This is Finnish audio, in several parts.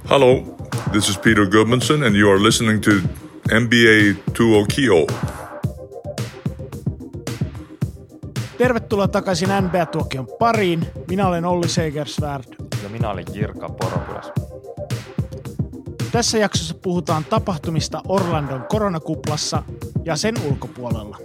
Hello, this is Peter Gudmundsson and you are listening to NBA 2 Kio. Tervetuloa takaisin NBA-tuokion pariin. Minä olen Olli Segersvärd. Ja minä olen Jirka Porokyläs. Tässä jaksossa puhutaan tapahtumista Orlandon koronakuplassa ja sen ulkopuolella.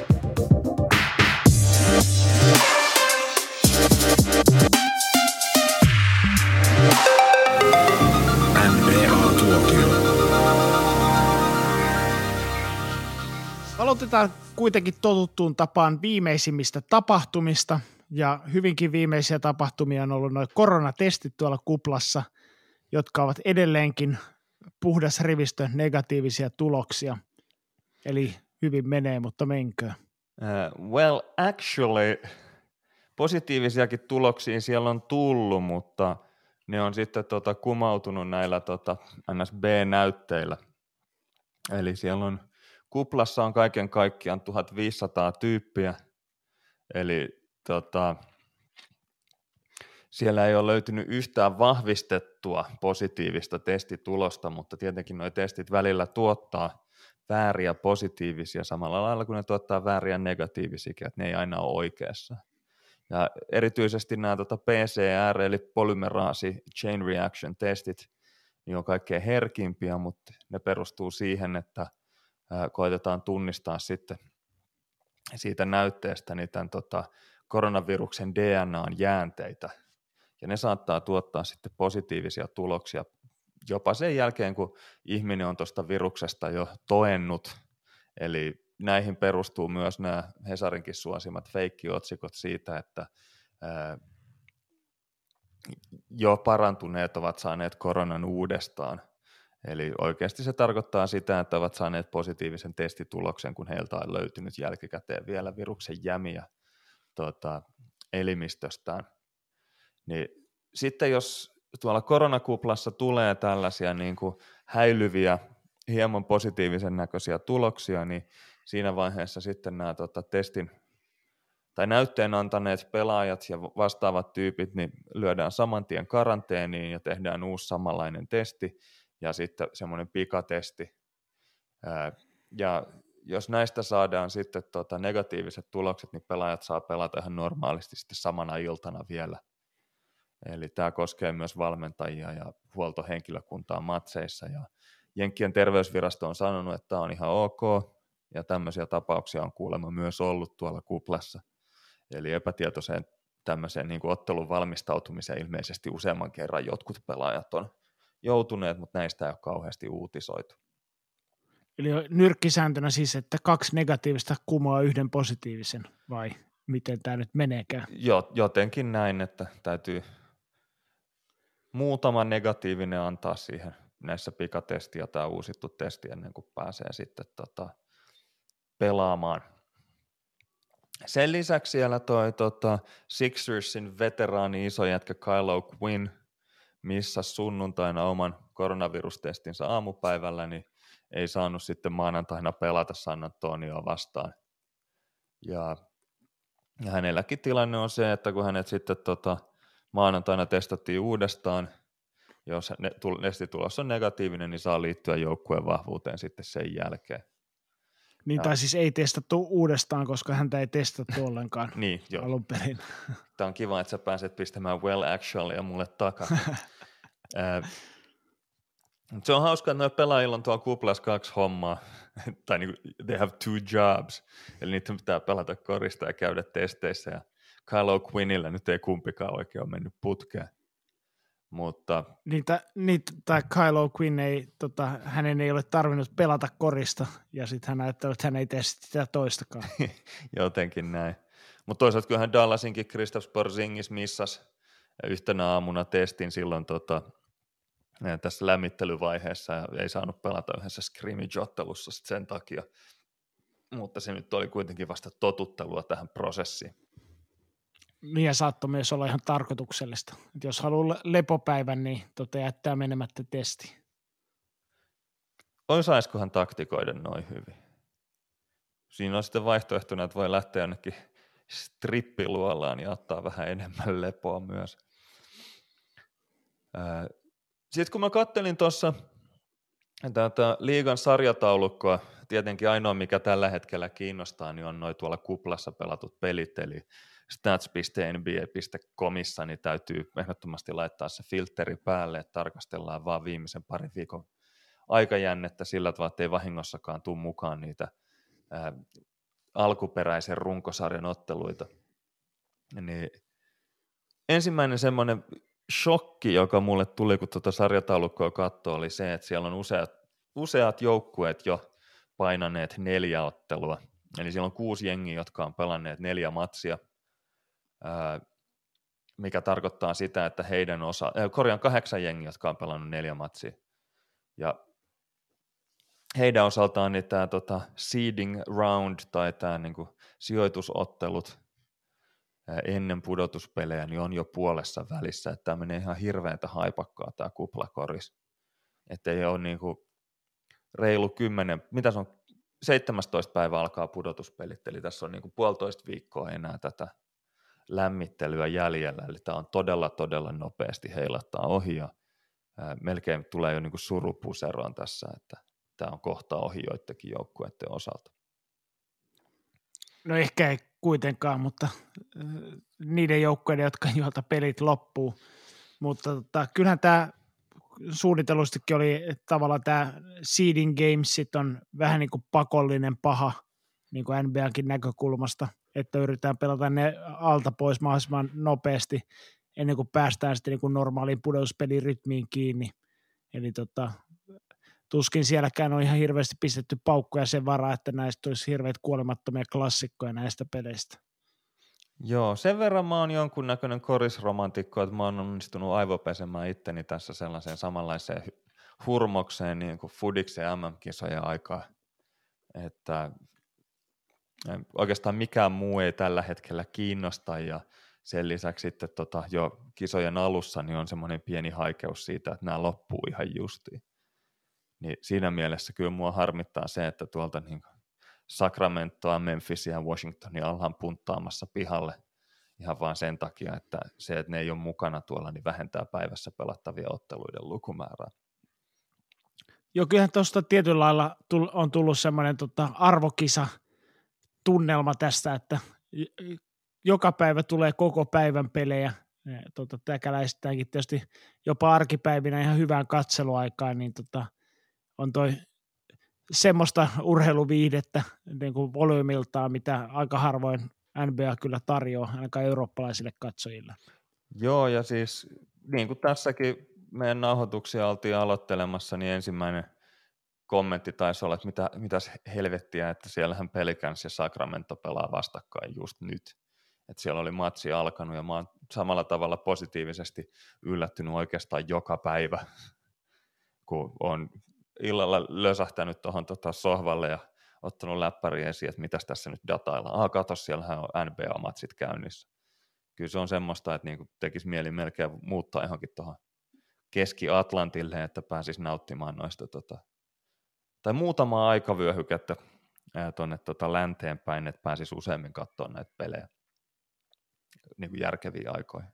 Aloitetaan kuitenkin totuttuun tapaan viimeisimmistä tapahtumista, ja hyvinkin viimeisiä tapahtumia on ollut nuo koronatestit tuolla kuplassa, jotka ovat edelleenkin puhdas rivistö negatiivisia tuloksia. Eli hyvin menee, mutta menkää. Well, actually, positiivisiakin tuloksia siellä on tullut, mutta ne on sitten kumautunut näillä NSB-näytteillä. Eli siellä on kuplassa on kaiken kaikkiaan 1500 tyyppiä, eli siellä ei ole löytynyt yhtään vahvistettua positiivista testitulosta, mutta tietenkin nuo testit välillä tuottaa vääriä positiivisia samalla lailla kuin ne tuottaa vääriä negatiivisiakin, että ne ei aina ole oikeassa. Ja erityisesti nämä PCR eli polymeraasi chain reaction testit niin on kaikkein herkimpiä, mutta ne perustuu siihen, että koitetaan tunnistaa sitten siitä näytteestä niin tämän koronaviruksen DNAn jäänteitä, ja ne saattaa tuottaa sitten positiivisia tuloksia jopa sen jälkeen, kun ihminen on tuosta viruksesta jo toennut, eli näihin perustuu myös nämä Hesarinkin suosimat feikkiotsikot siitä, että jo parantuneet ovat saaneet koronan uudestaan. Eli oikeasti se tarkoittaa sitä, että ovat saaneet positiivisen testituloksen, kun heiltä on löytynyt jälkikäteen vielä viruksen jämiä elimistöstään. Niin sitten jos tuolla koronakuplassa tulee tällaisia niin kuin häilyviä, hieman positiivisen näköisiä tuloksia, niin siinä vaiheessa sitten nämä testin tai näytteen antaneet pelaajat ja vastaavat tyypit niin lyödään saman tien karanteeniin ja tehdään uusi samanlainen testi, ja sitten semmoinen pikatesti, ja jos näistä saadaan sitten negatiiviset tulokset, niin pelaajat saa pelata ihan normaalisti sitten samana iltana vielä. Eli tämä koskee myös valmentajia ja huoltohenkilökuntaa matseissa, ja Jenkkien terveysvirasto on sanonut, että tämä on ihan ok, ja tämmöisiä tapauksia on kuulemma myös ollut tuolla kuplassa. Eli epätietoiseen tämmöiseen niin kuin ottelun valmistautumiseen ilmeisesti useamman kerran jotkut pelaajat on joutuneet, mutta näistä ei ole kauheasti uutisoitu. Eli nyrkkisääntönä siis, että 2 negatiivista kumoaa 1 positiivisen, vai miten tämä nyt meneekään? Jotenkin näin, että täytyy muutama negatiivinen antaa siihen näissä pikatesti ja tämä uusittu testi ennen kuin pääsee sitten pelaamaan. Sen lisäksi siellä Sixersin veteraani iso jätkä Kylo Quinn missasi sunnuntaina oman koronavirustestinsä aamupäivällä, niin ei saanut sitten maanantaina pelata San Antonioa vastaan. Ja hänelläkin tilanne on se, että kun hänet sitten maanantaina testattiin uudestaan, jos testitulos on negatiivinen, niin saa liittyä joukkueen vahvuuteen sitten sen jälkeen. Niin, tai siis ei testattu uudestaan, koska häntä ei testattu ollenkaan niin, alun perin. Tämä on kiva, että sä pääset pistämään well actually ja mulle takaisin. Se on hauska, että noilla pelaajilla on tuolla kuplassa 2 hommaa, tai niin kuin, they have 2 jobs, eli niitä pitää pelata korista ja käydä testeissä, ja Kylo Quinnillä nyt ei kumpikaan oikein ole mennyt putkeen. Mutta tai Kylo Quinn hänen ei ole tarvinnut pelata korista, ja sitten hän ajattelee, että hän ei tee sitä toistakaan. Jotenkin näin. Mutta toisaalta kyllähän Dallasinkin Kristaps Porzingis missasi yhtenä aamuna testin silloin tässä lämmittelyvaiheessa, ja ei saanut pelata yhdessä scrimmage-ottelussa sen takia. Mutta se nyt oli kuitenkin vasta totuttelua tähän prosessiin. Niin, ja saattoi myös olla ihan tarkoituksellista. Et jos haluaa lepopäivän, niin jättää menemättä testi. Osaisikohan taktikoida noin hyvin? Siinä on sitten vaihtoehtona, että voi lähteä jonnekin strippiluolaan ja ottaa vähän enemmän lepoa myös. Sitten kun mä kattelin tuossa tätä liigan sarjataulukkoa, tietenkin ainoa mikä tällä hetkellä kiinnostaa, niin on noin tuolla kuplassa pelatut pelit, eli stats.nba.comissa, niin täytyy ehdottomasti laittaa se filteri päälle, että tarkastellaan vaan viimeisen parin viikon aikajännettä sillä tavalla, että ei vahingossakaan tule mukaan niitä alkuperäisen runkosarjan otteluita. Niin ensimmäinen semmoinen shokki, joka mulle tuli, kun tuota sarjataulukkoa katsoi, oli se, että siellä on useat joukkueet jo painaneet 4 ottelua. Eli siellä on 6 jengiä, jotka on pelanneet 4 matsia, mikä tarkoittaa sitä, että 8 jengiä, jotka on pelannut 4 matsia. Ja heidän osaltaan niin tämä seeding round tai tämä niinku sijoitusottelut ennen pudotuspelejä niin on jo puolessa välissä, että tämä menee ihan hirveäntä haipakkaa tämä kuplakoris. Että ei ole niinku reilu 10, mitä se on, 17 päivä alkaa pudotuspelit, eli tässä on niinku 1,5 viikkoa enää tätä lämmittelyä jäljellä, eli tämä on todella nopeasti heilattaa ohi ja melkein tulee jo niinku surupuseroon tässä, että tämä on kohta ohi joidenkin joukkueiden osalta. No ehkä ei kuitenkaan, mutta niiden joukkueiden, joilta pelit loppuu. Mutta kyllähän tämä suunnitellustikin oli, että tavallaan tämä seeding gamesit on vähän niin kuin pakollinen paha niin kuin NBA:nkin näkökulmasta, että yritetään pelata ne alta pois mahdollisimman nopeasti ennen kuin päästään sitten niin kuin normaaliin pudotuspelirytmiin kiinni. Eli tuskin sielläkään on ihan hirveästi pistetty paukkuja sen varaa, että näistä olisi hirveät kuolemattomia klassikkoja näistä peleistä. Joo, sen verran mä oon jonkunnäköinen korisromantikko, että mä oon onnistunut aivopesemään itteni tässä sellaiseen samanlaiseen hurmokseen niin kuin Fudiksen ja MM-kisojen aikaa, että oikeastaan mikään muu ei tällä hetkellä kiinnosta ja sen lisäksi sitten jo kisojen alussa niin on semmoinen pieni haikeus siitä, että nämä loppuu ihan justiin. Niin siinä mielessä kyllä mua harmittaa se, että tuolta niin Sacramentoa, Memphisia ja Washingtonia ollaan punttaamassa pihalle ihan vaan sen takia, että se, että ne ei ole mukana tuolla, niin vähentää päivässä pelattavia otteluiden lukumäärää. Joo, kyllähän tuosta tietyllä lailla on tullut semmoinen arvokisa tunnelma tästä, että joka päivä tulee koko päivän pelejä. Täkäläistäänkin tietysti jopa arkipäivinä ihan hyvään katseluaikaan, niin on toi semmoista urheiluviihdettä niin kuin volyymiltaan, mitä aika harvoin NBA kyllä tarjoaa, ainakaan eurooppalaisille katsojille. Joo, ja siis niin kuin tässäkin meidän nauhoituksia oltiin aloittelemassa, niin ensimmäinen kommentti taisi olla, että mitäs helvettiä, että siellähän Pelicans ja Sacramento pelaa vastakkain just nyt. Että siellä oli matsi alkanut, ja mä oon samalla tavalla positiivisesti yllättynyt oikeastaan joka päivä, kun on illalla lösähtänyt tuohon sohvalle ja ottanut läppäri esiin, että mitäs tässä nyt dataillaan. Kato, siellähän on NBA-matsit käynnissä. Kyllä se on semmoista, että niinku tekisi mieli melkein muuttaa johonkin tuohon Keski-Atlantille, että pääsisi nauttimaan noista, tai muutamaa aikavyöhykettä tuonne länteen päin, että pääsisi useammin katsoa näitä pelejä niin kuin järkeviä aikoja.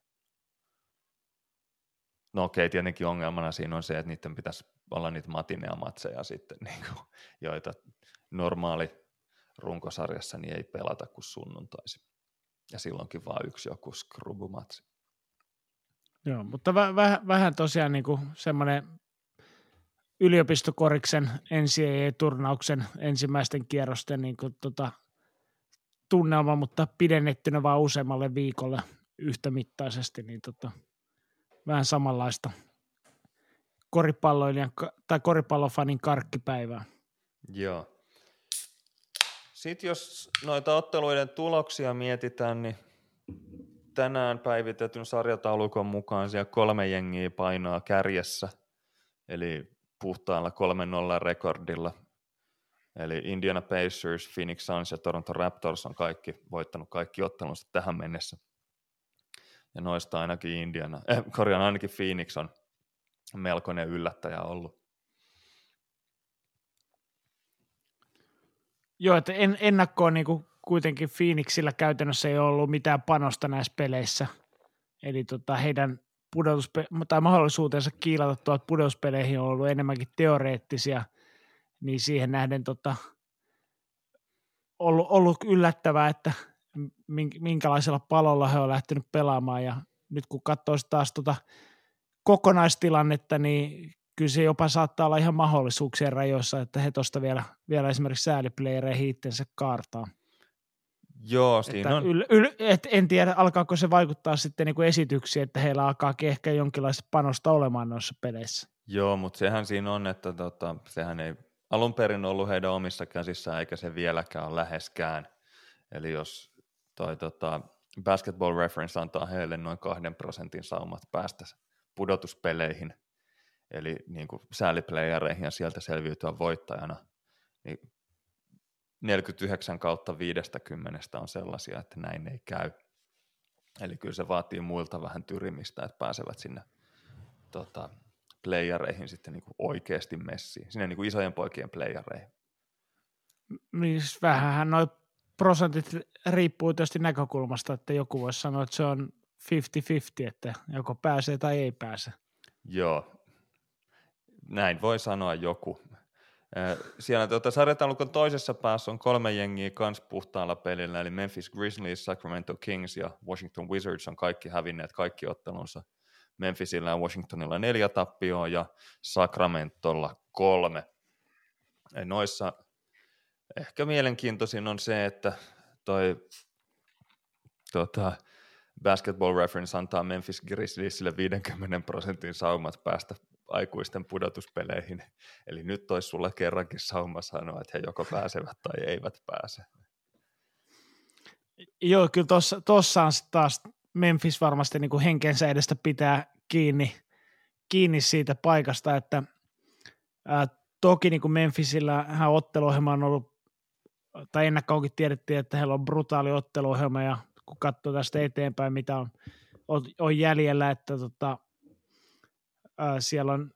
No okei, tietenkin ongelmana siinä on se, että niiden pitäisi olla niitä matinea-matseja sitten, niin kuin, joita normaali runkosarjassa niin ei pelata kuin sunnuntaisin. Ja silloinkin vaan yksi joku skrubumatsi. Joo, mutta vähän tosiaan niin kuin semmoinen yliopistokoriksen NCAA-turnauksen ensimmäisten kierrosten niin kuin tunnelma, mutta pidennettynä vaan useammalle viikolle yhtämittaisesti, niin vähän samanlaista koripalloilijan tai koripallofanin karkkipäivää. Joo. Sitten jos noita otteluiden tuloksia mietitään, niin tänään päivitetyn sarjataulukon mukaan siellä 3 jengiä painaa kärjessä, eli puhtaalla 3-0 rekordilla. Eli Indiana Pacers, Phoenix Suns ja Toronto Raptors on voittanut kaikki ottelunsa tähän mennessä. Ja noista ainakin ainakin Phoenix on melkoinen yllättäjä ollut. Joo, että ennakkoon niin kuin kuitenkin Phoenixillä käytännössä ei ollut mitään panosta näissä peleissä. Eli heidän tai mahdollisuutensa kiilata tuolta pudotuspeleihin on ollut enemmänkin teoreettisia, niin siihen nähden ollut yllättävää, että minkälaisella palolla he on lähtenyt pelaamaan, ja nyt kun katsoo taas kokonaistilannetta, niin kyllä se jopa saattaa olla ihan mahdollisuuksien rajoissa, että he tuosta vielä esimerkiksi sääliplayereihin itsensä kaartaa. Joo, siinä on. En tiedä, alkaako se vaikuttaa sitten niin kuin esityksiin, että heillä alkaakin ehkä jonkinlaista panosta olemaan noissa peleissä. Joo, mutta sehän siinä on, että sehän ei alun perin ollut heidän omissa käsissään, eikä se vieläkään ole läheskään. Eli jos toi Basketball Reference antaa heille noin 2% saumat päästä pudotuspeleihin, eli niin kuin sääliplayereihin ja sieltä selviytyä voittajana, niin 49/50 on sellaisia, että näin ei käy. Eli kyllä se vaatii muilta vähän tyrimistä, että pääsevät sinne playereihin sitten niin kuin oikeasti messiin, sinne niin kuin isojen poikien playereihin. Niin vähänhän nuo prosentit riippuu tietysti näkökulmasta, että joku voisi sanoa, että se on 50-50, että joko pääsee tai ei pääse. Joo, näin voi sanoa joku. Siellä sarjataulukon toisessa päässä on 3 jengiä kans puhtaalla pelillä, eli Memphis Grizzlies, Sacramento Kings ja Washington Wizards on kaikki hävinneet kaikki ottelunsa. Memphisillä ja Washingtonilla 4 tappioa ja Sacramentolla 3. Noissa ehkä mielenkiintoisin on se, että Basketball Reference antaa Memphis Grizzliesille 50% saumat päästä aikuisten pudotuspeleihin. Eli nyt olisi sulla kerrankin sauma sanoa, että he joko pääsevät tai eivät pääse. Joo, kyllä tuossa on taas Memphis varmasti niin kuin henkensä edestä pitää kiinni siitä paikasta, että toki niin kuin Memphisillä otteluohjelma on ollut, tai ennakkoonkin tiedettiin, että heillä on brutaali otteluohjelma, ja kun katsoo tästä eteenpäin, mitä on jäljellä, että siellä on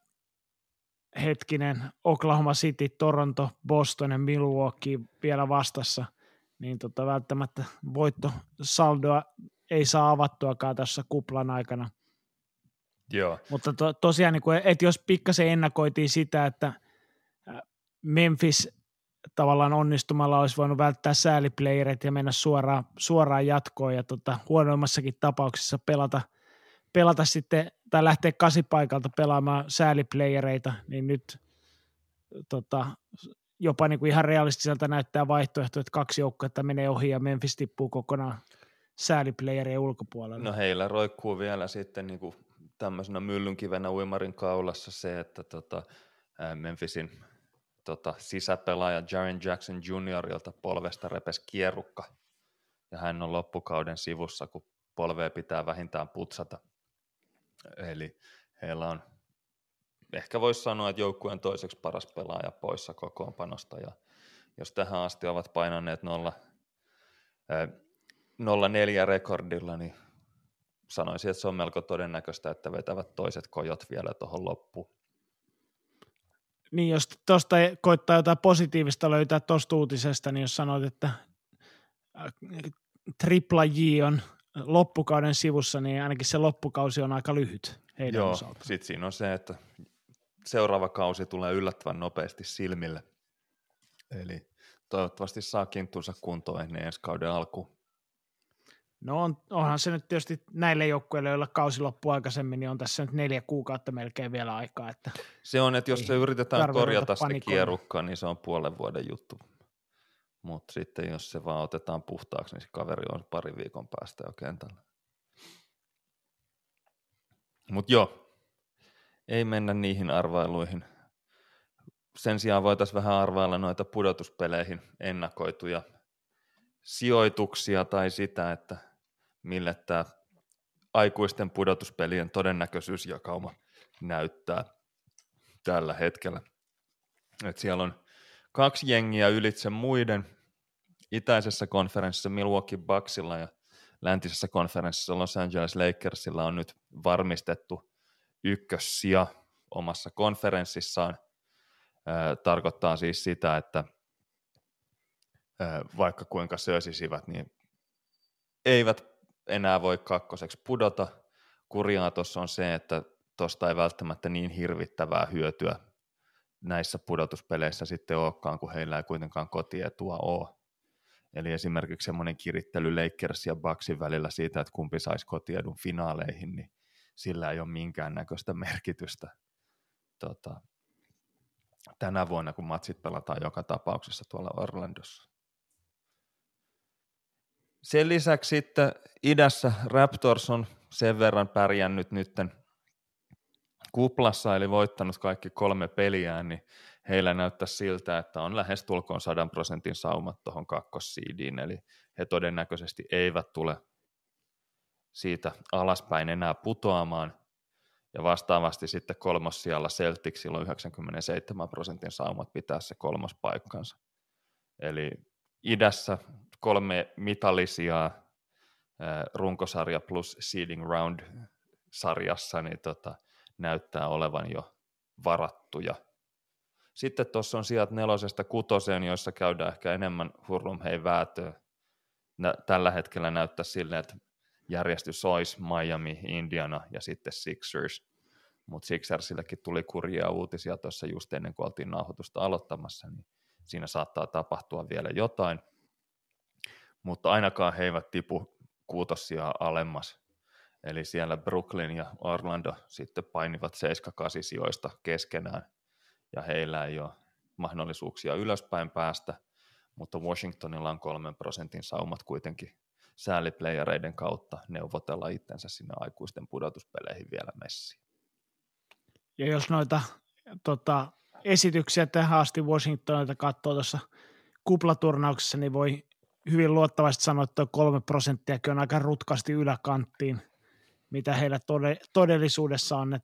Oklahoma City, Toronto, Boston ja Milwaukee vielä vastassa, niin välttämättä voittosaldoa ei saa avattuakaan tässä kuplan aikana. Joo. Mutta tosiaan, niin että jos pikkasen ennakoitiin sitä, että Memphis tavallaan onnistumalla olisi voinut välttää sääliplayeret ja mennä suoraan jatkoon ja huonoimmassakin tapauksessa pelata sitten, tai lähteä 8 paikalta pelaamaan sääliplayereita, niin nyt jopa niin kuin ihan realistiselta näyttää vaihtoehto, että 2 joukkuetta menee ohi ja Memphis tippuu kokonaan sääliplayerien ulkopuolelle. No heillä roikkuu vielä sitten niin kuin tämmöisenä myllynkivenä uimarin kaulassa se, että Memphisin sisäpelaaja Jaren Jackson Juniorilta polvesta repesi kierrukka, ja hän on loppukauden sivussa, kun polvea pitää vähintään putsata. Eli heillä on, ehkä voisi sanoa, että joukkueen toiseksi paras pelaaja poissa kokoonpanosta, ja jos tähän asti ovat painaneet 0-4 rekordilla, niin sanoisin, että se on melko todennäköistä, että vetävät toiset kojot vielä tuohon loppuun. Niin, jos tuosta koittaa jotain positiivista löytää tuosta uutisesta, niin jos sanoit, että Tripla J on loppukauden sivussa, niin ainakin se loppukausi on aika lyhyt heidän osalta. Joo, sitten siinä on se, että seuraava kausi tulee yllättävän nopeasti silmille. Eli toivottavasti saa kinttunsa kuntoon ennen ensi kauden alkuun. No onhan se nyt tietysti näille joukkueille, joilla kausi loppuu aikaisemmin, niin on tässä nyt 4 kuukautta melkein vielä aikaa. Että se on, että jos se yritetään korjata se kierrukka, niin se on puolen vuoden juttu. Mutta sitten jos se vaan otetaan puhtaaksi, niin se kaveri on 2 viikon päästä jo kentällä. Mutta joo, ei mennä niihin arvailuihin. Sen sijaan voitaisiin vähän arvailla noita pudotuspeleihin ennakoituja sijoituksia tai sitä, että mille tämä aikuisten pudotuspelien todennäköisyysjakauma näyttää tällä hetkellä. Et siellä on 2 jengiä ylitse muiden. Itäisessä konferenssissa Milwaukee Bucksilla ja läntisessä konferenssissa Los Angeles Lakersilla on nyt varmistettu ykkössija omassa konferenssissaan. Tarkoittaa siis sitä, että vaikka kuinka sösisivät, niin eivät enää voi kakkoseksi pudota. kurjaa tuossa on se, että tuosta ei välttämättä niin hirvittävää hyötyä näissä pudotuspeleissä sitten olekaan, kun heillä ei kuitenkaan kotietua ole. Eli esimerkiksi semmoinen kirittely Lakers ja Bucksin välillä siitä, että kumpi saisi kotiedun finaaleihin, niin sillä ei ole minkäännäköistä merkitystä tänä vuonna, kun matsit pelataan joka tapauksessa tuolla Orlandossa. Sen lisäksi sitten idässä Raptors on sen verran pärjännyt nytten kuplassa, eli voittanut kaikki 3 peliään, niin heillä näyttää siltä, että on lähestulkoon 100% saumat tuohon kakkossiidiin, eli he todennäköisesti eivät tule siitä alaspäin enää putoamaan, ja vastaavasti sitten kolmossijalla Celticsilla on 97% saumat pitää se kolmospaikkansa. Eli idässä 3 mitallisia runkosarja plus seeding round sarjassa, niin näyttää olevan jo varattuja. Sitten tuossa on sijat 4-6, joissa käydään ehkä enemmän hurlumhei väätöä. Tällä hetkellä näyttää silleen, että järjestys olisi Miami, Indiana ja sitten Sixers. Mutta Sixersillekin tuli kurjia uutisia tuossa just ennen kuin oltiin nauhoitusta aloittamassa, niin siinä saattaa tapahtua vielä jotain. Mutta ainakaan he eivät tipu 6 alemmas. Eli siellä Brooklyn ja Orlando sitten painivat 7-8 sijoista keskenään, ja heillä ei ole mahdollisuuksia ylöspäin päästä, mutta Washingtonilla on 3% saumat kuitenkin sääliplayereiden kautta neuvotella itsensä sinne aikuisten pudotuspeleihin vielä messiin. Ja jos noita esityksiä tähän asti Washingtonilta katsoo tuossa kuplaturnauksessa, niin voi hyvin luottavasti sanoa, että 3% on aika rutkasti yläkanttiin, mitä heillä todellisuudessa on ne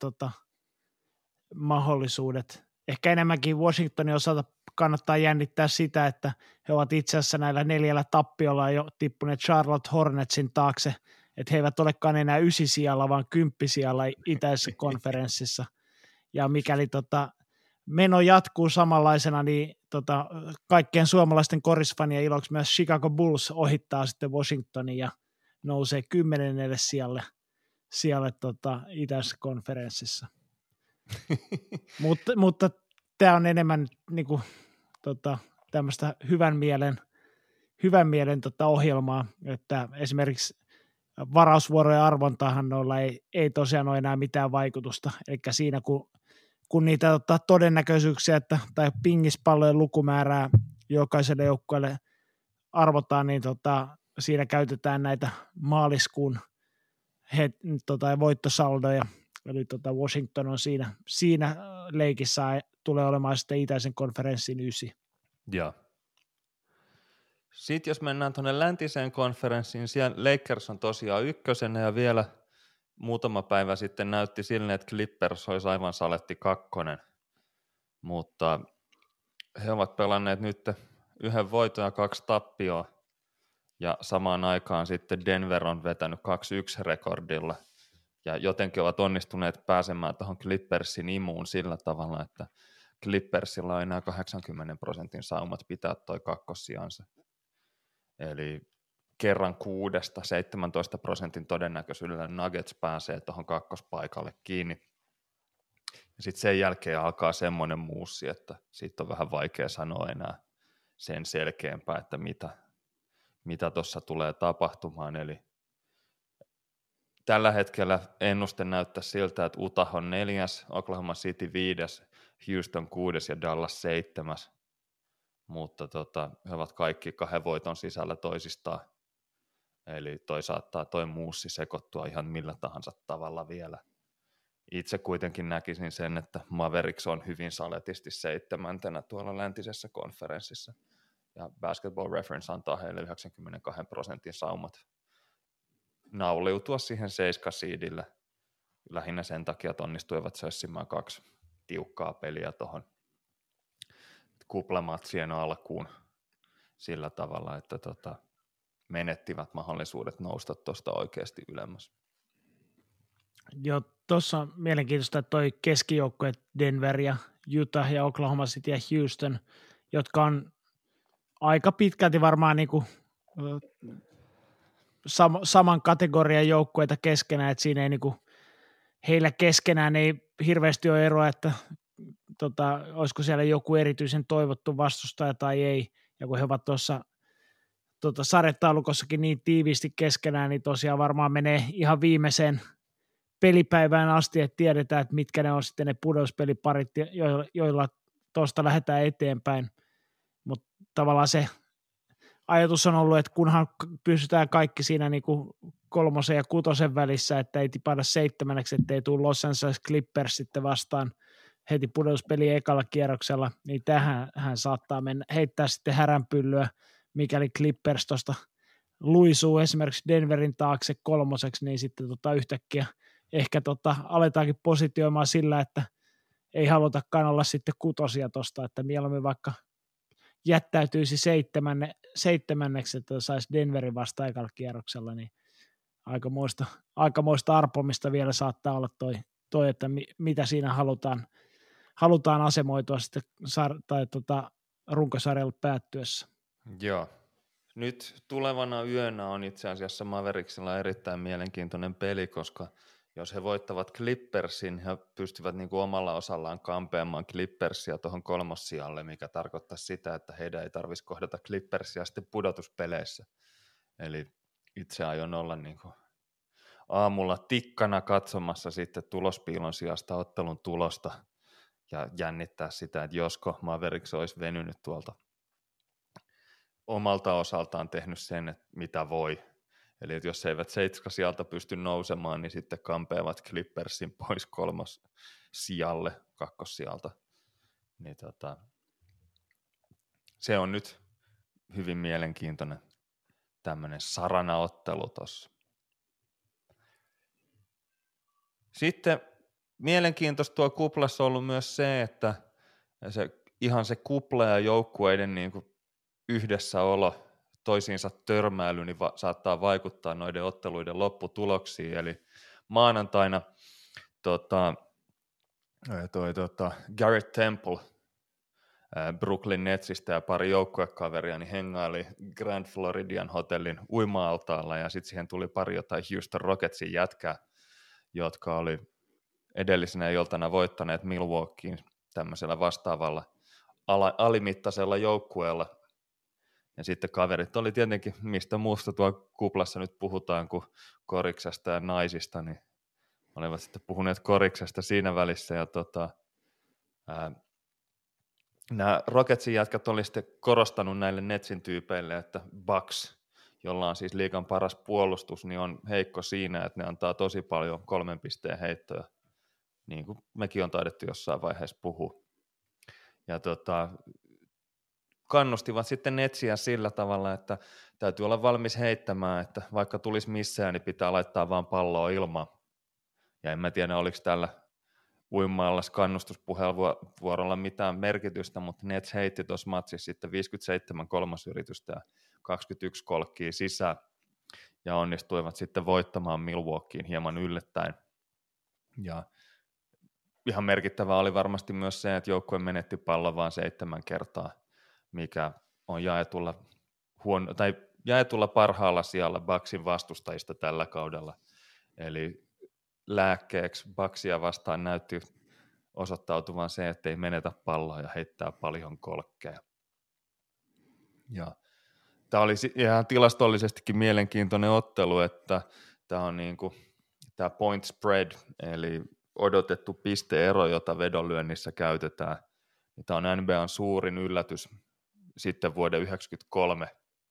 mahdollisuudet. Ehkä enemmänkin Washingtonin osalta kannattaa jännittää sitä, että he ovat itse asiassa näillä 4 tappiolla jo tippuneet Charlotte Hornetsin taakse, että he eivät olekaan enää 9 sijalla, vaan 10 sijalla itäisessä konferenssissa. Ja mikäli meno jatkuu samanlaisena, niin kaikkien suomalaisten korisfanien iloksi myös Chicago Bulls ohittaa sitten Washingtonin ja nousee 10. sijalle itäisessä konferenssissa. mutta tämä on enemmän niinku, tämmöistä hyvän mielen ohjelmaa, että esimerkiksi varausvuorojen arvontahan noilla ei tosiaan ole enää mitään vaikutusta, eli siinä kun niitä todennäköisyyksiä tai pingispallojen lukumäärää jokaiselle joukkueelle arvotaan, niin siinä käytetään näitä maaliskuun voittosaldoja, eli Washington on siinä leikissä tulee olemaan sitten itäisen konferenssin 9. Joo. Sitten jos mennään tuonne läntiseen konferenssiin, siellä Lakers on tosiaan 1 ja vielä muutama päivä sitten näytti silleen, että Clippers olisi aivan saletti 2, mutta he ovat pelanneet nyt 1 voiton ja 2 tappioa, ja samaan aikaan sitten Denver on vetänyt 2-1 rekordilla, ja jotenkin ovat onnistuneet pääsemään tuohon Clippersin imuun sillä tavalla, että Clippersilla on enää 80% saumat pitää toi kakkossijansa. Eli kerran 6-17% todennäköisyydellä Nuggets pääsee tuohon kakkospaikalle kiinni. Ja sitten sen jälkeen alkaa semmoinen muussi, että siitä on vähän vaikea sanoa enää sen selkeämpää, että mitä tuossa tulee tapahtumaan. Eli tällä hetkellä ennuste näyttää siltä, että Utah on 4., Oklahoma City 5., Houston 6. ja Dallas 7. Mutta he ovat kaikki 2 voiton sisällä toisistaan. Eli saattaa toi muussi sekoittua ihan millä tahansa tavalla vielä. Itse kuitenkin näkisin sen, että Mavericks on hyvin saletisti 7. tuolla läntisessä konferenssissa. Ja Basketball Reference antaa heille 92% saumat nauliutua siihen 7 seedille. Lähinnä sen takia, että onnistuivat sössimään 2 tiukkaa peliä tuohon kuplamatsien alkuun sillä tavalla, että menettivät mahdollisuudet nousta tuosta oikeasti ylemmäs. Joo, tuossa on mielenkiintoista, että toi keskijoukkue Denver ja Utah ja Oklahoma City ja Houston, jotka on aika pitkälti varmaan niinku saman kategorian joukkueita keskenään, että siinä ei niinku heillä keskenään ei hirveästi ole eroa, että olisiko siellä joku erityisen toivottu vastustaja tai ei, ja kun he ovat tuossa sarjataulukossakin niin tiiviisti keskenään, niin tosiaan varmaan menee ihan viimeiseen pelipäivään asti, että tiedetään, että mitkä ne on sitten ne pudotuspeliparit, joilla tuosta lähdetään eteenpäin, mutta tavallaan se ajatus on ollut, että kunhan pysytään kaikki siinä niin kuin 3. ja 6. välissä, että ei tipahda 7, ettei tule Los Angeles Clippers sitten vastaan heti pudotuspeliä ekalla kierroksella, niin tähän hän saattaa heittää sitten häränpyllyä, mikäli Clippers tuosta luisuu esimerkiksi Denverin taakse 3, niin sitten yhtäkkiä ehkä aletaankin positioimaan sillä, että ei halutakaan olla sitten 6 tuosta, että mieluummin vaikka jättäytyisi 7, että saisi Denverin vasta ekalla kierroksella, niin aikamoista arpomista vielä saattaa olla toi että mitä siinä halutaan asemoitua sitten runkosarjalle päättyessä. Joo. Nyt tulevana yönä on itse asiassa Mavericksilla erittäin mielenkiintoinen peli, koska jos he voittavat Clippersin, he pystyvät niin kuin omalla osallaan kampeamaan Clippersia tuohon 3. sijalle, mikä tarkoittaa sitä, että heidän ei tarvitsisi kohdata Clippersia sitten pudotuspeleissä. Eli itse aion olla niin kuin aamulla tikkana katsomassa sitten tulospiilon sijasta ottelun tulosta ja jännittää sitä, että josko Mavericks olisi venynyt tuolta omalta osaltaan tehnyt sen, että mitä voi. Eli että jos eivät 7 sijalta pysty nousemaan, niin sitten kampeavat Clippersin pois 3. sijalle 2. sijalta. Niin se on nyt hyvin mielenkiintoinen tämmöinen saranaottelu tuossa. Sitten mielenkiintoista tuo kuplassa on ollut myös se, että se kupla ja joukkueiden niin kuin yhdessäolo, toisiinsa törmäily, niin saattaa vaikuttaa noiden otteluiden lopputuloksiin. Eli maanantaina Garrett Temple Brooklyn Netsistä ja pari joukkuekaveria niin hengaili Grand Floridian hotellin uima-altaalla, ja sitten siihen tuli pari jotain Houston Rocketsin jätkää, jotka oli edellisenä iltana voittaneet Milwaukeein tämmöisellä vastaavalla alimittaisella joukkueella. Ja sitten kaverit oli tietenkin, mistä muusta tuo kuplassa nyt puhutaan kuin koriksesta ja naisista, niin olivat sitten puhuneet koriksesta siinä välissä. Ja nämä Rocketsin jätkät oli sitten korostanut näille Netsin tyypeille, että Bucks, jolla on siis liigan paras puolustus, niin on heikko siinä, että ne antaa tosi paljon 3 pisteen heittoja, niin kuin mekin on taidettu jossain vaiheessa puhua. Ja kannustivat sitten Netsiä sillä tavalla, että täytyy olla valmis heittämään, että vaikka tulisi missään, niin pitää laittaa vaan palloa ilmaan. Ja en mä tiedä, oliko tällä uimaallas kannustuspuheenvuorolla mitään merkitystä, mutta Nets heitti tuossa matsissa sitten 57 kolmosyritystä ja 21 kolkkia sisään, ja onnistuivat sitten voittamaan Milwaukeein hieman yllättäen. Ja ihan merkittävää oli varmasti myös se, että joukkue menetti pallon vain 7 kertaa, mikä on jaetulla parhaalla sijalla Bucksin vastustajista tällä kaudella. Eli lääkkeeksi Bucksia vastaan näytti osoittautuvan se, että ei menetä palloa ja heittää paljon kolkkeja. Ja tämä oli ihan tilastollisestikin mielenkiintoinen ottelu, että tämä on tämä point spread, eli odotettu pisteero, jota vedonlyönnissä käytetään. Tämä on NBA:n suurin yllätys sitten vuoden 1993.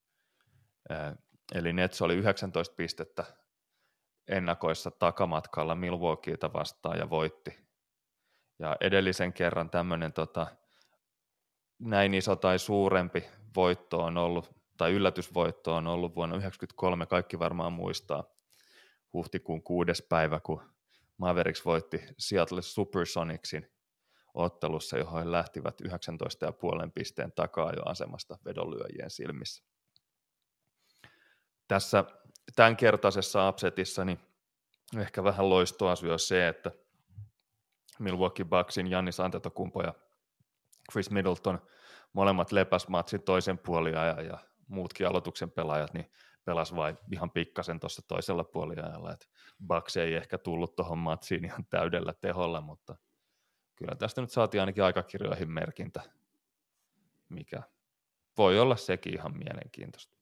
Eli Nets oli 19 pistettä ennakoissa takamatkalla Milwaukeeta vastaan ja voitti. Ja edellisen kerran tämmöinen näin iso tai suurempi voitto on ollut, tai yllätysvoitto on ollut vuonna 1993, kaikki varmaan muistaa, huhtikuun 6. päivä, kun Mavericks voitti Seattle Supersonicsin ottelussa, johon he lähtivät 19,5 pisteen takaa jo asemasta vedonlyöjien silmissä. Tässä tämänkertaisessa upsetissa niin ehkä vähän loistoasia on se, että Milwaukee Bucksin Giannis Antetokounmpo ja Chris Middleton molemmat lepäs matsin toisen puoliajan ja muutkin aloituksen pelaajat niin pelasi vain ihan pikkasen tuossa toisella puoliajalla, että Bucks ei ehkä tullut tuohon matsiin ihan täydellä teholla, mutta kyllä tästä nyt saatiin ainakin aikakirjoihin merkintä, mikä voi olla sekin ihan mielenkiintoista.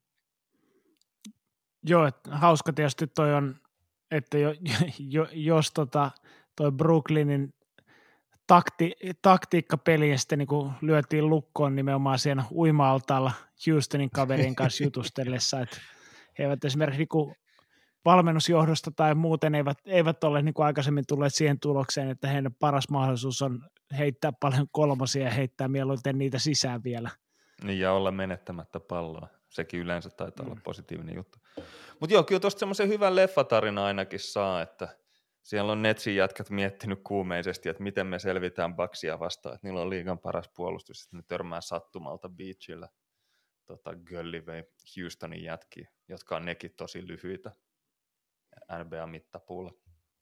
Joo, että hauska tietysti toi on, että jos toi Brooklynin taktiikkapeli ja sitten niin lyötiin lukkoon nimenomaan siinä uima-altaalla Houstonin kaverien kanssa jutustellessa, että he eivät esimerkiksi niin valmennusjohdosta tai muuten eivät ole niin kuin aikaisemmin tulleet siihen tulokseen, että heidän paras mahdollisuus on heittää paljon kolmosia ja heittää mieluiten niitä sisään vielä. Niin, ja olla menettämättä palloa. Sekin yleensä taitaa olla positiivinen juttu. Mutta joo, kyllä tuosta semmoisen hyvän leffatarina ainakin saa, että siellä on Netsin jätkät miettinyt kuumeisesti, että miten me selvitään Bucksia vastaan, että niillä on liigan paras puolustus, että ne törmää sattumalta beachillä Gully vei Houstonin jätkiä, jotka on nekin tosi lyhyitä NBA-mittapuulla.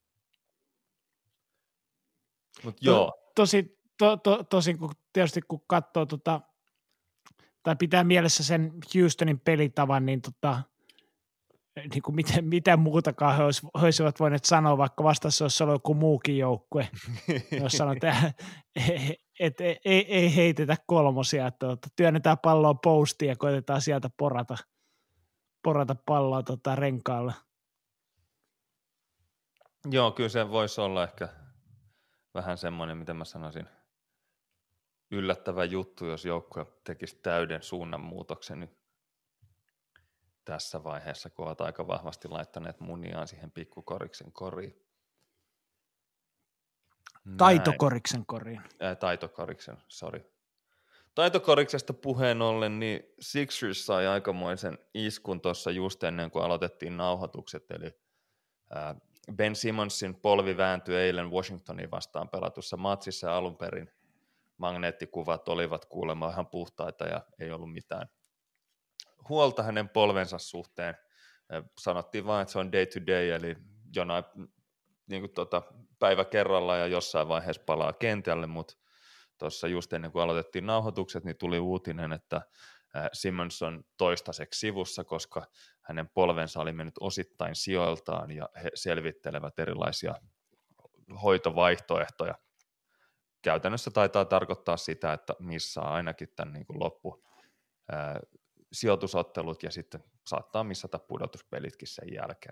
Mut joo. Tosin kun tietysti kun katsoo tai pitää mielessä sen Houstonin pelitavan, niin niin kuin mitä muutakaan he olisivat voineet sanoa, vaikka vastassa olisi ollut joku muukin joukkue, jos sanotaan, että ei heitetä kolmosia, että työnnetään palloa postiin ja koitetaan sieltä porata palloa renkaalla. Joo, kyllä se voisi olla ehkä vähän semmoinen, mitä mä sanoisin, yllättävä juttu, jos joukkue tekisi täyden suunnanmuutoksen nyt tässä vaiheessa, kun ovat aika vahvasti laittaneet muniaan siihen pikkukoriksen koriin. Taitokoriksen koriin. Taitokoriksen, sori. Taitokoriksesta puheen ollen, niin Sixers sai aikamoisen iskun tuossa just ennen kuin aloitettiin nauhoitukset, eli Ben Simmonsin polvi vääntyi eilen Washingtonin vastaan pelatussa matsissa ja alun perin magneettikuvat olivat kuulemma ihan puhtaita ja ei ollut mitään huolta hänen polvensa suhteen. Sanottiin vain, että se on day to day, eli jonain niin kuin päivä kerralla ja jossain vaiheessa palaa kentälle, mutta tuossa just ennen kuin aloitettiin nauhoitukset, niin tuli uutinen, että Simmons on toistaiseksi sivussa, koska hänen polvensa oli mennyt osittain sijoiltaan ja he selvittelevät erilaisia hoitovaihtoehtoja. Käytännössä taitaa tarkoittaa sitä, että missä ainakin tämän niin kuin sijoitusottelut ja sitten saattaa missata pudotuspelitkin sen jälkeen.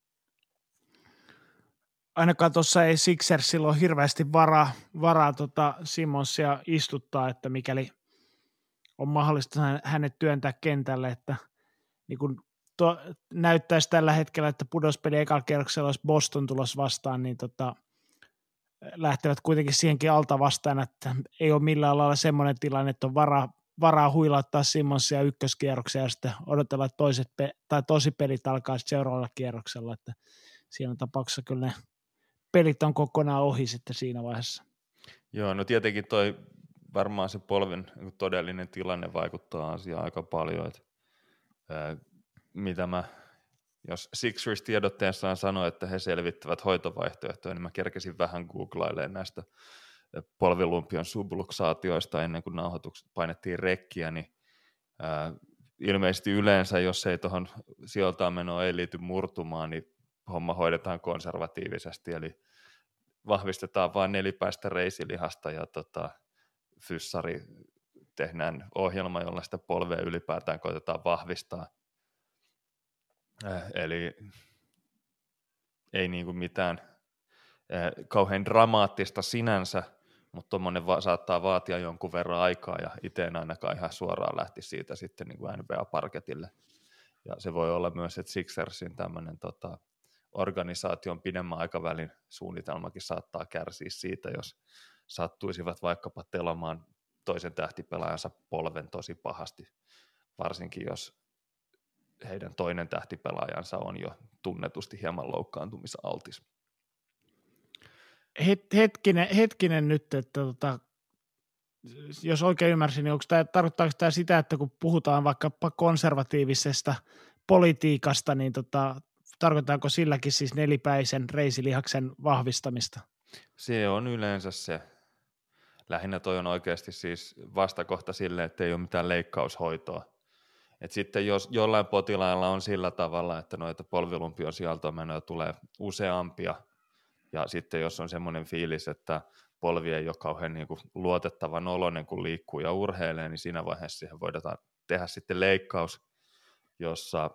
Ainakaan tuossa ei Sixersilla ole hirveästi varaa Simmonsia istuttaa, että mikäli on mahdollista hänet työntää kentälle, että niin kun näyttäisi tällä hetkellä, että pudotuspeli ekalla kierroksella olisi Boston tulos vastaan, niin lähtevät kuitenkin siihenkin alta vastaan, että ei ole millään lailla semmoinen tilanne, että on varaa huilauttaa Simmonsia ykköskierroksia ja sitten odotella, että tosi pelit alkaa seuraavalla kierroksella, että siinä tapauksessa kyllä ne pelit on kokonaan ohi sitten siinä vaiheessa. Joo, no tietenkin toi varmaan se polven todellinen tilanne vaikuttaa asiaan aika paljon, että jos Sixers tiedotteessaan sanoi, että he selvittävät hoitovaihtoehtoja, niin mä kerkesin vähän googlailemaan näistä polvilumpion subluksaatioista ennen kuin nauhoitukset painettiin rekkiä, niin ilmeisesti yleensä, jos ei tuohon sijoiltaan menoon ei liity murtumaan, niin homma hoidetaan konservatiivisesti, eli vahvistetaan vain nelipäistä reisilihasta ja fyssari tehdään ohjelma, jolla sitä polvea ylipäätään koitetaan vahvistaa. Eli ei niinku mitään kauhean dramaattista sinänsä, mutta tuommoinen saattaa vaatia jonkun verran aikaa ja itse en ainakaan ihan suoraan lähti siitä sitten niin kuin NBA-parketille. Ja se voi olla myös, että Sixersin tämmöinen organisaation pidemmän aikavälin suunnitelmakin saattaa kärsiä siitä, jos sattuisivat vaikkapa telamaan toisen tähtipelaajansa polven tosi pahasti, varsinkin jos heidän toinen tähtipelaajansa on jo tunnetusti hieman loukkaantumisaltis. Hetkinen nyt, että jos oikein ymmärsin, niin tarkoittaako tämä sitä, että kun puhutaan vaikkapa konservatiivisesta politiikasta, niin tarkoittaako silläkin siis nelipäisen reisilihaksen vahvistamista? Se on yleensä se. Lähinnä toi on oikeasti siis vastakohta sille, että ei ole mitään leikkaushoitoa. Et sitten jos jollain potilailla on sillä tavalla, että noita polvilumpion sijaltomenoja tulee useampia, ja sitten jos on semmoinen fiilis, että polvi ei ole kauhean niin kuin luotettavan oloinen, kun liikkuu ja urheilee, niin siinä vaiheessa siihen voidaan tehdä sitten leikkaus, jossa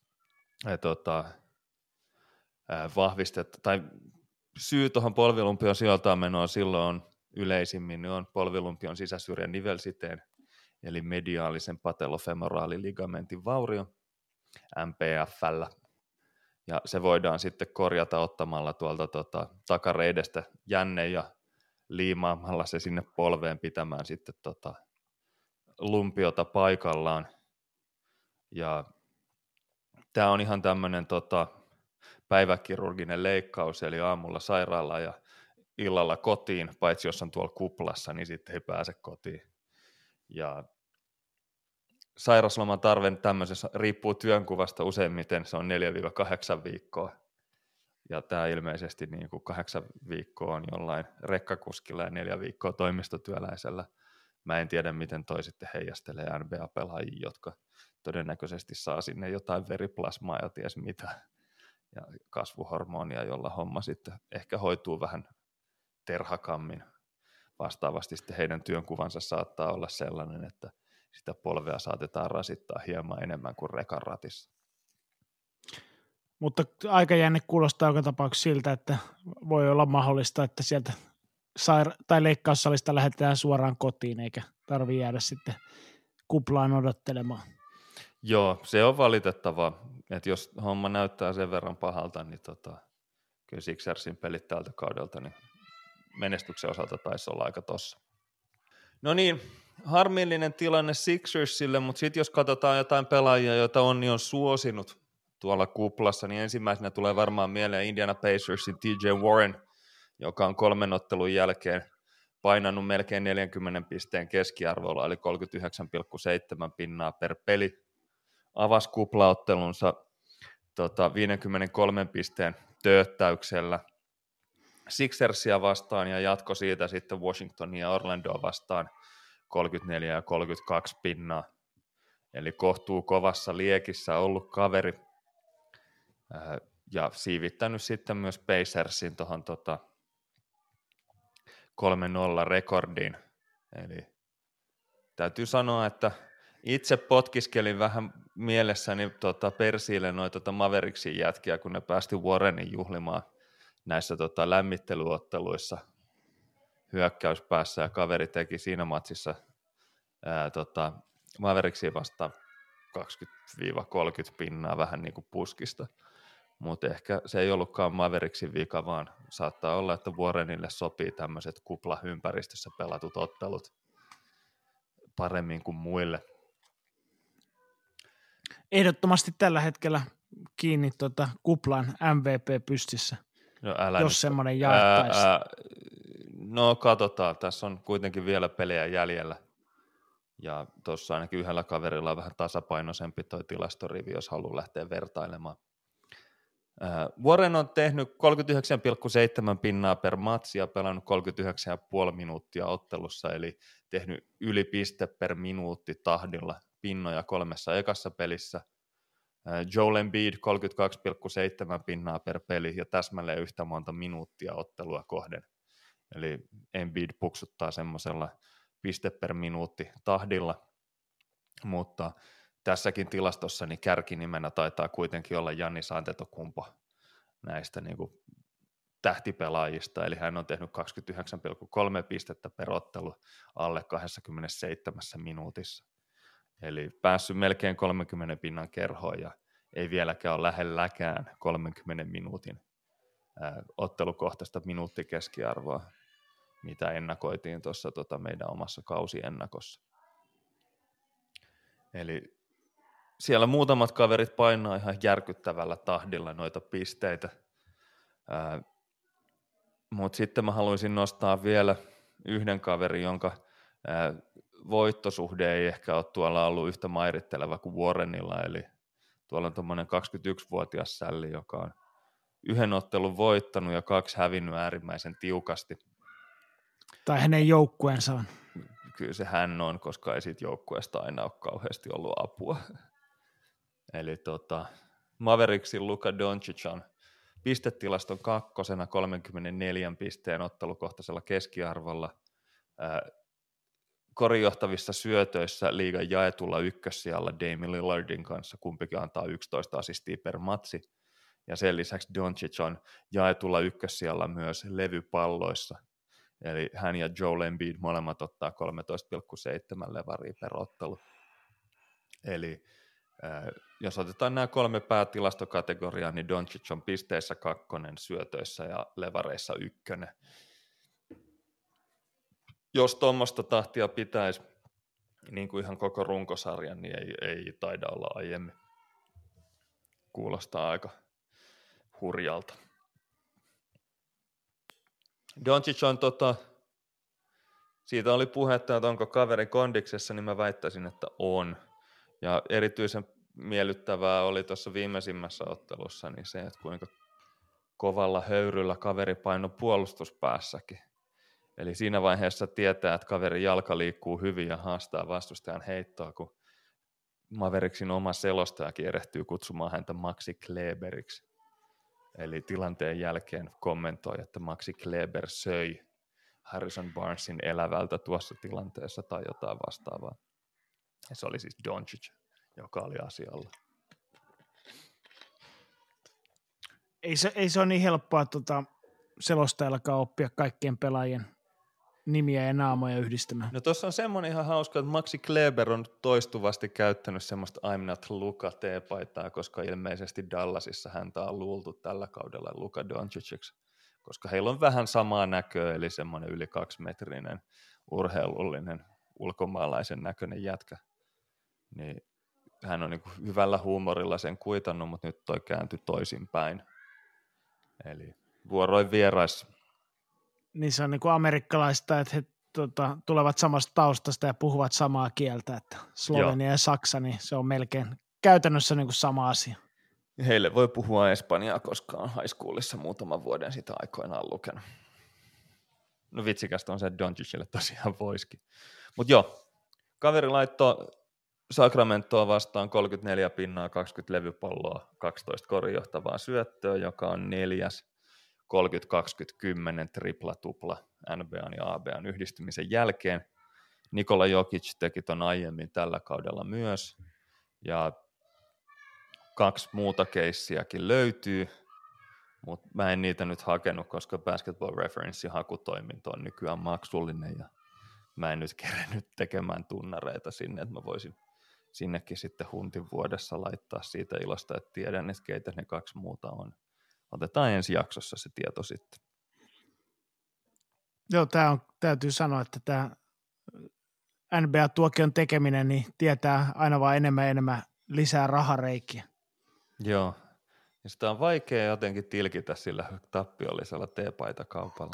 vahvistetaan, tai syy tuohon polvilumpion sijaltomenoon silloin on yleisimmin niin on polvilumpion sisäsyrjän nivelsiteen, eli mediaalisen patellofemoraaliligamentin vaurio, MPF:llä. Ja se voidaan sitten korjata ottamalla tuolta takareidestä jänne ja liimaamalla se sinne polveen pitämään sitten lumpiota paikallaan. Ja tämä on ihan tämmöinen päiväkirurginen leikkaus, eli aamulla sairaalaan ja illalla kotiin, paitsi jos on tuolla kuplassa, niin sitten ei pääse kotiin. Ja sairasloman tarve tämmöisessä riippuu työnkuvasta useimmiten, se on 4-8 viikkoa. Ja tämä ilmeisesti niin kuin 8 viikkoa on jollain rekkakuskilla ja 4 viikkoa toimistotyöläisellä. Mä en tiedä, miten toi sitten heijastelee NBA-pelaajia, jotka todennäköisesti saa sinne jotain veriplasmaa ja ties mitä. Ja kasvuhormonia, jolla homma sitten ehkä hoituu vähän terhakammin. Vastaavasti sitten heidän työnkuvansa saattaa olla sellainen, että sitä polvea saatetaan rasittaa hieman enemmän kuin rekan ratissa. Mutta aikajänne kuulostaa joka tapauksessa siltä, että voi olla mahdollista, että sieltä tai leikkaussalista lähdetään suoraan kotiin, eikä tarvitse jäädä sitten kuplaan odottelemaan. Joo, se on valitettavaa, että jos homma näyttää sen verran pahalta, niin kyllä Sixersin pelit tältä kaudelta niin menestyksen osalta taisi olla aika tossa. No niin, harmillinen tilanne Sixersille, mutta sitten jos katsotaan jotain pelaajia, joita Onni on suosinut tuolla kuplassa, niin ensimmäisenä tulee varmaan mieleen Indiana Pacersin TJ Warren, joka on 3 ottelun jälkeen painanut melkein 40 pisteen keskiarvolla, eli 39,7 pinnaa per peli. Avasi kuplaottelunsa 53 pisteen tööttäyksellä Sixersia vastaan ja jatko siitä sitten Washingtonia ja Orlandoa vastaan 34 ja 32 pinnaa. Eli kohtuu kovassa liekissä ollut kaveri ja siivittänyt sitten myös Pacersin tuohon 3-0 rekordiin. Eli täytyy sanoa, että itse potkiskelin vähän mielessäni Persiille noita Mavericksin jätkiä, kun ne päästi Warrenin juhlimaan näissä lämmittelyotteluissa hyökkäyspäässä, ja kaveri teki siinä matsissa Mavericksia vastaan 20-30 pinnaa vähän niin kuin puskista. Mutta ehkä se ei ollutkaan Mavericksin vika, vaan saattaa olla, että Warrenille sopii tämmöiset kuplaympäristössä pelatut ottelut paremmin kuin muille. Ehdottomasti tällä hetkellä kiinni kuplan MVP pystissä, No, jos semmoinen jaettaisiin. No katsotaan, tässä on kuitenkin vielä pelejä jäljellä. Ja tuossa ainakin yhdellä kaverilla on vähän tasapainoisempi toi tilastorivi, jos haluaa lähteä vertailemaan. Warren on tehnyt 39,7 pinnaa per matsi ja pelannut 39,5 minuuttia ottelussa, eli tehnyt yli piste per minuutti tahdilla pinnoja 3 ekassa pelissä. Joel Embiid 32,7 pinnaa per peli ja täsmälleen yhtä monta minuuttia ottelua kohden. Eli Embiid puksuttaa semmoisella piste per minuutti tahdilla, mutta tässäkin tilastossa niin kärkinimenä taitaa kuitenkin olla Giannis Antetokounmpo näistä niin kuin tähtipelaajista, eli hän on tehnyt 29,3 pistettä per ottelu alle 27 minuutissa. Eli päässyt melkein 30 pinnan kerhoon ja ei vieläkään ole lähelläkään 30 minuutin ottelukohtaista minuuttikeskiarvoa, mitä ennakoitiin tuossa meidän omassa kausiennakossa. Eli siellä muutamat kaverit painaa ihan järkyttävällä tahdilla noita pisteitä, mutta sitten mä haluaisin nostaa vielä yhden kaverin, jonka voittosuhde ei ehkä ole tuolla ollut yhtä mairitteleva kuin Warrenilla, eli tuolla on tuommoinen 21-vuotias sälli, joka on 1 ottelun voittanut ja 2 hävinnyt äärimmäisen tiukasti. Tai hänen joukkueensa on. Kyllä se hän on, koska ei siitä joukkueesta aina ole kauheasti ollut apua. Eli Mavericksin Luka Doncic on pistetilaston 2. 34 pisteen ottelukohtaisella keskiarvolla. Korinjohtavissa syötöissä liigan jaetulla ykkössijalla Damian Lillardin kanssa, kumpikin antaa 11 assistia per matsi. Ja sen lisäksi Doncic on jaetulla ykkössijalla myös levypalloissa. Eli hän ja Joel Embiid molemmat ottaa 13,7 levaria per ottelu. Eli jos otetaan nämä 3 päätilastokategoriaa, niin Doncic on pisteissä 2, syötöissä ja levareissa 1. Jos tuommoista tahtia pitäisi niin kuin ihan koko runkosarjan, niin ei taida olla aiemmin. Kuulostaa aika hurjalta. Doncic on siitä oli puhetta, että onko kaveri kondiksessa, niin mä väittäisin, että on. Ja erityisen miellyttävää oli tuossa viimeisimmässä ottelussa niin se, että kuinka kovalla höyryllä kaveri painoi puolustuspäässäkin. Eli siinä vaiheessa tietää, että kaverin jalka liikkuu hyvin ja haastaa vastustajan heittoa, kun Mavericksin oma selostajakin erehtyy kutsumaan häntä Maxi Kleberiksi. Eli tilanteen jälkeen kommentoi, että Maxi Kleber söi Harrison Barnesin elävältä tuossa tilanteessa tai jotain vastaavaa. Ja se oli siis Doncic, joka oli asialla. Ei se ole niin helppoa selostajallakaan oppia kaikkien pelaajien nimiä ja naamoja yhdistämään. No tuossa on semmoinen ihan hauska, että Maxi Kleber on toistuvasti käyttänyt semmoista I'm not Luka -teepaitaa, koska ilmeisesti Dallasissa häntä on luultu tällä kaudella Luka Donciciksi, koska heillä on vähän samaa näköä, eli semmoinen yli 2-metrinen urheilullinen ulkomaalaisen näköinen jätkä. Niin hän on niin kuin hyvällä huumorilla sen kuitannut, mutta nyt toi kääntyi toisinpäin. Eli vuoroin vieraissa. Niin se on niin kuin amerikkalaista, että he tulevat samasta taustasta ja puhuvat samaa kieltä, että Slovenia ja Saksa, niin se on melkein käytännössä niin kuin sama asia. Heille voi puhua espanjaa, koska on high schoolissa muutaman vuoden sitä aikoinaan lukenut. No vitsikästä on se, että Doncicille tosiaan voisikin. Mutta joo, kaveri laittoi Sacramentoa vastaan 34 pinnaa, 20 levypalloa, 12 korinjohtavaa syöttöä, joka on 4. 30-20-10 tripla-tupla NBAn ja ABAn yhdistymisen jälkeen. Nikola Jokic teki ton aiemmin tällä kaudella myös, ja 2 muuta keissiäkin löytyy, mutta mä en niitä nyt hakenut, koska Basketball Referencein hakutoiminto on nykyään maksullinen, ja mä en nyt kerennyt tekemään tunnareita sinne, että mä voisin sinnekin sitten huntin vuodessa laittaa siitä ilosta, että tiedän, että keitä ne 2 muuta on. Otetaan ensi jaksossa se tieto sitten. Joo, täytyy sanoa, että tämä NBA-tuokion tekeminen niin tietää aina vaan enemmän lisää rahareikiä. Joo, ja sitä on vaikea jotenkin tilkitä sillä tappiollisella teepaitakaupalla.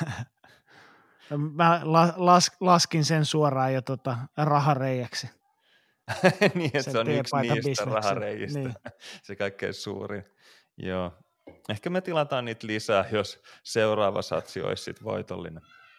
Mä laskin sen suoraan jo rahareijäksi. Niin, että se on yksi niistä rahareijistä, niin. Se kaikkein suurin. Joo. Ehkä me tilataan niitä lisää, jos seuraava satsi olisi sit voitollinen.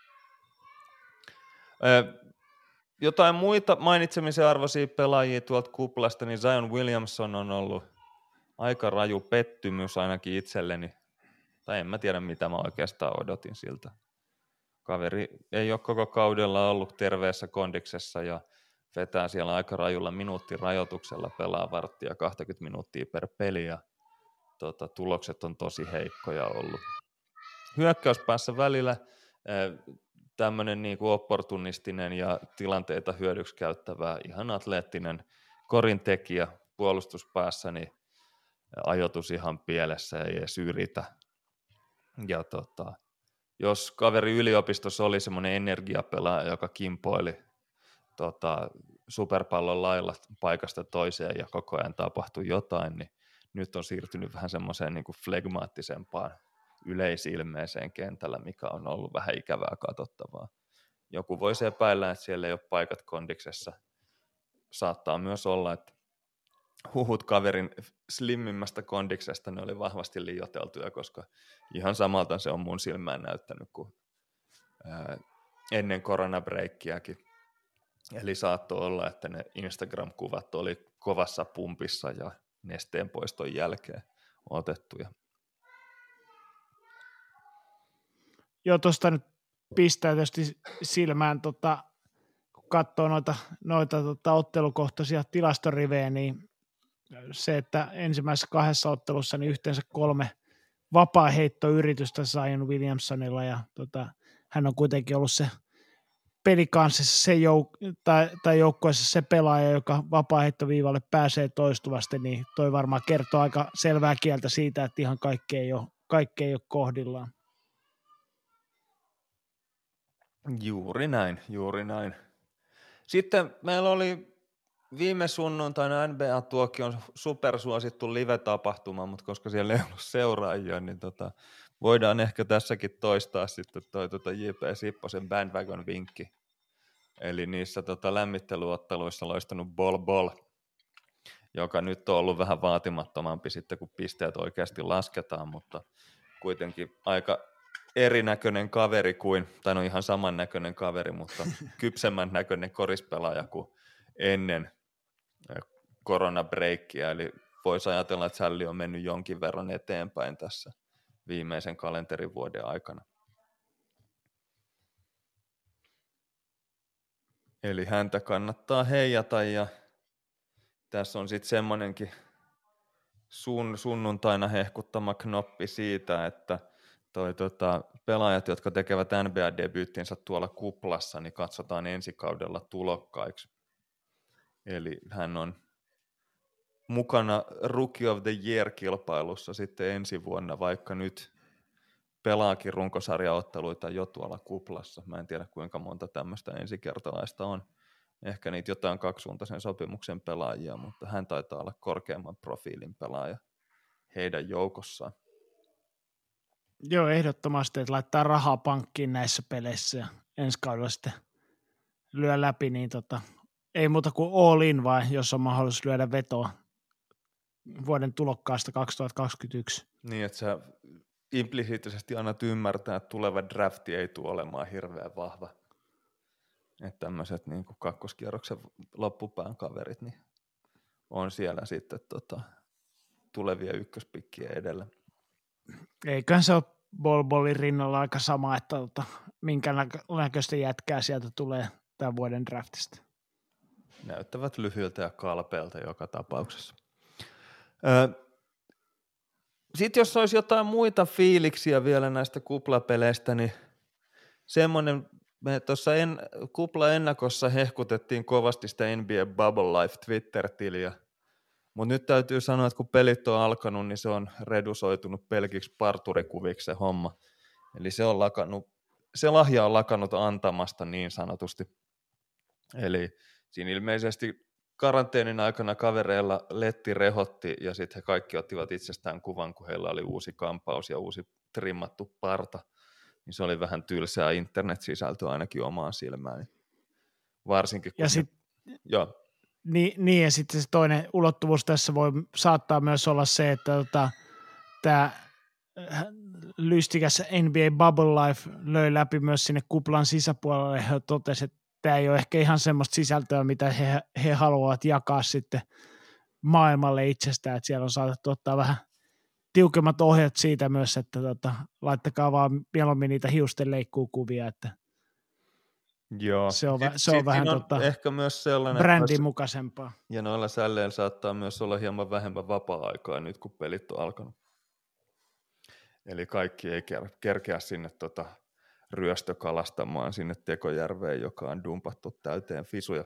Jotain muita mainitsemisen arvoisia pelaajia tuolta kuplasta, niin Zion Williamson on ollut aika raju pettymys ainakin itselleni. Tai en mä tiedä, mitä mä oikeastaan odotin siltä. Kaveri ei ole koko kaudella ollut terveessä kondiksessa ja vetää siellä aika rajulla minuuttirajoituksella, pelaa varttia 20 minuuttia per peli ja tulokset on tosi heikkoja ollut. Hyökkäyspäässä välillä tämmöinen niin kuin opportunistinen ja tilanteita hyödyksi käyttävä ihan atleettinen korintekijä puolustuspäässä, niin ajoitus ihan pielessä ei edes yritä. Ja jos kaveri yliopistossa oli semmoinen energiapelaaja, joka kimpoili superpallon lailla paikasta toiseen ja koko ajan tapahtui jotain, niin nyt on siirtynyt vähän semmoiseen niin kuin flegmaattisempaan yleisilmeeseen kentällä, mikä on ollut vähän ikävää katsottavaa. Joku voisi epäillä, että siellä ei ole paikat kondiksessa. Saattaa myös olla, että huhut kaverin slimmimmästä kondiksesta ne oli vahvasti liioiteltuja, koska ihan samalta se on mun silmään näyttänyt kuin ennen koronabreikkiäkin. Eli saattoi olla, että ne Instagram-kuvat oli kovassa pumpissa ja nesteen poiston jälkeen otettuja. Joo, tuosta nyt pistää tietysti silmään, kun katsoo noita ottelukohtaisia tilastorivejä, niin se, että ensimmäisessä 2 ottelussa niin yhteensä 3 vapaaheittoyritystä Zion Williamsonilla, ja hän on kuitenkin ollut se pelikanssissa tai joukkueessa se pelaaja, joka vapaaheittoviivalle pääsee toistuvasti, niin toi varmaan kertoo aika selvää kieltä siitä, että ihan kaikki ei ole kohdillaan. Juuri näin. Sitten meillä oli viime sunnuntaina NBA-tuokion supersuosittu live-tapahtuma, mutta koska siellä ei ollut seuraajia, niin voidaan ehkä tässäkin toistaa sitten toi J.P. Sipposen bandwagon vinkki. Eli niissä lämmittelyotteluissa loistanut Bol, joka nyt on ollut vähän vaatimattomampi sitten, kun pisteet oikeasti lasketaan, mutta kuitenkin aika erinäköinen kaveri tai no ihan samannäköinen kaveri, mutta kypsemmän näköinen korispelaaja kuin ennen koronabreikkiä, eli voisi ajatella, että Sälli on mennyt jonkin verran eteenpäin tässä viimeisen kalenterivuoden aikana. Eli häntä kannattaa heijata, ja tässä on sitten semmoinenkin sunnuntaina hehkuttama knoppi siitä, että pelaajat, jotka tekevät NBA-debyyttinsä tuolla kuplassa, niin katsotaan ensi kaudella tulokkaiksi. Eli hän on mukana Rookie of the Year-kilpailussa sitten ensi vuonna, vaikka nyt pelaakin runkosarjaotteluita jo tuolla kuplassa. Mä en tiedä, kuinka monta tämmöistä ensikertalaista on. Ehkä niitä jotain kaksisuuntaisen sopimuksen pelaajia, mutta hän taitaa olla korkeamman profiilin pelaaja heidän joukossaan. Joo, ehdottomasti, että laittaa rahaa pankkiin näissä peleissä ja ensi kaudella sitten lyö läpi, niin ei muuta kuin all in, vai jos on mahdollisuus lyödä vetoa vuoden tulokkaasta 2021. Niin, että sä implisiittisesti annat ymmärtää, että tuleva drafti ei tule olemaan hirveän vahva. Että tämmöiset niin kuin kakkoskierroksen loppupään kaverit niin on siellä sitten tulevia ykköspikkiä edellä. Eiköhän se ole Bol-Bolin rinnalla aika sama, että minkä näköistä jätkää sieltä tulee tämän vuoden draftista. Näyttävät lyhyiltä ja kalpeilta joka tapauksessa. Sitten jos olisi jotain muita fiiliksiä vielä näistä kuplapeleistä, niin semmoinen, me tuossa kupla-ennakossa hehkutettiin kovasti sitä NBA Bubble Life Twitter-tiliä, mutta nyt täytyy sanoa, että kun pelit on alkanut, niin se on redusoitunut pelkiksi parturikuviksi se homma. Eli se lahja on lakannut antamasta niin sanotusti. Eli siinä ilmeisesti karanteenin aikana kavereilla letti rehotti ja sitten he kaikki ottivat itsestään kuvan, kun heillä oli uusi kampaus ja uusi trimmattu parta. Niin se oli vähän tylsää internet-sisältöä ainakin omaan silmään. Varsinkin kun... Joo. Niin, ja sitten se toinen ulottuvuus tässä saattaa myös olla se, että tämä lystikäs NBA Bubble Life löi läpi myös sinne kuplan sisäpuolelle ja totesi, että tämä ei ole ehkä ihan semmoista sisältöä, mitä he haluavat jakaa sitten maailmalle itsestään, että siellä on saatettu ottaa vähän tiukemmat ohjeet siitä myös, että laittakaa vaan mieluummin niitä hiusten leikkuukuvia, että joo. Se on vähän ehkä myös sellainen brändin mukaisempaa. Ja noilla sälleillä saattaa myös olla hieman vähemmän vapaa-aikaa nyt, kun pelit on alkanut. Eli kaikki ei kerkeä sinne ryöstökalastamaan sinne Tekojärveen, joka on dumpattu täyteen fisuja.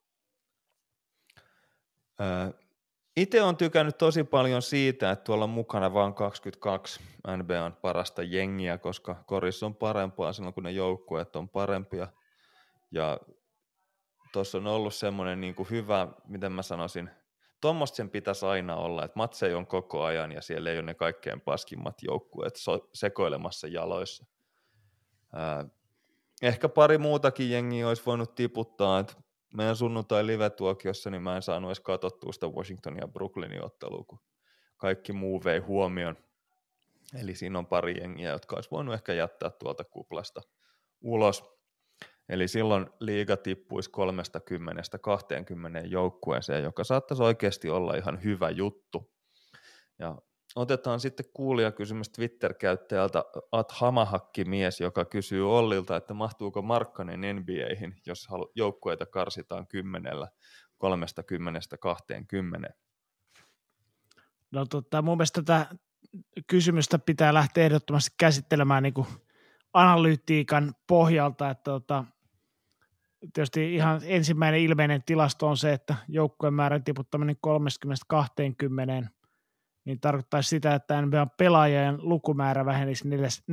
Itse olen tykännyt tosi paljon siitä, että tuolla on mukana vain 22 NBA:n parasta jengiä, koska korissa on parempaa silloin, kun ne joukkueet on parempia. Ja tuossa on ollut semmoinen niin kuin hyvä, miten mä sanoisin, tuommoista sen pitäisi aina olla, että matseja on koko ajan ja siellä ei ole ne kaikkein paskimmat joukkueet sekoilemassa jaloissa. Ehkä pari muutakin jengiä olisi voinut tiputtaa, että meidän sunnuntai live-tuokiossa niin mä en saanut edes katsottua sitä Washingtonin ja Brooklynin ottelua, kun kaikki muu vei huomioon. Eli siinä on pari jengiä, jotka olisi voinut ehkä jättää tuolta kuplasta ulos. Eli silloin liiga tippuisi 30-20 joukkueeseen, joka saattaisi oikeasti olla ihan hyvä juttu. Ja otetaan sitten kuulijakysymys Twitter-käyttäjältä @hamahakkimies, joka kysyy Ollilta, että mahtuuko Markkanen NBA:hin, jos joukkueita karsitaan 30-20. No mun mielestä tätä kysymystä pitää lähteä ehdottomasti käsittelemään niin kuin analytiikan pohjalta, että tietysti ihan ensimmäinen ilmeinen tilasto on se, että joukkueen määrän tiputtaminen 30-20, niin tarkoittaisi sitä, että NBA-pelaajien lukumäärä vähenisi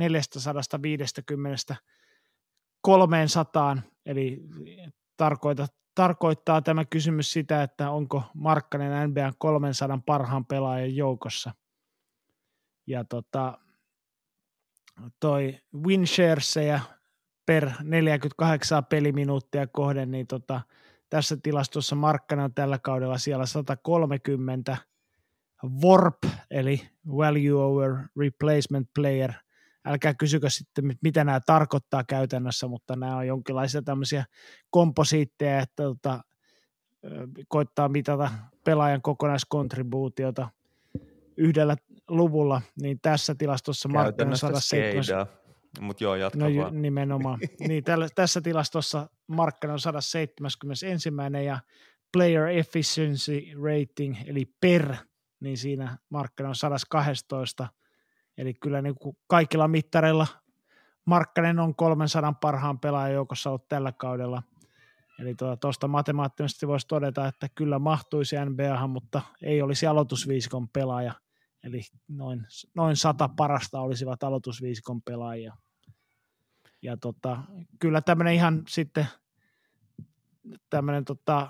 450 300, eli tarkoittaa tämä kysymys sitä, että onko Markkanen NBA:n 300 parhaan pelaajan joukossa. Ja toi win sharesseja per 48 peliminuuttia kohden, niin tässä tilastossa Markkanen on tällä kaudella siellä 130, WARP, eli Value over Replacement Player. Älkää kysykö sitten, mitä nämä tarkoittaa käytännössä, mutta nämä on jonkinlaisia tämmöisiä komposiitteja, että koittaa mitata pelaajan kokonaiskontribuutiota yhdellä luvulla, niin tässä tilastossa Markkanen on 170. Mutta joo, jatka vaan. Nimenomaan. Niin, tässä tilastossa Markkanen on 171. ja Player Efficiency Rating, eli PER, niin siinä Markkanen on 112. Eli kyllä niin kuin kaikilla mittareilla Markkanen on 300 parhaan pelaajan joukossa ollut tällä kaudella. Eli tuosta matemaattisesti voisi todeta, että kyllä mahtuisi NBA:han, mutta ei olisi aloitusviisikon pelaaja. Eli noin 100 parasta olisivat aloitusviisikon pelaajia. Ja kyllä tämmöinen ihan sitten tämmöinen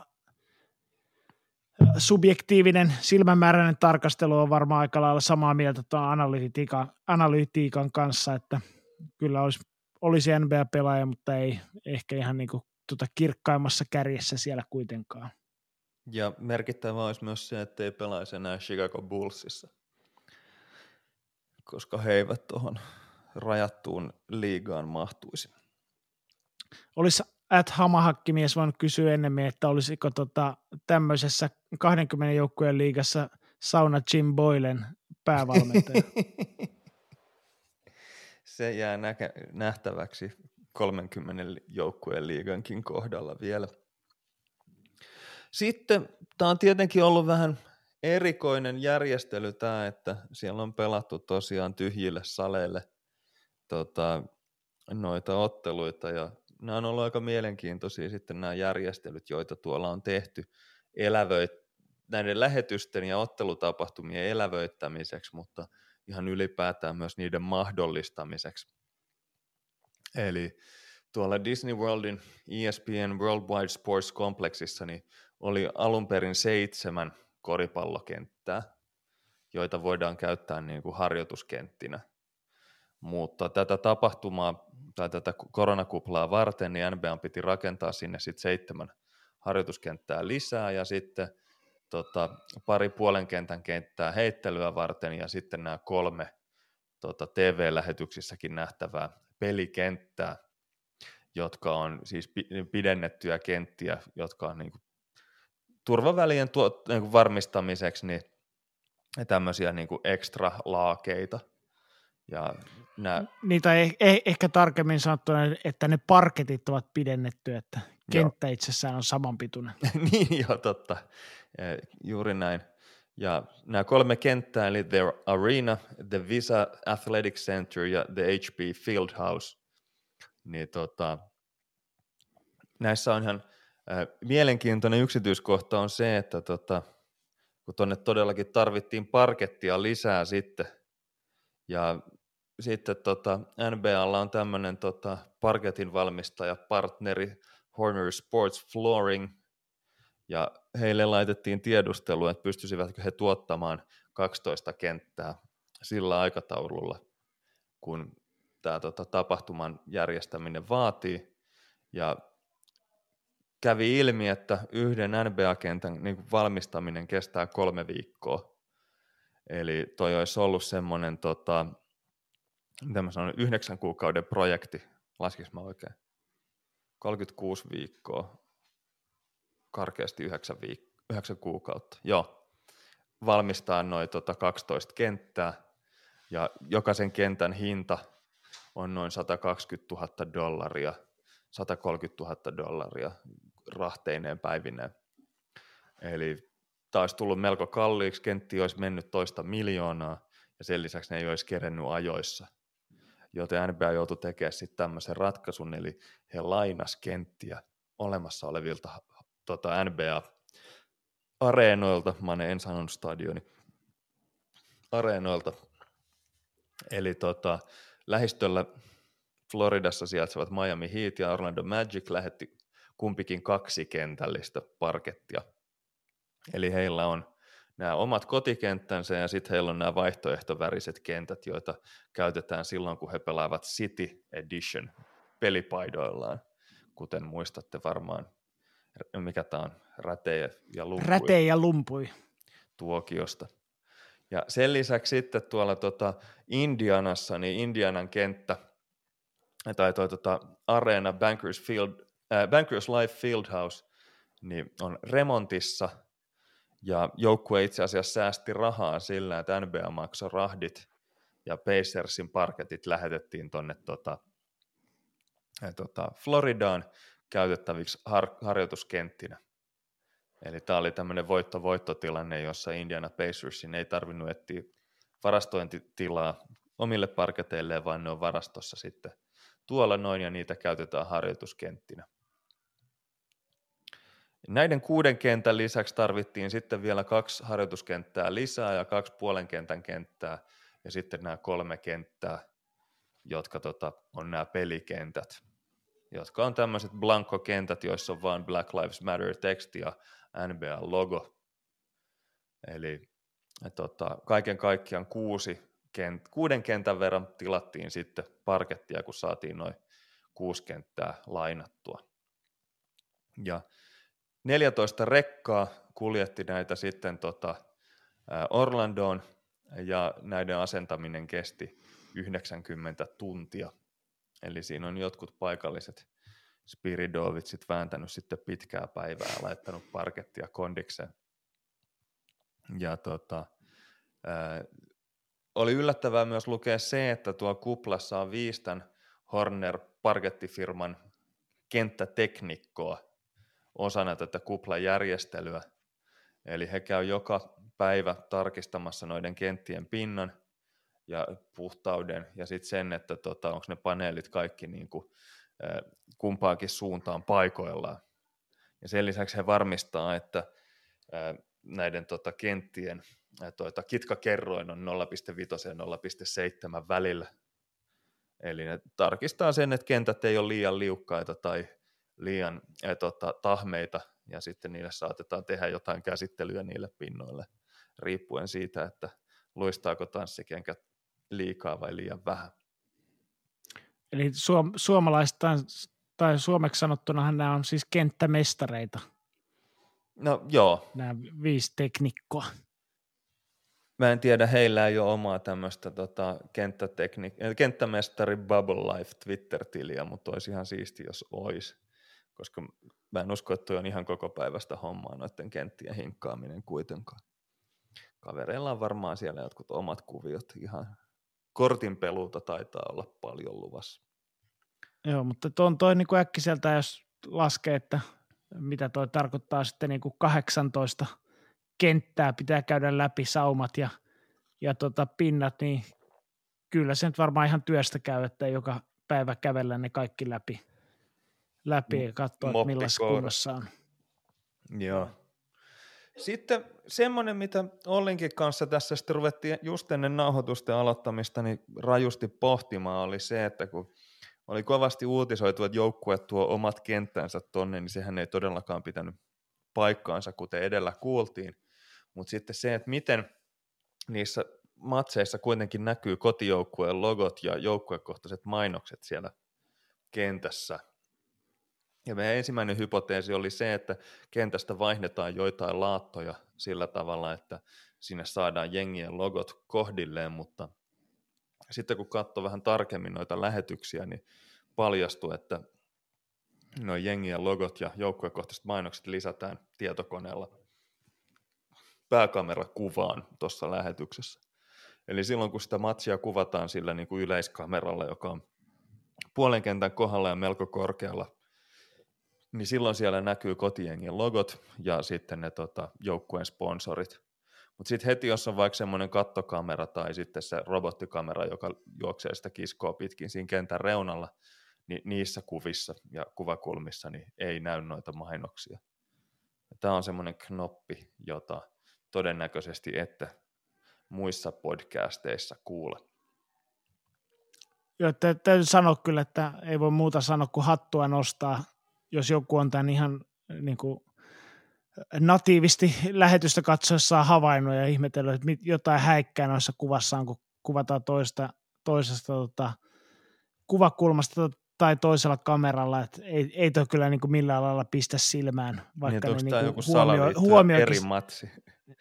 subjektiivinen silmämääräinen tarkastelu on varmaan aika lailla samaa mieltä tuon analytiikan kanssa, että kyllä olisi NBA-pelaaja, mutta ei ehkä ihan niin kuin kirkkaimmassa kärjessä siellä kuitenkaan. Ja merkittävää olisi myös se, että ei pelaisi enää Chicago Bullsissa, koska he eivät tuohon rajattuun liigaan mahtuisi. Olisi @hamahakkimies voinut kysyä ennemmin, että olisiko tämmöisessä 20 joukkueen liigassa Sauna Jim Boylen päävalmentaja. Se jää nähtäväksi 30 joukkueen liigankin kohdalla vielä. Sitten tämä on tietenkin ollut vähän erikoinen järjestely tämä, että siellä on pelattu tosiaan tyhjille saleille noita otteluita, ja nämä on ollut aika mielenkiintoisia sitten nämä järjestelyt, joita tuolla on tehty näiden lähetysten ja ottelutapahtumien elävöittämiseksi, mutta ihan ylipäätään myös niiden mahdollistamiseksi. Eli tuolla Disney Worldin ESPN Worldwide Sports Complexissa niin oli alun perin 7 koripallokenttää, joita voidaan käyttää niin kuin harjoituskenttinä. Mutta tätä tapahtumaa tai tätä koronakuplaa varten niin NBA piti rakentaa sinne sitten 7 harjoituskenttää lisää ja sitten pari puolen kentän kenttää heittelyä varten ja sitten nämä 3 TV-lähetyksissäkin nähtävää pelikenttää, jotka on siis pidennettyjä kenttiä, jotka on niin kuin turvavälien niin kuin varmistamiseksi niin tämmöisiä niin kuin ekstra laakeita. Ja niitä ehkä tarkemmin sanottuna, että ne parketit ovat pidennettyjä, että kenttä itsessään on samanpituinen. Niin joo, totta. Juuri näin. Ja nämä 3 kenttää, eli The Arena, The Visa Athletic Center ja The HP Fieldhouse, niin näissä on ihan mielenkiintoinen yksityiskohta on se, että kun tuonne todellakin tarvittiin parkettia lisää sitten, ja sitten NBAlla on tämmöinen parketin valmistaja partneri Horner Sports Flooring, ja heille laitettiin tiedustelua, että pystyisivätkö he tuottamaan 12 kenttää sillä aikataululla, kun tämä tapahtuman järjestäminen vaatii, ja kävi ilmi, että yhden NBA-kentän niin kuin valmistaminen kestää 3 viikkoa, eli toi olisi ollut semmoinen 9 kuukauden projekti, laskis mä oikein? 36 viikkoa, karkeasti 9 kuukautta. Joo, valmistaa noin 12 kenttää, ja jokaisen kentän hinta on noin $120,000, $130,000 rahteineen päivineen. Eli taas tullut melko kalliiksi, kentti olisi mennyt toista miljoonaa, ja sen lisäksi ne ei olisi kerennyt ajoissa. Joten NBA joutui tekemään sitten tämmöisen ratkaisun, eli he lainas kenttiä olemassa olevilta NBA-areenoilta, en sanonut stadioni, areenoilta, eli lähistöllä Floridassa sijaitsevat Miami Heat ja Orlando Magic lähetti kumpikin 2 kentällistä parkettia. Eli heillä on nämä omat kotikenttänsä ja sitten heillä on nämä vaihtoehtoväriset kentät, joita käytetään silloin, kun he pelaavat City Edition pelipaidoillaan, kuten muistatte varmaan, mikä tämä on, Rätejä ja lumpui tuokiosta. Ja sen lisäksi sitten tuolla Indianassa, niin Indianan kenttä, tai areena Bankers Life Fieldhouse, niin on remontissa, ja joukkue itse asiassa säästi rahaa sillä, että NBA maksoi rahdit, ja Pacersin parketit lähetettiin tuonne Floridaan käytettäviksi harjoituskenttinä. Eli tämä oli tämmöinen voitto-voittotilanne, jossa Indiana Pacersin ei tarvinnut etsiä varastointitilaa omille parketeilleen, vaan ne on varastossa sitten tuolla noin, ja niitä käytetään harjoituskenttinä. Näiden 6 kentän lisäksi tarvittiin sitten vielä 2 harjoituskenttää lisää ja 2 puolen kentän kenttää, ja sitten nämä 3 kenttää, jotka on nämä pelikentät, jotka on tämmöiset blankokentät, joissa on vain Black Lives Matter-teksti ja NBA-logo. Eli kaiken kaikkiaan 6 kentän verran tilattiin sitten parkettia, kun saatiin noin 6 kenttää lainattua. Ja 14 rekkaa kuljetti näitä sitten Orlandoon, ja näiden asentaminen kesti 90 tuntia. Eli siinä on jotkut paikalliset Spiridovitsit vääntänyt sitten pitkää päivää ja laittanut parkettia kondikseen. Ja oli yllättävää myös lukea se, että tuo kuplassa on 5 Horner parkettifirman kenttäteknikkoa osana tätä kuplajärjestelyä. Eli he käy joka päivä tarkistamassa noiden kenttien pinnan ja puhtauden ja sitten sen, että onko ne paneelit kaikki niin kuin, kumpaankin suuntaan paikoillaan. Ja sen lisäksi he varmistaa, että näiden kenttien kitkakerroin on 0,5 ja 0,7 välillä. Eli ne tarkistaa sen, että kentät ei ole liian liukkaita tai liian tahmeita, ja sitten niille saatetaan tehdä jotain käsittelyä niille pinnoille, riippuen siitä, että luistaako tanssikenkä liikaa vai liian vähän. Eli suomalaistaan tai suomeksi sanottunahan nämä on siis kenttämestareita. No joo. Nämä 5 teknikkoa. Mä en tiedä, heillä ei ole omaa tämmöistä kenttämestari Bubble Life Twitter-tiliä, mutta olisi ihan siisti, jos olisi. Koska mä en usko, että toi on ihan koko päivästä hommaa noiden kenttien hinkkaaminen kuitenkaan. Kavereilla on varmaan siellä jotkut omat kuviot, ihan kortinpeluuta taitaa olla paljon luvassa. Joo, mutta toi niin kuin äkkiseltä, jos laskee, että mitä toi tarkoittaa sitten niin kuin 18 kenttää pitää käydä läpi saumat ja pinnat, niin kyllä se nyt varmaan ihan työstä käy, että joka päivä kävellä ne kaikki läpi ja katsoa, että millaisessa kunnossa on. Joo. Sitten semmoinen, mitä Ollinkin kanssa tässä sitten ruvettiin just ennen nauhoitusten aloittamista niin rajusti pohtimaan, oli se, että kun oli kovasti uutisoitu, että joukkue tuo omat kenttänsä tonne, niin sehän ei todellakaan pitänyt paikkaansa, kuten edellä kuultiin. Mutta sitten se, että miten niissä matseissa kuitenkin näkyy kotijoukkueen logot ja joukkuekohtaiset mainokset siellä kentässä. Ja meidän ensimmäinen hypoteesi oli se, että kentästä vaihdetaan joitain laattoja sillä tavalla, että sinne saadaan jengien logot kohdilleen, mutta sitten kun katsoo vähän tarkemmin noita lähetyksiä, niin paljastui, että nuo jengien logot ja joukkuekohtaiset mainokset lisätään tietokoneella pääkamerakuvaan tuossa lähetyksessä. Eli silloin, kun sitä matsia kuvataan sillä niin kuin yleiskameralla, joka on puolen kentän kohdalla ja melko korkealla, niin silloin siellä näkyy kotijengin logot ja sitten ne joukkueen sponsorit. Mutta sitten heti, jos on vaikka semmoinen kattokamera tai sitten se robottikamera, joka juoksee sitä kiskoa pitkin siinä kentän reunalla, niin niissä kuvissa ja kuvakulmissa niin ei näy noita mainoksia. Tämä on semmoinen knoppi, jota todennäköisesti ette muissa podcasteissa kuule. Joo, täytyy sanoa kyllä, että ei voi muuta sanoa kuin hattua nostaa, jos joku on tämän ihan niin kuin natiivisti lähetystä katsoessaan havainnut ja ihmetellyt, että jotain häikkää noissa kuvassaan, kun kuvataan toisesta kuvakulmasta tai toisella kameralla, että ei toi kyllä niin kuin millään lailla pistä silmään, vaikka niin, ne joku huomioikin. eri matsi?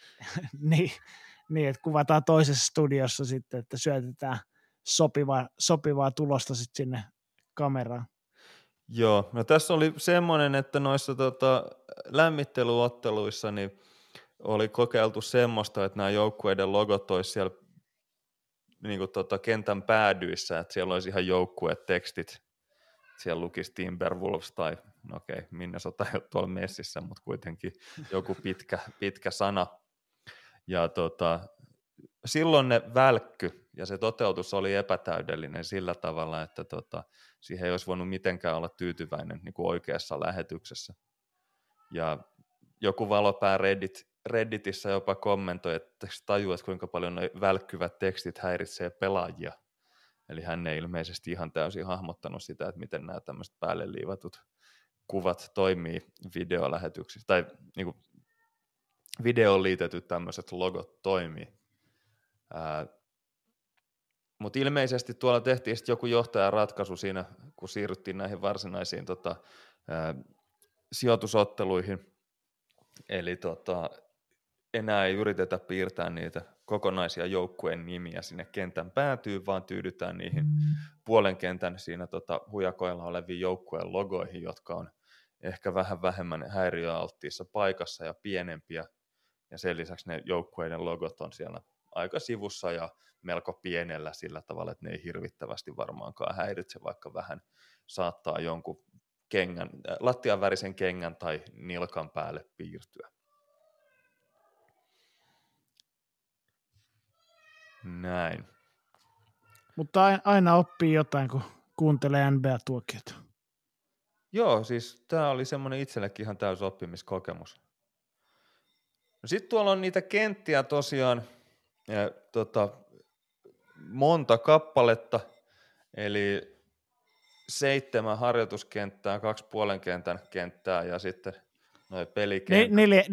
niin, että kuvataan toisessa studiossa sitten, että syötetään sopivaa tulosta sitten sinne kameraan. Joo, no tässä oli semmoinen, että noissa lämmittelyotteluissa niin oli kokeiltu semmoista, että nämä joukkueiden logot olisi siellä niin kuin kentän päädyissä, että siellä olisi ihan joukkuetekstit. Siellä lukisi Timberwolves tai, no okei, Minnesota ei ole tuolla messissä, mutta kuitenkin joku pitkä sana. Ja silloin ne välkky, ja se toteutus oli epätäydellinen sillä tavalla, että siihen ei olisi voinut mitenkään olla tyytyväinen niin kuin oikeassa lähetyksessä. Ja joku valopää Redditissä jopa kommentoi, että tajuu, että kuinka paljon ne välkkyvät tekstit häiritsee pelaajia. Eli hän ei ilmeisesti ihan täysin hahmottanut sitä, että miten nämä tämmöiset päälle liivatut kuvat toimii videolähetyksissä, tai niin kuin videoon liitetyt tämmöiset logot toimii. Mutta ilmeisesti tuolla tehtiin sitten joku johtajaratkaisu siinä, kun siirryttiin näihin varsinaisiin sijoitusotteluihin. Eli enää ei yritetä piirtää niitä kokonaisia joukkueen nimiä sinne kentän päätyyn, vaan tyydytään niihin puolen kentän siinä hujakoilla oleviin joukkueen logoihin, jotka on ehkä vähän vähemmän häiriöalttiissa paikassa ja pienempiä. Ja sen lisäksi ne joukkueiden logot on siellä aika sivussa ja melko pienellä sillä tavalla, että ne ei hirvittävästi varmaankaan häiritse, vaikka vähän saattaa jonkun lattian värisen kengän tai nilkan päälle piirtyä. Näin. Mutta aina oppii jotain, kun kuuntelee NBA-tuokiota. Joo, siis tämä oli semmoinen itsellekin ihan täysi oppimiskokemus. No sitten tuolla on niitä kenttiä tosiaan monta kappaletta, eli 7 harjoituskenttää, 2 puolen kentän kenttää ja sitten noin pelikenttä.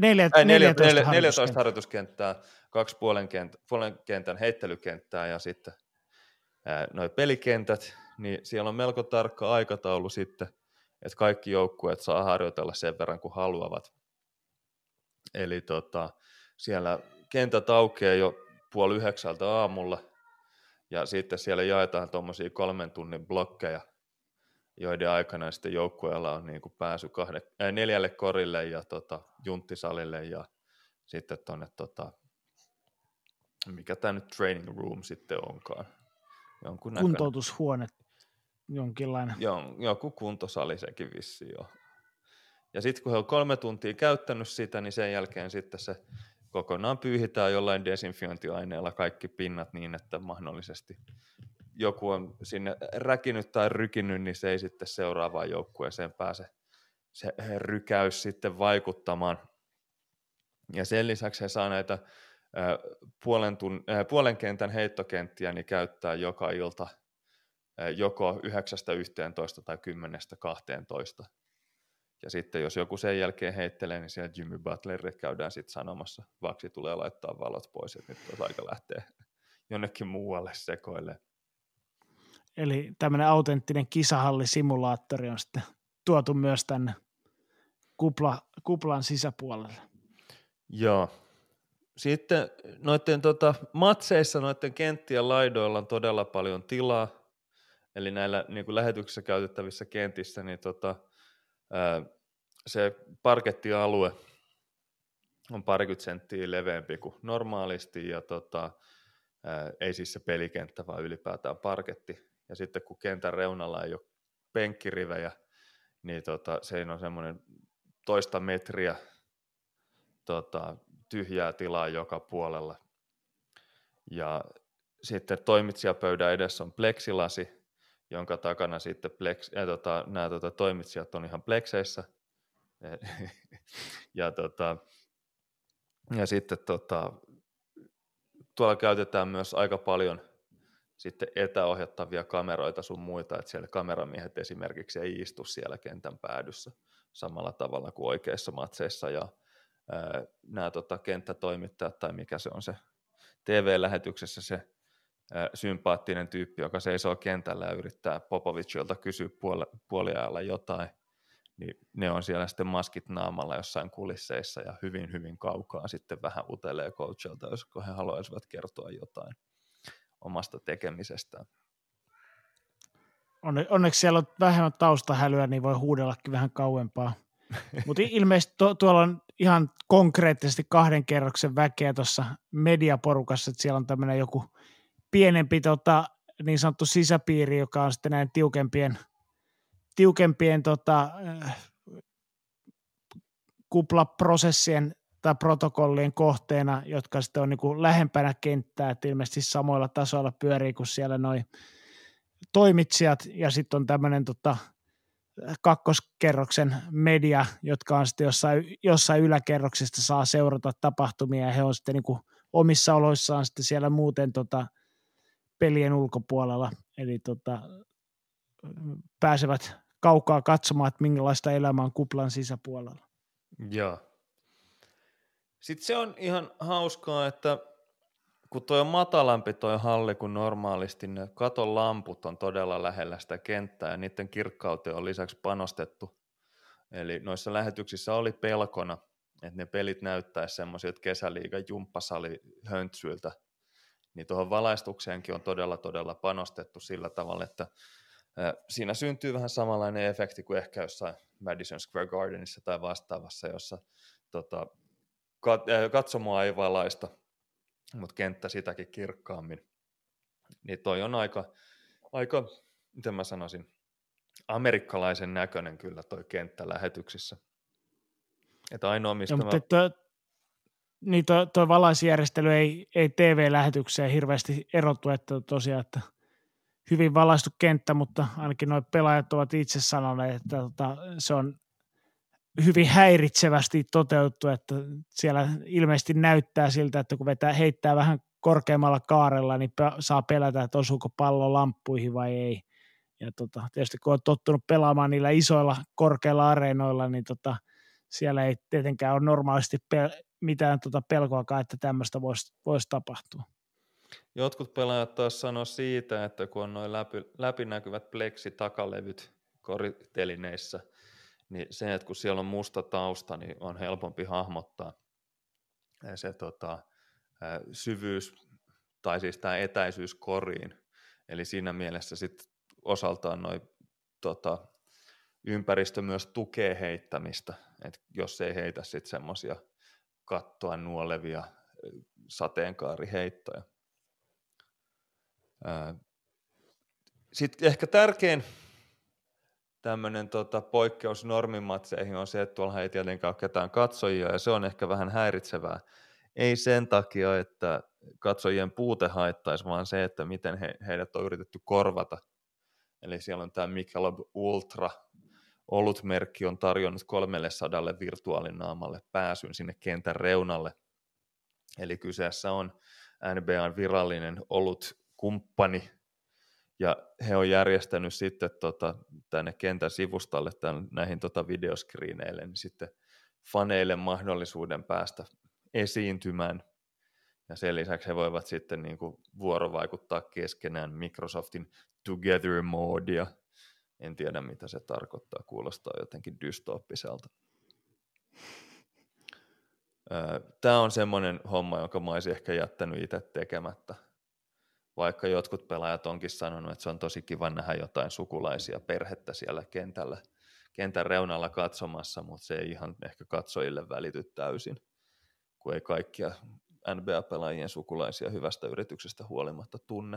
14 harjoituskenttää, 2 puolen kentän heittelykenttää ja sitten noin pelikentät, niin siellä on melko tarkka aikataulu sitten, että kaikki joukkueet saa harjoitella sen verran kuin haluavat. Eli siellä kentät aukeaa jo 8:30 aamulla ja sitten siellä jaetaan tuommoisia 3 tunnin blokkeja, joiden aikana sitten joukkueella on niin kuin pääsy 4 korille ja junttisalille ja sitten tuonne, mikä tämä nyt training room sitten onkaan. Kuntoutushuone jonkinlainen. Joku kuntosali sekin vissiin jo. Ja sitten kun he on 3 tuntia käyttänyt sitä, niin sen jälkeen sitten se kokonaan pyyhitään jollain desinfiointiaineella kaikki pinnat niin, että mahdollisesti joku on sinne räkinyt tai rykinyt, niin se ei sitten seuraavaan joukkueeseen pääse se rykäys sitten vaikuttamaan. Ja sen lisäksi he saa näitä puolen kentän heittokenttiä niin käyttää joka ilta joko 9:00–11:00 tai 10:00–12:00. Ja sitten jos joku sen jälkeen heittelee, niin siellä Jimmy Butlerille käydään sitten sanomassa, vaksi tulee laittaa valot pois, että nyt on aika lähteä jonnekin muualle sekoille. Eli tämmöinen autenttinen kisahallisimulaattori on sitten tuotu myös tänne kuplan sisäpuolelle. Joo. Sitten noiden matseissa noiden kenttien laidoilla on todella paljon tilaa, eli näillä niin kuin lähetyksessä käytettävissä kentissä niin Se parkettialue on parikymmentä senttiä leveämpi kuin normaalisti ja ei siis se pelikenttä, vaan ylipäätään parketti. Ja sitten kun kentän reunalla ei ole penkkirivejä, niin siinä on semmoinen 1,5 metriä tyhjää tilaa joka puolella. Ja sitten toimitsijapöydän edessä on pleksilasi, jonka takana sitten nämä toimitsijat on ihan plekseissä. ja sitten tuolla käytetään myös aika paljon sitten etäohjattavia kameroita sun muita, että siellä kameramiehet esimerkiksi ei istu siellä kentän päädyssä samalla tavalla kuin oikeissa matseissa, ja nämä kenttätoimittajat tai mikä se on se TV-lähetyksessä se sympaattinen tyyppi, joka seisoo kentällä ja yrittää Popovicilta kysyä puoliajalla jotain, niin ne on siellä sitten maskit naamalla jossain kulisseissa ja hyvin, hyvin kaukaa sitten vähän utelee coachilta, jos he haluaisivat kertoa jotain omasta tekemisestään. Onneksi siellä on vähemmän taustahälyä, niin voi huudellakin vähän kauempaa. Mutta ilmeisesti tuolla on ihan konkreettisesti 2 kerroksen väkeä tuossa mediaporukassa, että siellä on tämmöinen joku pienempi niin sanottu sisäpiiri, joka on sitten näin tiukempien kuplaprosessien tai protokollien kohteena, jotka sitten on niin kuin lähempänä kenttää, että ilmeisesti samoilla tasoilla pyörii kuin siellä noi toimitsijat, ja sitten on tämmöinen 2-kerroksen media, jotka on sitten jossain yläkerroksista saa seurata tapahtumia, ja he on sitten niin kuin omissa oloissaan sitten siellä muuten pelien ulkopuolella, eli pääsevät kaukaa katsomaan, että minkälaista elämää on kuplan sisäpuolella. Joo. Sitten se on ihan hauskaa, että kun toi on matalampi toi halli kuin normaalisti, ne katon lamput on todella lähellä sitä kenttää ja niiden kirkkauteen on lisäksi panostettu. Eli noissa lähetyksissä oli pelkona, että ne pelit näyttäisi semmoisilta kesäliigan jumppasali-höntsyiltä, niin tuohon valaistukseenkin on todella panostettu sillä tavalla, että siinä syntyy vähän samanlainen efekti kuin ehkä jossain Madison Square Gardenissa tai vastaavassa, jossa katsomoa ei valaista, mutta kenttä sitäkin kirkkaammin. Niin toi on aika, miten mä sanoisin, amerikkalaisen näköinen kyllä toi kenttä lähetyksissä. Että ainoa, mistä tuo valaisjärjestely ei TV-lähetykseen hirveästi erotu, että tosiaan, että hyvin valaistu kenttä, mutta ainakin nuo pelaajat ovat itse sanoneet, että se on hyvin häiritsevästi toteutettu, että siellä ilmeisesti näyttää siltä, että kun heittää vähän korkeammalla kaarella, niin saa pelätä, että osuuko pallo lamppuihin vai ei. Ja tietysti kun on tottunut pelaamaan niillä isoilla korkeilla areenoilla, niin siellä ei tietenkään ole normaalisti mitään pelkoakaan, että tämmöistä voisi tapahtua. Jotkut pelaajat taas sanoo siitä, että kun on noin läpinäkyvät pleksitakalevyt koritelineissä, niin se, että kun siellä on musta tausta, niin on helpompi hahmottaa se syvyys tai siis tämä etäisyys koriin. Eli siinä mielessä sitten osaltaan noi ympäristö myös tukee heittämistä, että jos ei heitä sitten semmoisia kattoa nuolevia sateenkaariheittoja. Sitten ehkä tärkein tämmöinen poikkeus normimatseihin on se, että tuolla ei tietenkään ole ketään katsojia, ja se on ehkä vähän häiritsevää. Ei sen takia, että katsojien puute haittaisi, vaan se, että miten heidät on yritetty korvata. Eli siellä on tämä Michelob Ultra, olutmerkki on tarjonnut 300 virtuaalinaamalle pääsyn sinne kentän reunalle. Eli kyseessä on NBAn virallinen olutkumppani, ja he on järjestänyt sitten tänne kentän sivustalle näihin videoskriineille, niin sitten faneille mahdollisuuden päästä esiintymään. Ja sen lisäksi he voivat sitten niin kuin vuorovaikuttaa keskenään Microsoftin Together-moodia. En tiedä, mitä se tarkoittaa. Kuulostaa jotenkin dystooppiselta. Tämä on semmoinen homma, jonka mä olisin ehkä jättänyt itse tekemättä. Vaikka jotkut pelaajat onkin sanonut, että se on tosi kiva nähdä jotain sukulaisia perhettä siellä kentällä kentän reunalla katsomassa, mutta se ei ihan ehkä katsojille välity täysin, kun ei kaikkia NBA-pelaajien sukulaisia hyvästä yrityksestä huolimatta tunne.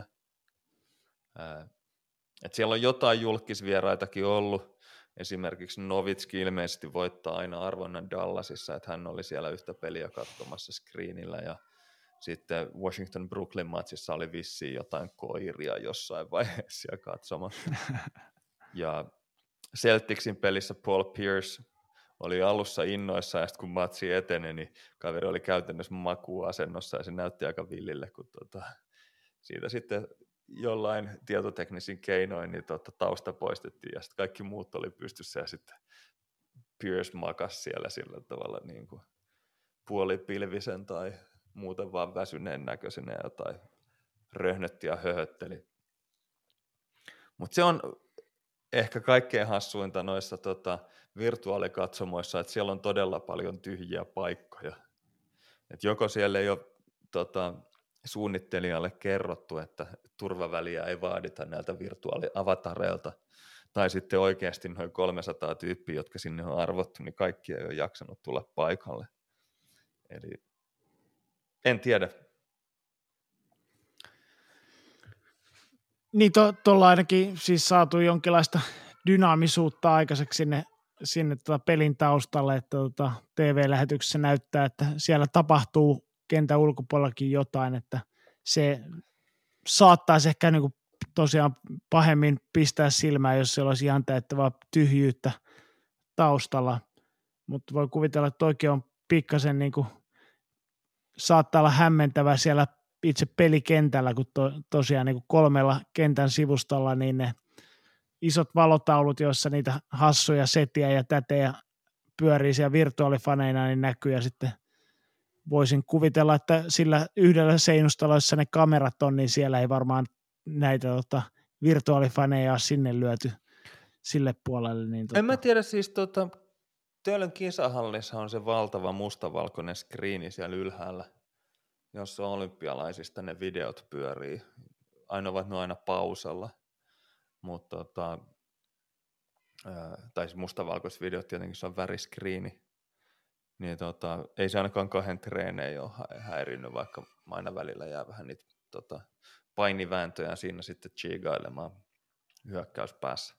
Et siellä on jotain julkisvieraitakin ollut. Esimerkiksi Novitski ilmeisesti voittaa aina arvonnan Dallasissa, että hän oli siellä yhtä peliä katsomassa screenillä, ja sitten Washington-Brooklyn-matsissa oli vissiin jotain koiria jossain vaiheessa katsomassa. Ja Celticsin pelissä Paul Pierce oli alussa innoissa, ja sitten kun matsi eteni, niin kaveri oli käytännössä makuuasennossa, ja se näytti aika villille, kun siitä sitten jollain tietoteknisin keinoin niin tausta poistettiin, ja sitten kaikki muut oli pystyssä, ja sitten Pierce makasi siellä sillä tavalla niin kuin puolipilvisen tai muuten vaan väsyneen näköisenä, ja jotain röhnötti ja höhötteli. Mutta se on ehkä kaikkein hassuinta noissa virtuaalikatsomoissa, että siellä on todella paljon tyhjiä paikkoja. Et joko siellä ei ole suunnittelijalle kerrottu, että turvaväliä ei vaadita näiltä virtuaaliavatareilta, tai sitten oikeasti noin 300 tyyppiä, jotka sinne on arvottu, niin kaikki ei ole jaksanut tulla paikalle. Eli en tiedä. Niin tuolla ainakin siis saatu jonkinlaista dynaamisuutta aikaiseksi sinne pelin taustalle, että TV-lähetyksessä näyttää, että siellä tapahtuu kentän ulkopuolellakin jotain, että se saattaisi ehkä niin kuin tosiaan pahemmin pistää silmään, jos siellä olisi ihan täyttävää tyhjyyttä taustalla, mutta voi kuvitella, että toikin on pikkasen niin kuin saattaa olla hämmentävä siellä itse pelikentällä, kun tosiaan niin kuin 3 kentän sivustalla, niin ne isot valotaulut, joissa niitä hassuja setiä ja tätejä pyörii siellä virtuaalifaneina, niin näkyy, ja sitten voisin kuvitella, että sillä yhdellä seinustalla, jossa ne kamerat on, niin siellä ei varmaan näitä virtuaalifaneja sinne lyöty sille puolelle. Niin En mä tiedä, siis Töölön kisahallissa on se valtava mustavalkoinen skriini siellä ylhäällä, jossa olympialaisista ne videot pyörii. Aina ovat ne aina pausalla, mutta tai mustavalkoiset videot tietenkin, se on väriskriini, niin ei se ainakaan 2 treenejä ole häirinyt, vaikka aina välillä jää vähän niitä painivääntöjä siinä sitten chiigailemaan hyökkäyspäässä.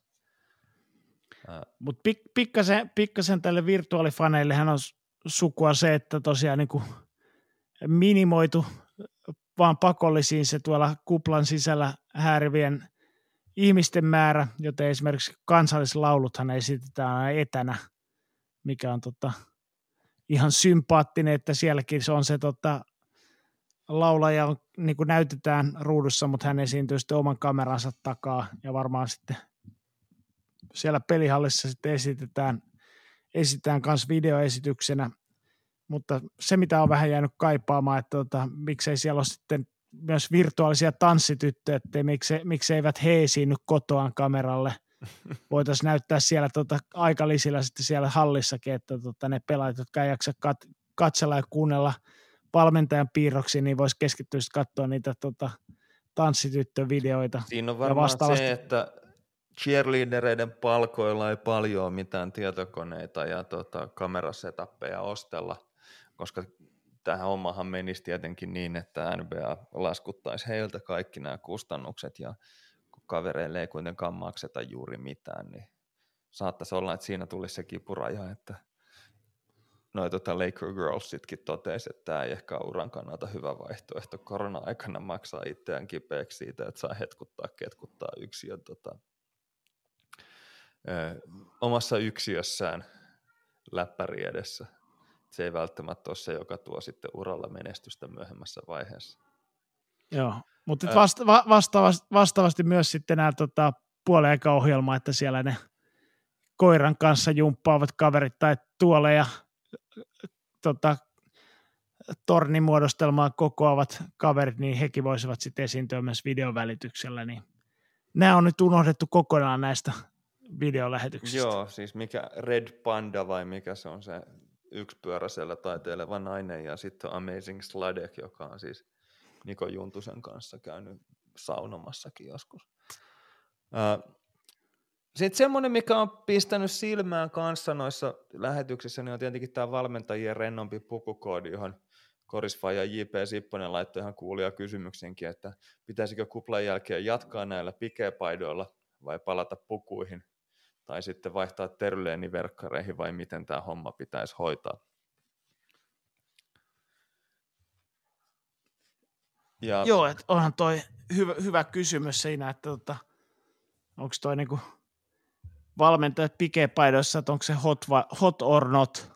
Mutta pikkasen tälle virtuaalifaneillehän on sukua se, että tosiaan niin kuin minimoitu vaan pakollisiin se tuolla kuplan sisällä häärivien ihmisten määrä, joten esimerkiksi kansallislauluthan esitetään aina etänä, mikä on ihan sympaattinen, että sielläkin se on se laulaja on, niin kuin näytetään ruudussa, mutta hän esiintyy sitten oman kameransa takaa, ja varmaan sitten siellä pelihallissa sitten esitetään myös videoesityksenä, mutta se mitä on vähän jäänyt kaipaamaan, että miksei siellä ole sitten myös virtuaalisia tanssityttöjä, että miksei eivät he esiinny kotoaan kameralle. Voitaisiin näyttää siellä aikalisillä sitten siellä hallissakin, että ne pelaajat, jotka ei jaksa katsella ja kuunnella valmentajan piirroksia, niin voisi keskittyä sitten katsoa niitä tanssityttövideoita. Siinä on varmaan se, että cheerleadereiden palkoilla ei paljon ole mitään tietokoneita ja kamerasetappeja ostella, koska tähän hommahan menisi tietenkin niin, että NBA laskuttaisi heiltä kaikki nämä kustannukset, ja kun kavereille ei kuitenkaan makseta juuri mitään, niin saattaisi olla, että siinä tulisi se kipuraja, että noi Laker Girlsitkin totesi, että tämä ei ehkä ole uran kannalta hyvä vaihtoehto korona-aikana maksaa itseään kipeäksi siitä, että saa ketkuttaa yksin omassa yksiössään läppäri edessä. Se ei välttämättä ole se, joka tuo sitten uralla menestystä myöhemmässä vaiheessa. Joo, mutta vastaavasti myös sitten nämä puoliaikaohjelma, että siellä ne koiran kanssa jumppaavat kaverit tai tuoleja tornimuodostelmaa kokoavat kaverit, niin hekin voisivat sitten esiintyä myös videovälityksellä. Niin nämä on nyt unohdettu kokonaan näistä videolähetyksistä. Joo, siis mikä Red Panda vai mikä se on se yksipyöräisellä taiteileva nainen, ja sitten Amazing Sladek, joka on siis Niko Juntusen kanssa käynyt saunomassakin joskus. Sitten semmoinen, mikä on pistänyt silmään kanssa noissa lähetyksissä, niin on tietenkin tämä valmentajien rennompi pukukoodi, johon Korisfaija J.P. Sipponen laittoi ihan kuulia kysymyksenkin, että pitäisikö kuplan jälkeen jatkaa näillä pikepaidoilla vai palata pukuihin, tai sitten vaihtaa teryleeniverkkareihin, vai miten tämä homma pitäisi hoitaa. Ja Joo, että onhan toi hyvä kysymys siinä, että onko toi niinku valmentajat pikepaidoissa, että onko se hot or not?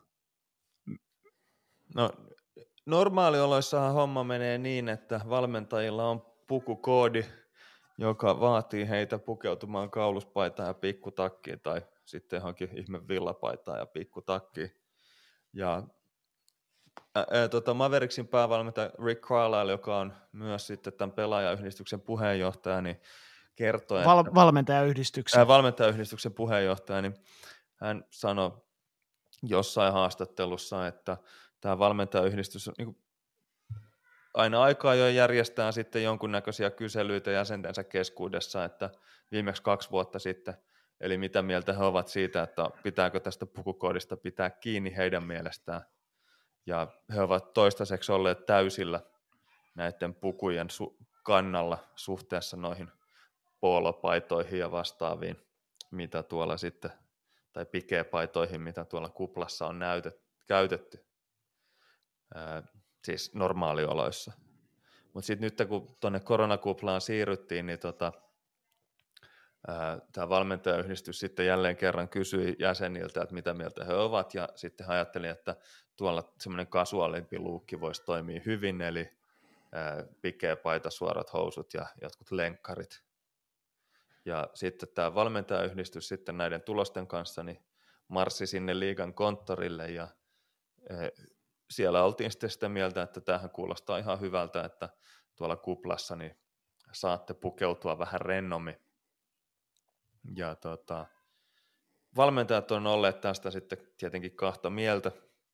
no, normaalioloissahan homma menee niin, että valmentajilla on pukukoodi, joka vaatii heitä pukeutumaan kauluspaitaan ja pikkutakkiin tai sitten johonkin ihme villapaitaan ja pikkutakkiin. Ja Mavericksin päävalmentaja Rick Carlisle, joka on myös sitten tämän pelaajayhdistyksen puheenjohtaja, niin kertoi, että valmentajayhdistyksen puheenjohtaja, niin hän sanoi jossain haastattelussa, että tämä valmentajayhdistys on niin kuin aina aikaa jo järjestää sitten jonkunnäköisiä kyselyitä jäsentensä keskuudessa, että viimeksi 2 vuotta sitten, eli mitä mieltä he ovat siitä, että pitääkö tästä pukukoodista pitää kiinni heidän mielestään. Ja he ovat toistaiseksi olleet täysillä näiden pukujen kannalla suhteessa noihin poolopaitoihin ja vastaaviin, mitä tuolla sitten, tai pikepaitoihin, mitä tuolla kuplassa on käytetty. Siis normaalioloissa. Mutta sitten nyt kun tuonne koronakuplaan siirryttiin, niin tämä valmentajayhdistys sitten jälleen kerran kysyi jäseniltä, että mitä mieltä he ovat, ja sitten he ajattelivat, että tuolla semmoinen kasuaalimpi luukki voisi toimia hyvin, eli pikeä paita, suorat housut ja jotkut lenkkarit. Ja sitten tämä valmentajayhdistys sitten näiden tulosten kanssa niin marssi sinne liigan konttorille, ja siellä oltiin sitten sitä mieltä, että tämähän kuulostaa ihan hyvältä, että tuolla kuplassa niin saatte pukeutua vähän rennommin. Ja valmentajat on olleet tästä sitten tietenkin 2 mieltä.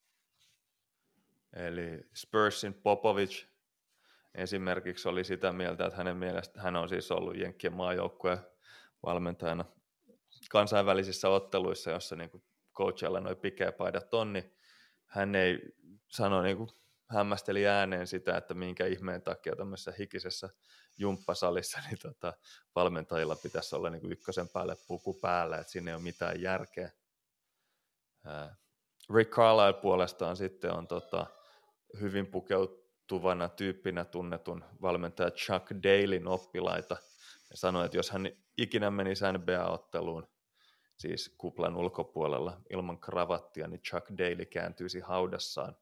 Eli Spursin Popovich esimerkiksi oli sitä mieltä, että hänen mielestä hän on siis ollut Jenkkien maajoukkueen valmentajana kansainvälisissä otteluissa, jossa niin coachilla noi pikepaidat on, niin hän ei sano, niin kuin hämmästeli ääneen sitä, että minkä ihmeen takia tämmöisessä hikisessä jumppasalissa niin valmentajilla pitäisi olla niin kuin 1 päälle puku päällä, että siinä ei ole mitään järkeä. Rick Carlisle puolestaan sitten on hyvin pukeutuvana tyyppinä tunnetun valmentaja Chuck Dalyn oppilaita, ja sanoi, että jos hän ikinä menisi NBA-otteluun, siis kuplan ulkopuolella ilman kravattia, niin Chuck Daly kääntyisi haudassaan.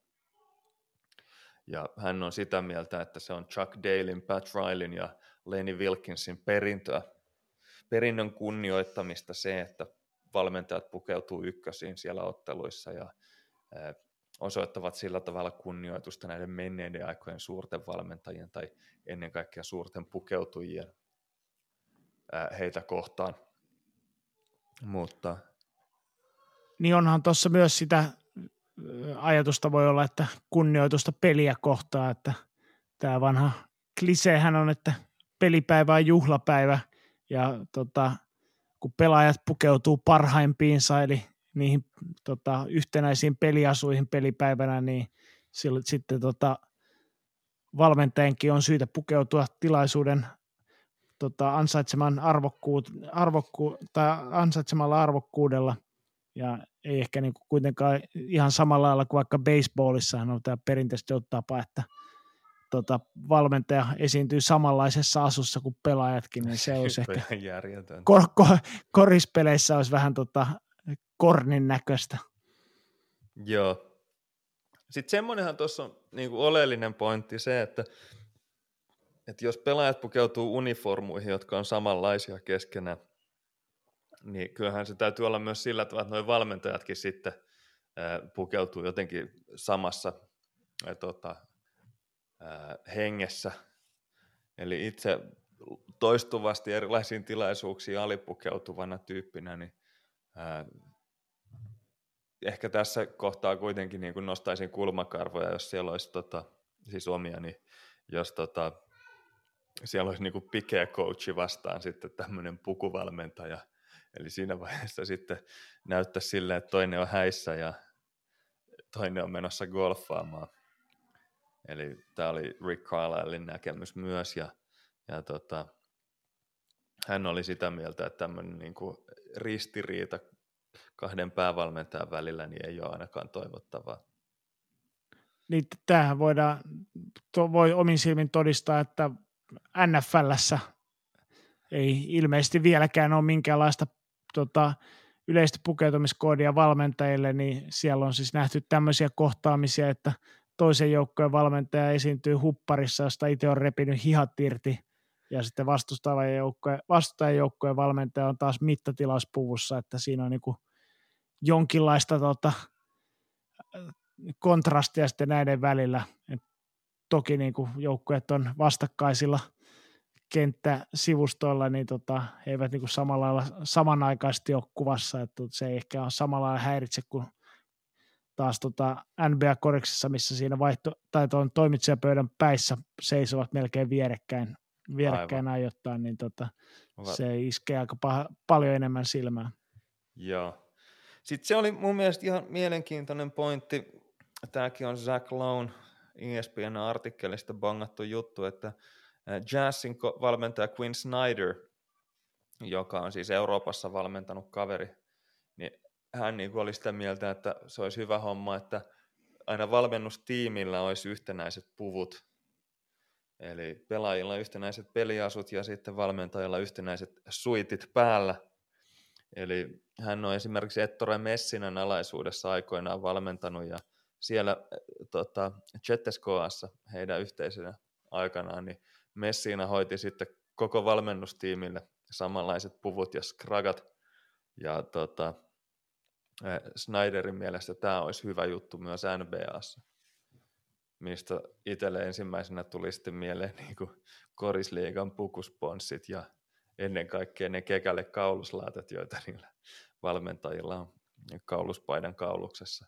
Ja hän on sitä mieltä, että se on Chuck Dalyn, Pat Rileyn ja Lenny Wilkinsin perinnön kunnioittamista se, että valmentajat pukeutuu ykkösiin siellä otteluissa ja osoittavat sillä tavalla kunnioitusta näiden menneiden aikojen suurten valmentajien tai ennen kaikkea suurten pukeutujien heitä kohtaan. Mutta niin onhan tuossa myös sitä ajatusta voi olla, että kunnioitusta peliä kohtaa, että tämä vanha kliseehän on, että pelipäivä on juhlapäivä ja kun pelaajat pukeutuu parhaimpiinsa eli niihin yhtenäisiin peliasuihin pelipäivänä, niin sitten valmentajienkin on syytä pukeutua tilaisuuden ansaitsemalla arvokkuudella ja ei ehkä niin kuin kuitenkaan ihan samalla lailla kuin vaikka baseballissahan on tämä perinteisesti tapa, että valmentaja esiintyy samanlaisessa asussa kuin pelaajatkin, niin se olisi ehkä korispeleissä olisi vähän kornin näköistä. Joo. Sitten semmoinenhan tuossa on niin kuin oleellinen pointti se, että jos pelaajat pukeutuu uniformuihin, jotka on samanlaisia keskenään, niin kyllähän se täytyy olla myös sillä tavalla, että nuo valmentajatkin sitten pukeutuu jotenkin samassa hengessä. Eli itse toistuvasti erilaisiin tilaisuuksiin alipukeutuvana tyyppinä, niin ehkä tässä kohtaa kuitenkin niin kun nostaisin kulmakarvoja, jos siellä olisi siis omia, niin jos siellä olisi niin kuin pikeä coachi vastaan sitten tämmöinen pukuvalmentaja, Eli siinä vaiheessa sitten näyttäisi silleen, että toinen on häissä ja toinen on menossa golfaamaan. Eli tämä oli Rick Carlislein näkemys myös, ja hän oli sitä mieltä, että tämmöinen niin kuin ristiriita kahden päävalmentajan välillä niin ei ole ainakaan toivottavaa. Niin tämähän voi omin silmin todistaa, että NFL:ssä ei ilmeisesti vieläkään ole minkäänlaista yleistä pukeutumiskoodia valmentajille, niin siellä on siis nähty tämmöisiä kohtaamisia, että toisen joukkueen valmentaja esiintyy hupparissa, josta itse on repinyt hihat irti, ja sitten vastustajan joukkueen valmentaja on taas mittatilauspuvussa, että siinä on niinku jonkinlaista kontrastia sitten näiden välillä. Et toki niinku joukkueet on vastakkaisilla kenttäsivustoilla, niin he eivät niinku samanaikaisesti ole kuvassa, että se ei ehkä ole samalla lailla häiritse kuin taas NBA-koriksessa, missä siinä tuon toimitsijapöydän päissä seisovat melkein vierekkäin ajoittain, niin se iskee aika paljon enemmän silmään. Joo. Sitten se oli mun mielestä ihan mielenkiintoinen pointti. Tämäkin on Zach Lowe ESPN-artikkelista bongattu juttu, että Jazzin valmentaja Quinn Snyder, joka on siis Euroopassa valmentanut kaveri, niin hän niin oli sitä mieltä, että se olisi hyvä homma, että aina valmennustiimillä olisi yhtenäiset puvut. Eli pelaajilla yhtenäiset peliasut ja sitten valmentajilla yhtenäiset suitit päällä. Eli hän on esimerkiksi Ettore Messinän alaisuudessa aikoinaan valmentanut, ja siellä Cetescoassa heidän yhteisenä aikanaan, niin Messina hoiti sitten koko valmennustiimille samanlaiset puvut ja skragat, ja Snyderin mielestä tämä olisi hyvä juttu myös NBAssa, mistä itselle ensimmäisenä tuli sitten mieleen niin kuin korisliigan pukusponssit ja ennen kaikkea ne kekälle kauluslaatat, joita niillä valmentajilla on kauluspaidan kauluksessa.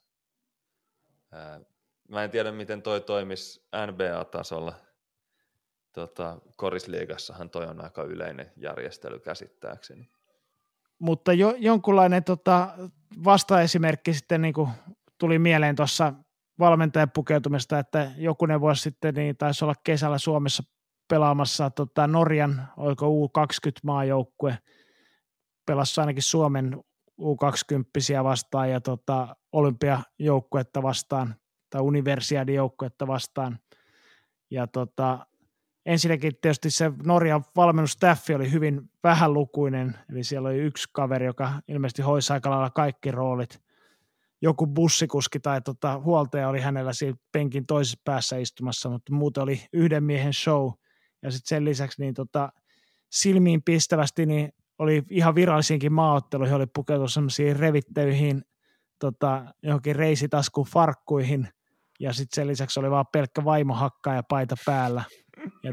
Mä en tiedä, miten toi toimisi NBA-tasolla. Korisliigassahan toi on aika yleinen järjestely käsittääkseni. Mutta jonkunlainen vastaesimerkki sitten niin kuin tuli mieleen tuossa valmentajan pukeutumista, että jokunen vuosi sitten niin taisi olla kesällä Suomessa pelaamassa Norjan, oliko U20-maajoukkue, pelasi ainakin Suomen U20 vastaan ja olympiajoukkuetta vastaan tai universiadijoukkuetta vastaan. Ja ensinnäkin tietysti se Norjan valmennustaffi oli hyvin vähänlukuinen, eli siellä oli yksi kaveri, joka ilmeisesti hoisi aika lailla kaikki roolit. Joku bussikuski tai huoltaja oli hänellä siinä penkin toisessa päässä istumassa, mutta muuten oli yhden miehen show. Ja sitten sen lisäksi niin silmiin pistävästi niin oli ihan virallisiinkin maaotteluihin, oli pukeutunut sellaisiin revitteihin johonkin reisitaskuun farkkuihin, ja sitten sen lisäksi oli vaan pelkkä vaimohakka ja paita päällä. Ja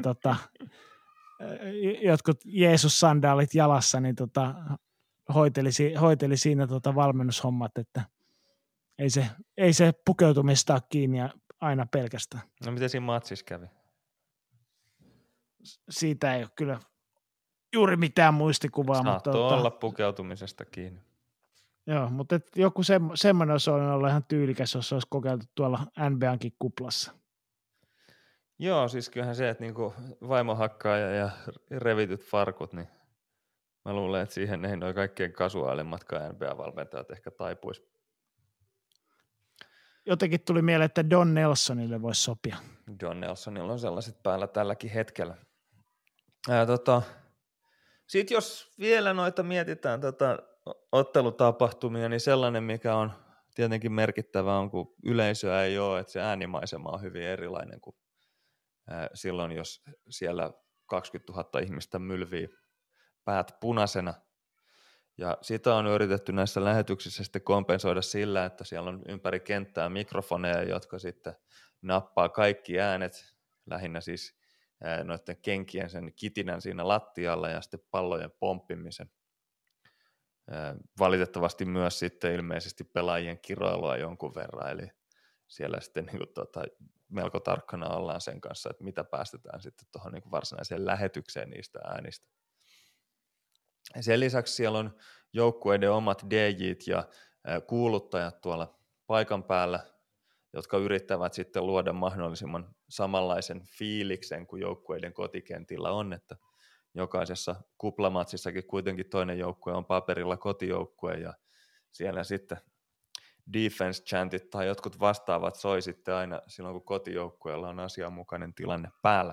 jotkut Jeesus-sandaalit jalassa, niin hoiteli siinä valmennushommat, että ei se pukeutumista ole kiinni aina pelkästään. No miten siinä matsissa kävi? Siitä ei ole kyllä juuri mitään muistikuvaa. Saattoi olla pukeutumisesta kiinni. Joo, mutta joku semmoinen olisi ollut ihan tyylikäs, jos olisi kokeiltu tuolla NBAnkin kuplassa. Joo, siis kyllähän se, että niinku vaimohakkaaja ja revityt farkut, niin mä luulen, että siihen ei noin kaikkein kasuaalimmatkaan NBA-valmentajat ehkä taipuisi. Jotenkin tuli mieleen, että Don Nelsonille voisi sopia. Don Nelsonilla on sellaiset päällä tälläkin hetkellä. Sitten jos vielä noita mietitään ottelutapahtumia, niin sellainen, mikä on tietenkin merkittävä on, kun yleisöä ei ole, että se äänimaisema on hyvin erilainen kuin silloin, jos siellä 20 000 ihmistä mylvii päät punaisena. Ja sitä on yritetty näissä lähetyksissä sitten kompensoida sillä, että siellä on ympäri kenttää mikrofoneja, jotka sitten nappaa kaikki äänet, lähinnä siis noiden kenkien sen kitinän siinä lattialla ja sitten pallojen pomppimisen. Valitettavasti myös sitten ilmeisesti pelaajien kiroilua jonkun verran, eli siellä sitten niin kuin melko tarkkana ollaan sen kanssa, että mitä päästetään sitten tuohon niin kuin varsinaiseen lähetykseen niistä äänistä. Sen lisäksi siellä on joukkueiden omat DJt ja kuuluttajat tuolla paikan päällä, jotka yrittävät sitten luoda mahdollisimman samanlaisen fiiliksen kuin joukkueiden kotikentillä on, että jokaisessa kuplamatsissakin kuitenkin toinen joukkue on paperilla kotijoukkue ja siellä sitten defense chantit tai jotkut vastaavat soi sitten aina silloin, kun kotijoukkueella on asianmukainen tilanne päällä.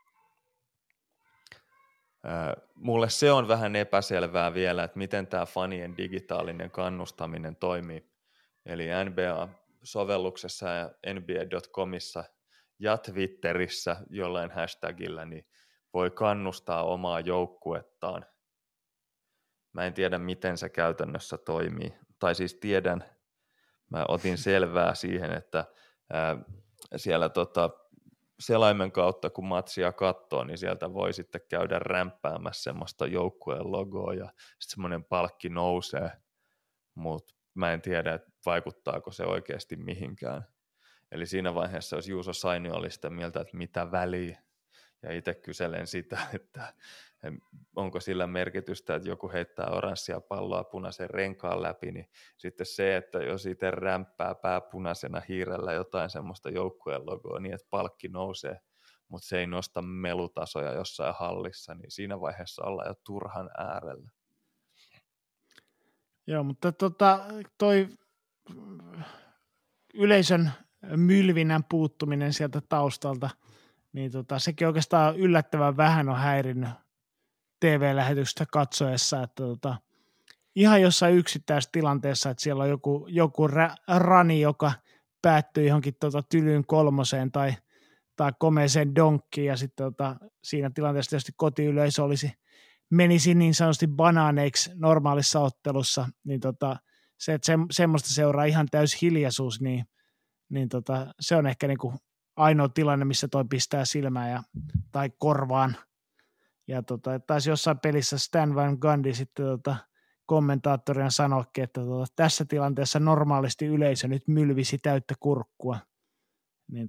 Mulle se on vähän epäselvää vielä, että miten tämä fanien digitaalinen kannustaminen toimii. Eli NBA-sovelluksessa ja NBA.comissa ja Twitterissä jollain hashtagillä niin voi kannustaa omaa joukkuettaan. Mä en tiedä, miten se käytännössä toimii. Tai siis tiedän, mä otin selvää siihen, että siellä selaimen kautta, kun matsia katsoo, niin sieltä voi sitten käydä rämpäämässä semmoista joukkueen logoa ja sitten semmoinen palkki nousee, mutta mä en tiedä, että vaikuttaako se oikeasti mihinkään. Eli siinä vaiheessa, jos Juuso Sainio oli sitä mieltä, että mitä väliä, ja itse kyselen sitä, että onko sillä merkitystä, että joku heittää oranssia palloa punaisen renkaan läpi, niin sitten se, että jos itse rämppää pääpunaisena hiirellä jotain semmoista joukkueen logoa niin, että palkki nousee, mutta se ei nosta melutasoja jossain hallissa, niin siinä vaiheessa ollaan jo turhan äärellä. Joo, mutta toi yleisön mylvinän puuttuminen sieltä taustalta, niin sekin oikeastaan yllättävän vähän on häirinnyt TV-lähetystä katsoessa, että ihan jossain yksittäisessä tilanteessa, että siellä on joku rani, joka päättyy johonkin tylyyn kolmoseen tai komeeseen donkkiin, ja sitten siinä tilanteessa tietysti kotiyleisö menisi niin sanotusti banaaneiksi normaalissa ottelussa, niin se, että semmoista seuraa ihan täys hiljaisuus, niin se on ehkä niinku ainoa tilanne, missä toi pistää silmään tai korvaan. Ja taisi jossain pelissä Stan Van Gundy sitten kommentaattorina sanoikin, että tässä tilanteessa normaalisti yleisö nyt mylvisi täyttä kurkkua. Niin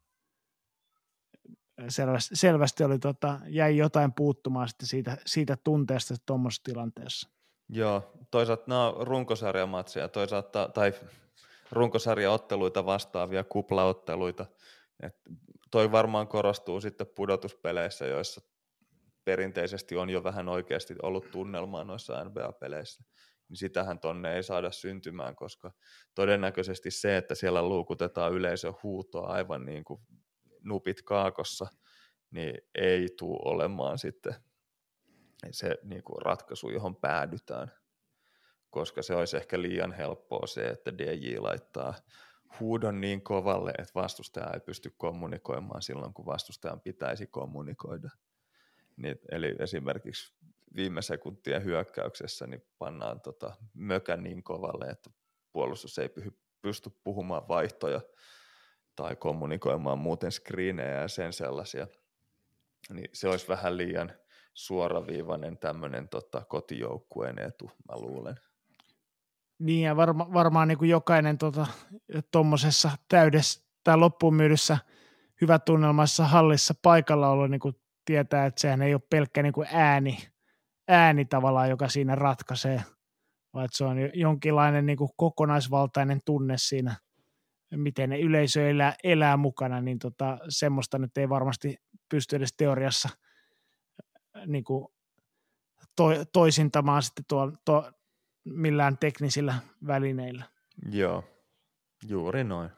selvästi oli, jäi jotain puuttumaan sitten siitä tunteesta tuommoisessa tilanteessa. Joo, toisaalta nämä on runkosarjamatseja, toisaalta tai runkosarjaotteluita vastaavia kuplaotteluita. Et toi varmaan korostuu sitten pudotuspeleissä, joissa perinteisesti on jo vähän oikeasti ollut tunnelmaa noissa NBA-peleissä. Niin sitähän tonne ei saada syntymään, koska todennäköisesti se, että siellä luukutetaan yleisön huutoa aivan niin kuin nupit kaakossa, niin ei tule olemaan sitten se niin kuin ratkaisu, johon päädytään, koska se olisi ehkä liian helppoa se, että DJ laittaa huudon niin kovalle, että vastustaja ei pysty kommunikoimaan silloin, kun vastustajan pitäisi kommunikoida. Niin, eli esimerkiksi viime sekuntien hyökkäyksessä niin pannaan mökä niin kovalle, että puolustus ei pysty puhumaan vaihtoja tai kommunikoimaan muuten screenejä ja sen sellaisia. Niin se olisi vähän liian suoraviivainen tämmöinen kotijoukkueen etu, mä luulen. Niin, ja varmaan niin kuin jokainen tuommoisessa täydessä tai loppuun myydyssä hyvätunnelmaisessa hallissa paikallaolo niin kuin tietää, että sehän ei ole pelkkä niin kuin ääni tavallaan, joka siinä ratkaisee, vaan että se on jonkinlainen niin kuin kokonaisvaltainen tunne siinä, miten ne yleisö elää mukana, niin semmoista nyt ei varmasti pysty edes teoriassa niin kuin toisintamaan sitten millään teknisillä välineillä. Joo, juuri noin.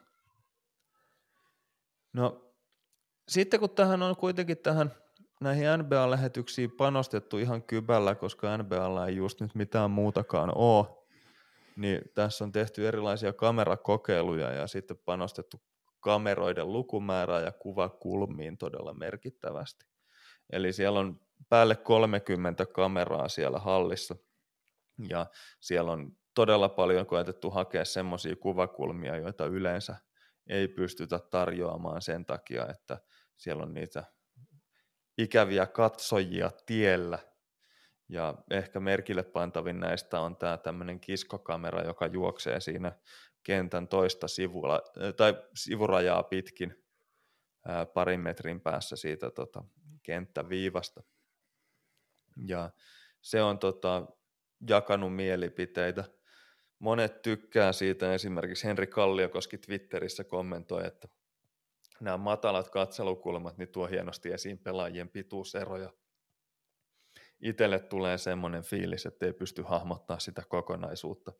No sitten kun tähän on kuitenkin näihin NBA-lähetyksiin panostettu ihan kybällä, koska NBAlla ei just nyt mitään muutakaan ole, niin tässä on tehty erilaisia kamerakokeiluja ja sitten panostettu kameroiden lukumäärää ja kuvakulmiin todella merkittävästi. Eli siellä on päälle 30 kameraa siellä hallissa ja siellä on todella paljon koetettu hakea semmoisia kuvakulmia, joita yleensä ei pystytä tarjoamaan sen takia, että siellä on niitä ikäviä katsojia tiellä. Ja ehkä merkille pantavin näistä on tämä tämmöinen kiskokamera, joka juoksee siinä kentän toista sivurajaa pitkin parin metrin päässä siitä kenttäviivasta. Ja se on jakanut mielipiteitä. Monet tykkää siitä, esimerkiksi Henri Kalliokoski Twitterissä kommentoi, että nämä matalat katselukulmat niin tuo hienosti esiin pelaajien pituuseroja. Itselle tulee semmoinen fiilis, että ei pysty hahmottaa sitä kokonaisuutta.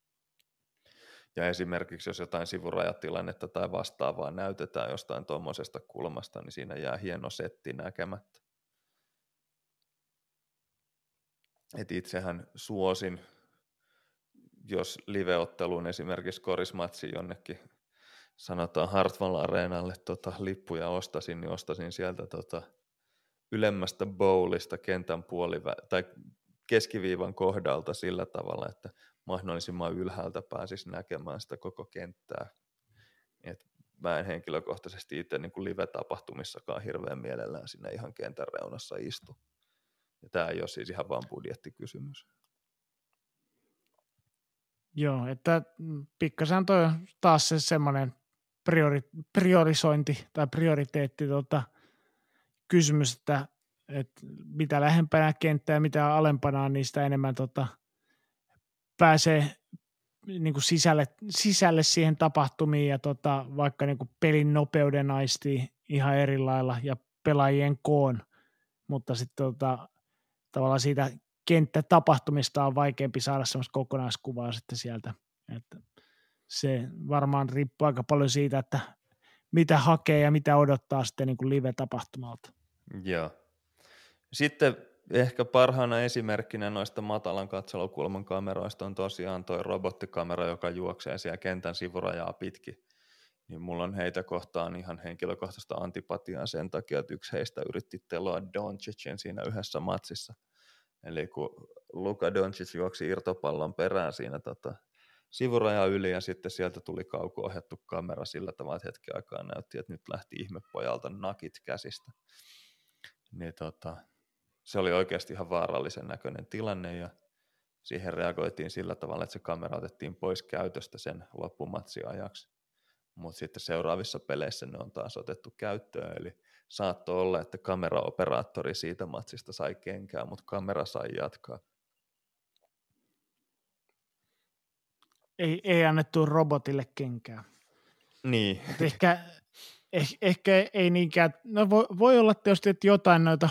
Ja esimerkiksi jos jotain sivurajatilannetta tai vastaavaa näytetään jostain tuommoisesta kulmasta, niin siinä jää hieno setti näkemättä. Et itsehän suosin, jos liveotteluun esimerkiksi korismatsi jonnekin sanotaan Hartwall Areenalle lippuja ostaisin, niin ostaisin sieltä ylemmästä bowlista kentän tai keskiviivan kohdalta sillä tavalla, että mahdollisimman ylhäältä pääsisi näkemään sitä koko kenttää. Et mä en henkilökohtaisesti itse niin kuin live-tapahtumissakaan hirveän mielellään sinne ihan kentän reunassa istu. Ja tämä ei ole siis ihan vaan budjettikysymys. Joo, että pikkasen toi on taas se semmoinen priorisointi tai prioriteetti kysymys, että mitä lähempänä kenttää ja mitä alempana, niin sitä enemmän pääsee niin kuin sisälle siihen tapahtumiin ja vaikka niin kuin pelin nopeuden aistii ihan eri lailla ja pelaajien koon, mutta sitten tavallaan siitä kenttätapahtumista on vaikeampi saada semmoista kokonaiskuvaa sitten sieltä. Että se varmaan riippuu aika paljon siitä, että mitä hakee ja mitä odottaa sitten niin kuin live-tapahtumalta. Joo. Sitten ehkä parhaana esimerkkinä noista matalan katselukulman kameroista on tosiaan toi robottikamera, joka juoksee siellä kentän sivurajaa pitkin. Niin mulla on heitä kohtaan ihan henkilökohtaista antipatiaa sen takia, että yksi heistä yritti teloa Doncicin siinä yhdessä matsissa. Eli kun Luka Doncic juoksi irtopallon perään siinä sivuraja yli ja sitten sieltä tuli kauko-ohjattu kamera sillä tavalla, että hetken aikaa näytti, että nyt lähti ihmepojalta nakit käsistä. Niin se oli oikeasti ihan vaarallisen näköinen tilanne ja siihen reagoitiin sillä tavalla, että se kamera otettiin pois käytöstä sen loppumatsiajaksi. Mutta sitten seuraavissa peleissä ne on taas otettu käyttöön, eli saattoi olla, että kameraoperaattori siitä matsista sai kenkää, mutta kamera sai jatkaa. Ei annettu robotille kenkää. Niin. Ehkä ei niinkään, no voi olla tietysti, että jotain noita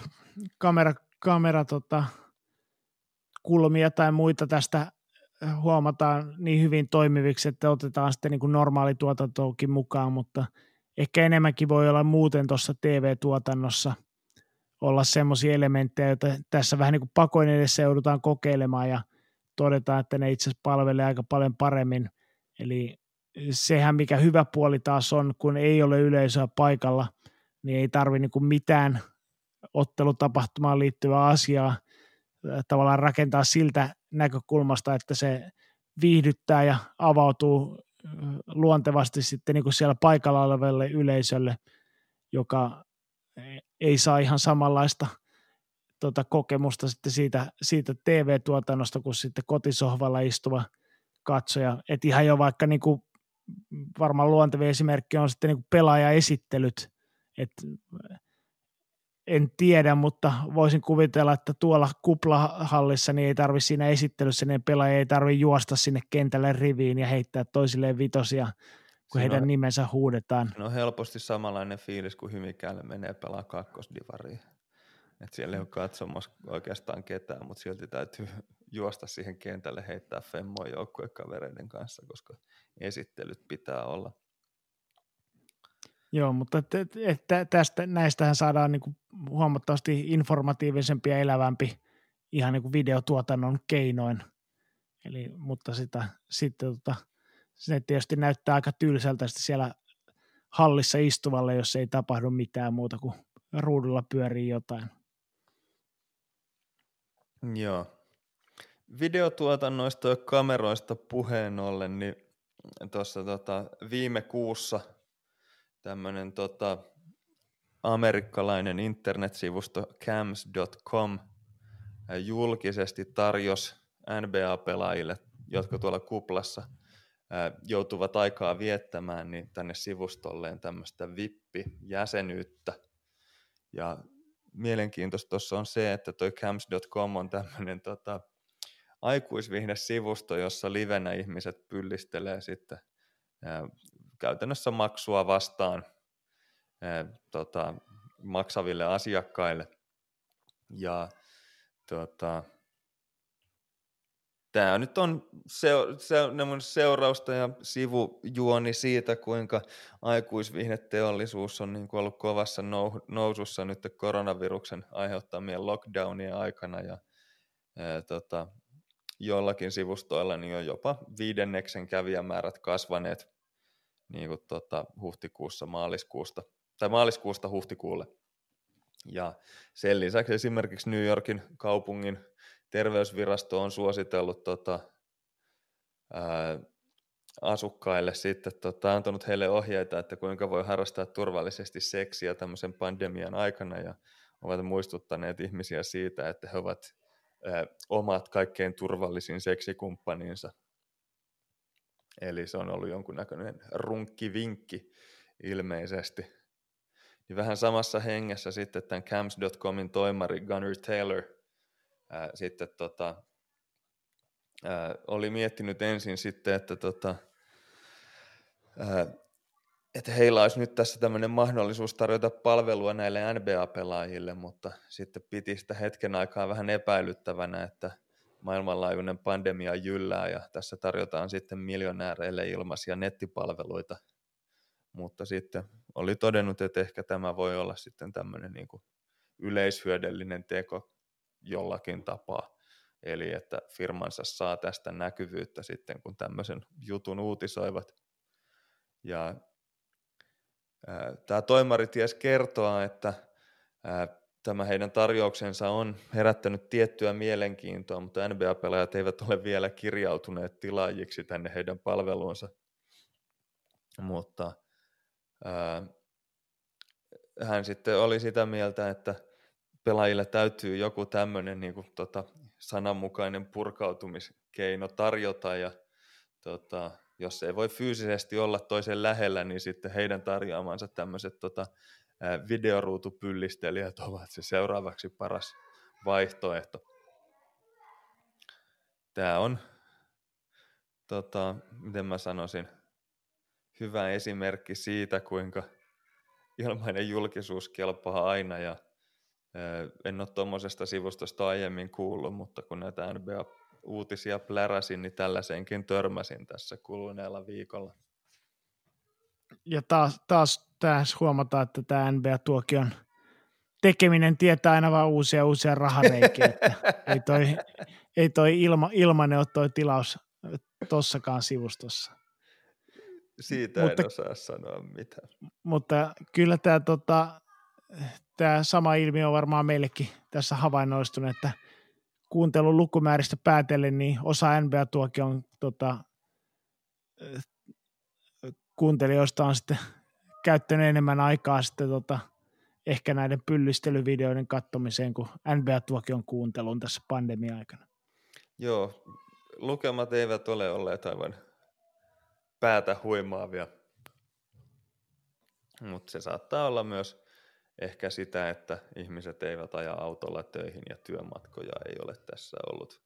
kulmia tai muita tästä huomataan niin hyvin toimiviksi, että otetaan sitten niin kuin normaali tuotantoonkin mukaan, mutta ehkä enemmänkin voi olla muuten tuossa TV-tuotannossa olla semmoisia elementtejä, joita tässä vähän niin kuin pakoin edessä joudutaan kokeilemaan ja todetaan, että ne itse asiassa palvelee aika paljon paremmin. Eli sehän mikä hyvä puoli taas on, kun ei ole yleisöä paikalla, niin ei tarvitse niin kuin mitään ottelutapahtumaan liittyvää asiaa tavallaan rakentaa siltä näkökulmasta, että se viihdyttää ja avautuu luontevasti sitten niin kuin siellä paikalla olevalle yleisölle, joka ei saa ihan samanlaista kokemusta sitten siitä TV-tuotannosta kuin sitten kotisohvalla istuva katsoja. Et ihan jo vaikka niin kuin varmaan luontevin esimerkki on sitten niin kuin pelaajaesittelyt, että en tiedä, mutta voisin kuvitella, että tuolla kuplahallissa niin ei tarvitse siinä esittelyssä, niin pelaaja ei tarvitse juosta sinne kentälle riviin ja heittää toisilleen vitosia, kun heidän nimensä huudetaan. Se on helposti samanlainen fiilis, kun Hymikäälle menee pelaa kakkosdivariin. Että siellä ei ole katsomassa oikeastaan ketään, mutta silti täytyy juosta siihen kentälle heittää femmoa joukkuekavereiden kanssa, koska esittelyt pitää olla. Joo, mutta näistähän saadaan niin kuin huomattavasti informatiivisempi ja elävämpi ihan niin kuin videotuotannon keinoin. Mutta se tietysti näyttää aika tylsältä siellä hallissa istuvalle, jos ei tapahdu mitään muuta kuin ruudulla pyörii jotain. Joo. Videotuotannoista ja kameroista puheen ollen, niin tuossa viime kuussa tämmöinen amerikkalainen internetsivusto cams.com julkisesti tarjosi NBA-pelaajille, jotka tuolla kuplassa joutuvat aikaa viettämään, niin tänne sivustolleen tämmöistä VIP-jäsenyyttä. Ja mielenkiintoista tuossa on se, että toi cams.com on tämmöinen aikuisvihde-sivusto, jossa livenä ihmiset pyllistelee sitten käytännössä maksua vastaan maksaville asiakkaille. Ja tämä nyt on seurausta ja sivujuoni siitä, kuinka aikuisviihdeteollisuus on niin kuin ollut kovassa nousussa nyt koronaviruksen aiheuttamien lockdownien aikana ja joillakin sivustoilla niin on jopa 5 kävijämäärät kasvaneet niin kuin maaliskuusta huhtikuulle. Ja sen lisäksi esimerkiksi New Yorkin kaupungin terveysvirasto on suositellut asukkaille sitten antanut heille ohjeita, että kuinka voi harrastaa turvallisesti seksiä tämmöisen pandemian aikana ja ovat muistuttaneet ihmisiä siitä, että he ovat omat kaikkein turvallisin seksikumppaninsa. Eli se on ollut jonkunnäköinen runkkivinkki ilmeisesti. Niin vähän samassa hengessä sitten tämän Camps.comin toimari Gunnar Taylor sitten oli miettinyt ensin sitten, että heillä olisi nyt tässä tämmöinen mahdollisuus tarjota palvelua näille NBA-pelaajille, mutta sitten piti sitä hetken aikaa vähän epäilyttävänä, että maailmanlaajuinen pandemia jyllää ja tässä tarjotaan sitten miljonääreille ilmaisia nettipalveluita, mutta sitten oli todennut, että ehkä tämä voi olla sitten tämmöinen niin kuin yleishyödyllinen teko jollakin tapaa, eli että firmansa saa tästä näkyvyyttä sitten, kun tämmöisen jutun uutisoivat. Ja tämä toimari ties kertoa, että tämä heidän tarjouksensa on herättänyt tiettyä mielenkiintoa, mutta NBA-pelaajat eivät ole vielä kirjautuneet tilaajiksi tänne heidän palveluunsa. Mutta hän sitten oli sitä mieltä, että pelaajille täytyy joku tämmöinen niin kuin, sananmukainen purkautumiskeino tarjota, ja jos ei voi fyysisesti olla toisen lähellä, niin sitten heidän tarjoamansa tämmöiset videoruutupyllistelijät ovat se seuraavaksi paras vaihtoehto. Tämä on, miten mä sanoisin, hyvä esimerkki siitä, kuinka ilmainen julkisuus kelpaa aina, ja en ole tuommoisesta sivustosta aiemmin kuullut, mutta kun näitä NBA-uutisia pläräsin, niin tällaiseenkin törmäsin tässä kuluneella viikolla. Ja taas huomataan, että tämä NBA-tuokion tekeminen tietää aina vaan uusia rahareikiä, että ei toi ilmanen ole toi tilaus tossakaan sivustossa. Siitä en osaa sanoa mitään. Mutta kyllä tämä sama ilmiö on varmaan meillekin tässä havainnoistunut, että kuuntelun lukumääristä päätellen, niin osa NBA-tuokion kuuntelijoista on sitten käyttänyt enemmän aikaa sitten ehkä näiden pyllistelyvideoiden katsomiseen kuin NBA-tuokion kuuntelun tässä pandemia-aikana. Joo, lukemat eivät ole olleet aivan päätä huimaavia, mutta se saattaa olla myös ehkä sitä, että ihmiset eivät aja autolla töihin ja työmatkoja ei ole tässä ollut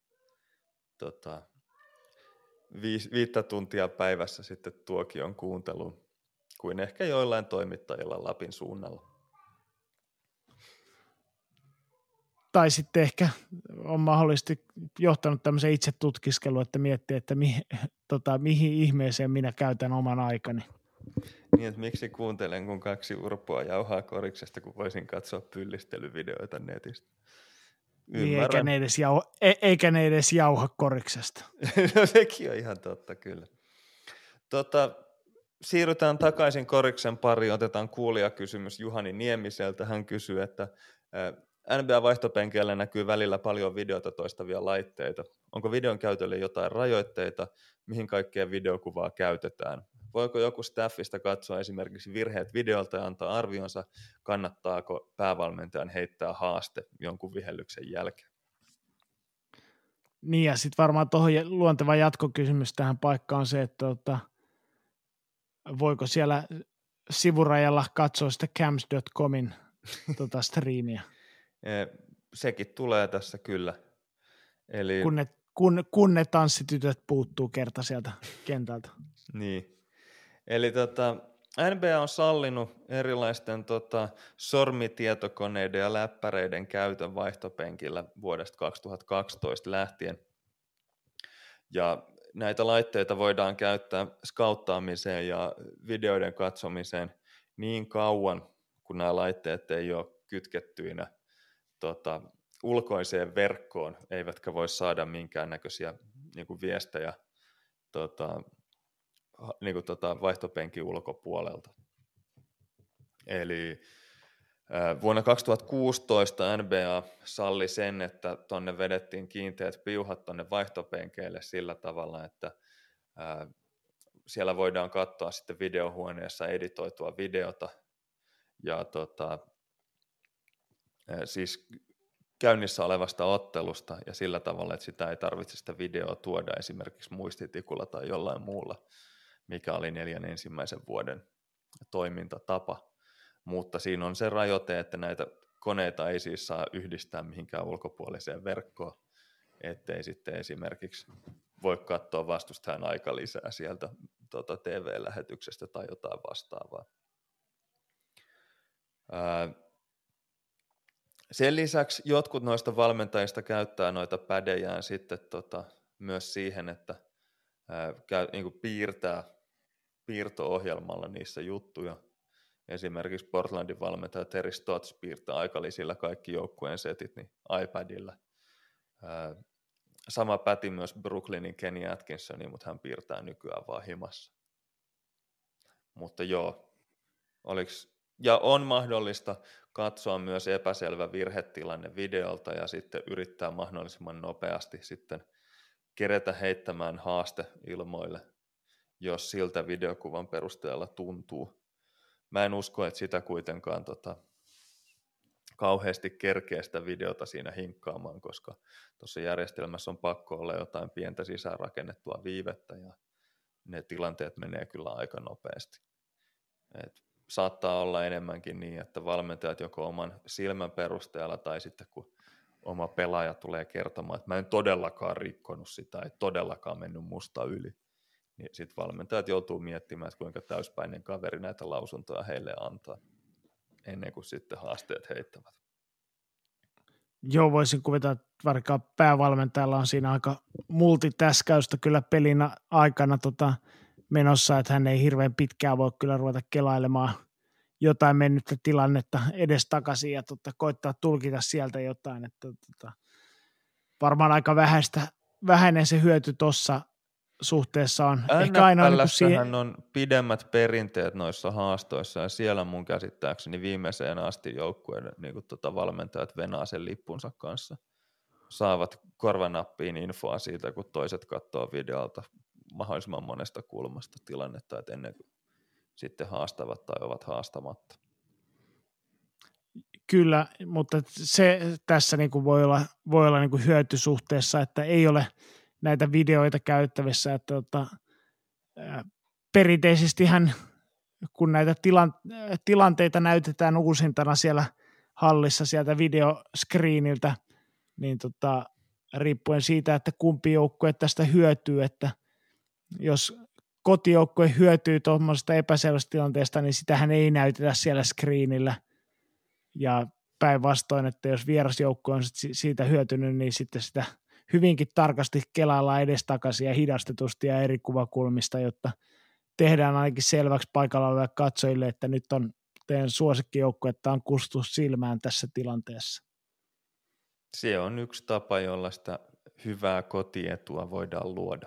5 tuntia päivässä sitten tuokion kuunteluun, kuin ehkä joillain toimittajilla Lapin suunnalla. Tai sitten ehkä on mahdollisesti johtanut tämmöisen itse tutkiskeluun, että miettii, että mihin ihmeeseen minä käytän oman aikani. Niin, että miksi kuuntelen, kun 2 urpoa jauhaa koriksesta, kun voisin katsoa pyllistelyvideoita netistä. Niin, eikä ne edes jauha koriksesta. No sekin on ihan totta, kyllä. Siirrytään takaisin koriksen pariin, otetaan kuulijakysymys Juhani Niemiseltä. Hän kysyy, että NBA-vaihtopenkeillä näkyy välillä paljon videota toistavia laitteita. Onko videon käytölle jotain rajoitteita? Mihin kaikkea videokuvaa käytetään? Voiko joku staffista katsoa esimerkiksi virheet videolta ja antaa arvionsa? Kannattaako päävalmentajan heittää haaste jonkun vihellyksen jälkeen? Niin, ja sitten varmaan tuohon luonteva jatkokysymys tähän paikkaan on se, että voiko siellä sivurajalla katsoa sitä Camps.comin striimiä? Sekin tulee tässä kyllä. Eli kun ne tanssitytöt puuttuu kerta sieltä kentältä. Niin. Eli NBA on sallinut erilaisten sormitietokoneiden ja läppäreiden käytön vaihtopenkillä vuodesta 2012 lähtien. Ja näitä laitteita voidaan käyttää skauttaamiseen ja videoiden katsomiseen niin kauan, kun nämä laitteet ei ole kytkettyinä ulkoiseen verkkoon, eivätkä voi saada minkäännäköisiä niin kuin viestejä vaihtopenkin ulkopuolelta. Eli vuonna 2016 NBA salli sen, että tonne vedettiin kiinteät piuhat tonne vaihtopenkeille sillä tavalla, että siellä voidaan katsoa sitten videohuoneessa editoitua videota ja siis käynnissä olevasta ottelusta ja sillä tavalla, että sitä ei tarvitse sitä videoa tuoda esimerkiksi muistitikulla tai jollain muulla, mikä oli 4 ensimmäisen vuoden toimintatapa. Mutta siinä on se rajoite, että näitä koneita ei siis saa yhdistää mihinkään ulkopuoliseen verkkoon, ettei sitten esimerkiksi voi katsoa vastustajan aikalisää sieltä TV-lähetyksestä tai jotain vastaavaa. Sen lisäksi jotkut noista valmentajista käyttää noita pädejään sitten myös siihen, että niin kuin piirtää piirto-ohjelmalla niissä juttuja. Esimerkiksi Portlandin valmentaja Terry Stotts piirtää aikalisillä kaikki joukkueen setit niin iPadilla. Sama päti myös Brooklynin Kenny Atkinsoniin, mutta hän piirtää nykyään vaan himassa. Mutta joo, ja on mahdollista katsoa myös epäselvä virhetilanne videolta ja sitten yrittää mahdollisimman nopeasti sitten kerätä heittämään haaste ilmoille, jos siltä videokuvan perusteella tuntuu. Mä en usko, että sitä kuitenkaan kauheasti kerkeä sitä videota siinä hinkkaamaan, koska tuossa järjestelmässä on pakko olla jotain pientä sisäänrakennettua viivettä ja ne tilanteet menee kyllä aika nopeasti. Saattaa olla enemmänkin niin, että valmentajat joko oman silmän perusteella tai sitten kun oma pelaaja tulee kertomaan, että mä en todellakaan rikkonut sitä, ei todellakaan mennyt musta yli, niin sitten valmentajat joutuu miettimään, että kuinka täyspäinen kaveri näitä lausuntoja heille antaa, ennen kuin sitten haasteet heittävät. Joo, voisin kuvitella, että vaikka päävalmentajalla on siinä aika multitäskäystä kyllä pelin aikana menossa, että hän ei hirveän pitkään voi kyllä ruveta kelailemaan jotain mennyttä tilannetta edestakaisin ja koittaa tulkita sieltä jotain. Että varmaan aika vähäinen se hyöty tuossa suhteessa on. Ehkä aina NFL:ssähän on pidemmät perinteet noissa haastoissa ja siellä mun käsittääkseni viimeiseen asti joukkueiden niin valmentajat venaa sen lippunsa kanssa. Saavat korvanappiin infoa siitä, kun toiset katsoo videolta mahdollisimman monesta kulmasta tilannetta, että ennen kuin sitten haastavat tai ovat haastamatta. Kyllä, mutta se tässä niin kuin voi olla niin kuin hyötysuhteessa, että ei ole näitä videoita käyttävissä, että perinteisestihän kun näitä tilanteita näytetään uusintana siellä hallissa sieltä videoskriiniltä, niin riippuen siitä, että kumpi joukkue tästä hyötyy, että jos kotijoukkue hyötyy tuommoisesta epäselvästä tilanteesta, niin sitähän ei näytetä siellä screenillä. Ja päinvastoin, että jos vierasjoukkue on siitä hyötynyt, niin sitten sitä hyvinkin tarkasti kelaillaan edestakaisin ja hidastetusti ja eri kuvakulmista, jotta tehdään ainakin selväksi paikalla oleville katsojille, että nyt on teidän suosikkijoukkuetta on kustu silmään tässä tilanteessa. Se on yksi tapa, jolla sitä hyvää kotietua voidaan luoda.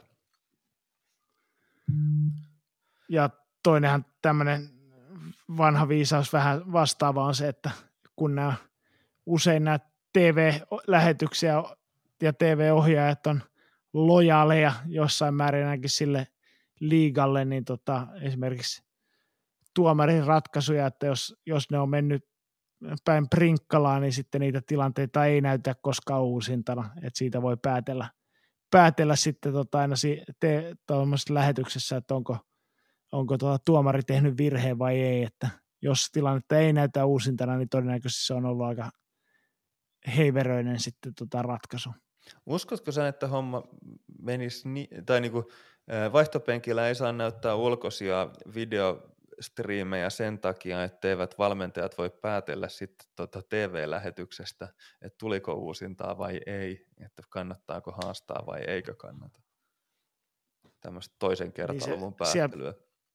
Ja toinenhan tämmöinen vanha viisaus vähän vastaava on se, että kun usein nämä TV-lähetyksiä ja TV-ohjaajat on lojaaleja jossain määrin ainakin sille liigalle, niin esimerkiksi tuomarin ratkaisuja, että jos ne on mennyt päin prinkkalaa, niin sitten niitä tilanteita ei näytä koskaan uusintana, että siitä voi päätellä sitten aina tuollaisessa lähetyksessä, että onko tuomari tehnyt virheen vai ei, että jos tilannetta ei näytä uusintana, niin todennäköisesti se on ollut aika heiveröinen sitten ratkaisu. Uskotko sä, että homma menisi, tai niinku, vaihtopenkillä ei saa näyttää ulkoisia videostriimejä sen takia, etteivät valmentajat voi päätellä sitten TV-lähetyksestä, että tuliko uusintaa vai ei, että kannattaako haastaa vai eikö kannata. Tämmöistä toisen kertaluvun päättelyä.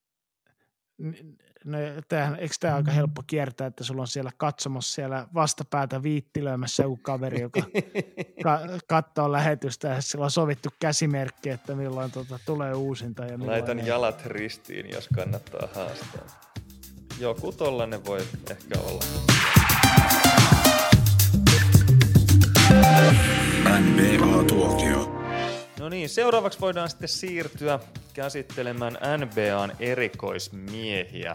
No, eikö tämä aika helppo kiertää, että sulla on siellä katsomossa siellä vastapäätä viittilöimässä joku kaveri, joka katsoo lähetystä ja sillä on sovittu käsimerkki, että milloin tulee uusinta. Ja laitan ei. Jalat ristiin, jos kannattaa haastaa. Joku tollanen voi ehkä olla. NBA-tuokio. No niin, seuraavaksi voidaan sitten siirtyä käsittelemään NBAn erikoismiehiä.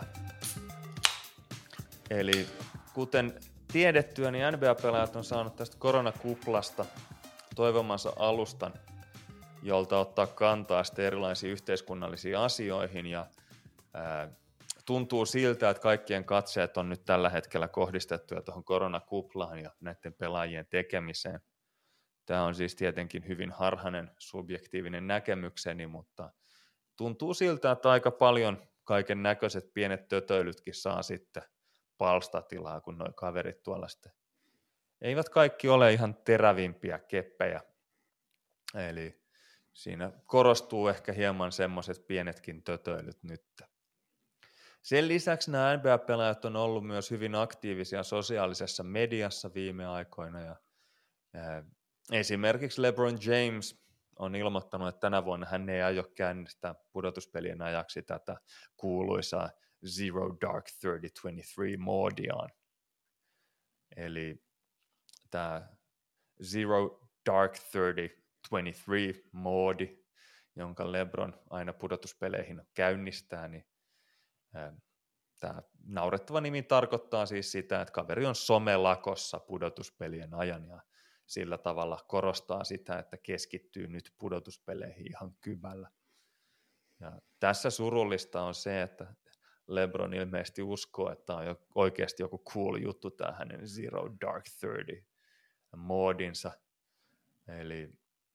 Eli kuten tiedettyä, niin NBA-pelaajat on saanut tästä koronakuplasta toivomansa alustan, jolta ottaa kantaa sitten erilaisiin yhteiskunnallisiin asioihin. Ja tuntuu siltä, että kaikkien katseet on nyt tällä hetkellä kohdistettuja tuohon koronakuplaan ja näiden pelaajien tekemiseen. Tämä on siis tietenkin hyvin harhainen subjektiivinen näkemykseni, mutta tuntuu siltä, että aika paljon kaiken näköiset pienet tötöilytkin saa sitten palstatilaa, kun nuo kaverit tuolla sitten eivät kaikki ole ihan terävimpiä keppejä. Eli siinä korostuu ehkä hieman semmoiset pienetkin tötöilyt nyt. Sen lisäksi nämä NBA-pelaajat on ollut myös hyvin aktiivisia sosiaalisessa mediassa viime aikoina ja esimerkiksi LeBron James on ilmoittanut, että tänä vuonna hän ei aio käynnistää pudotuspelien ajaksi tätä kuuluisaa Zero Dark 30-23-moodiaan. Eli tämä Zero Dark 30-23-moodi, jonka LeBron aina pudotuspeleihin käynnistää, niin tämä naurettava nimi tarkoittaa siis sitä, että kaveri on somelakossa pudotuspelien ajan ja sillä tavalla korostaa sitä, että keskittyy nyt pudotuspeleihin ihan kyvällä. Ja tässä surullista on se, että LeBron ilmeisesti uskoo, että on oikeasti joku cool juttu tämä hänen Zero Dark 30 moodinsa. Eli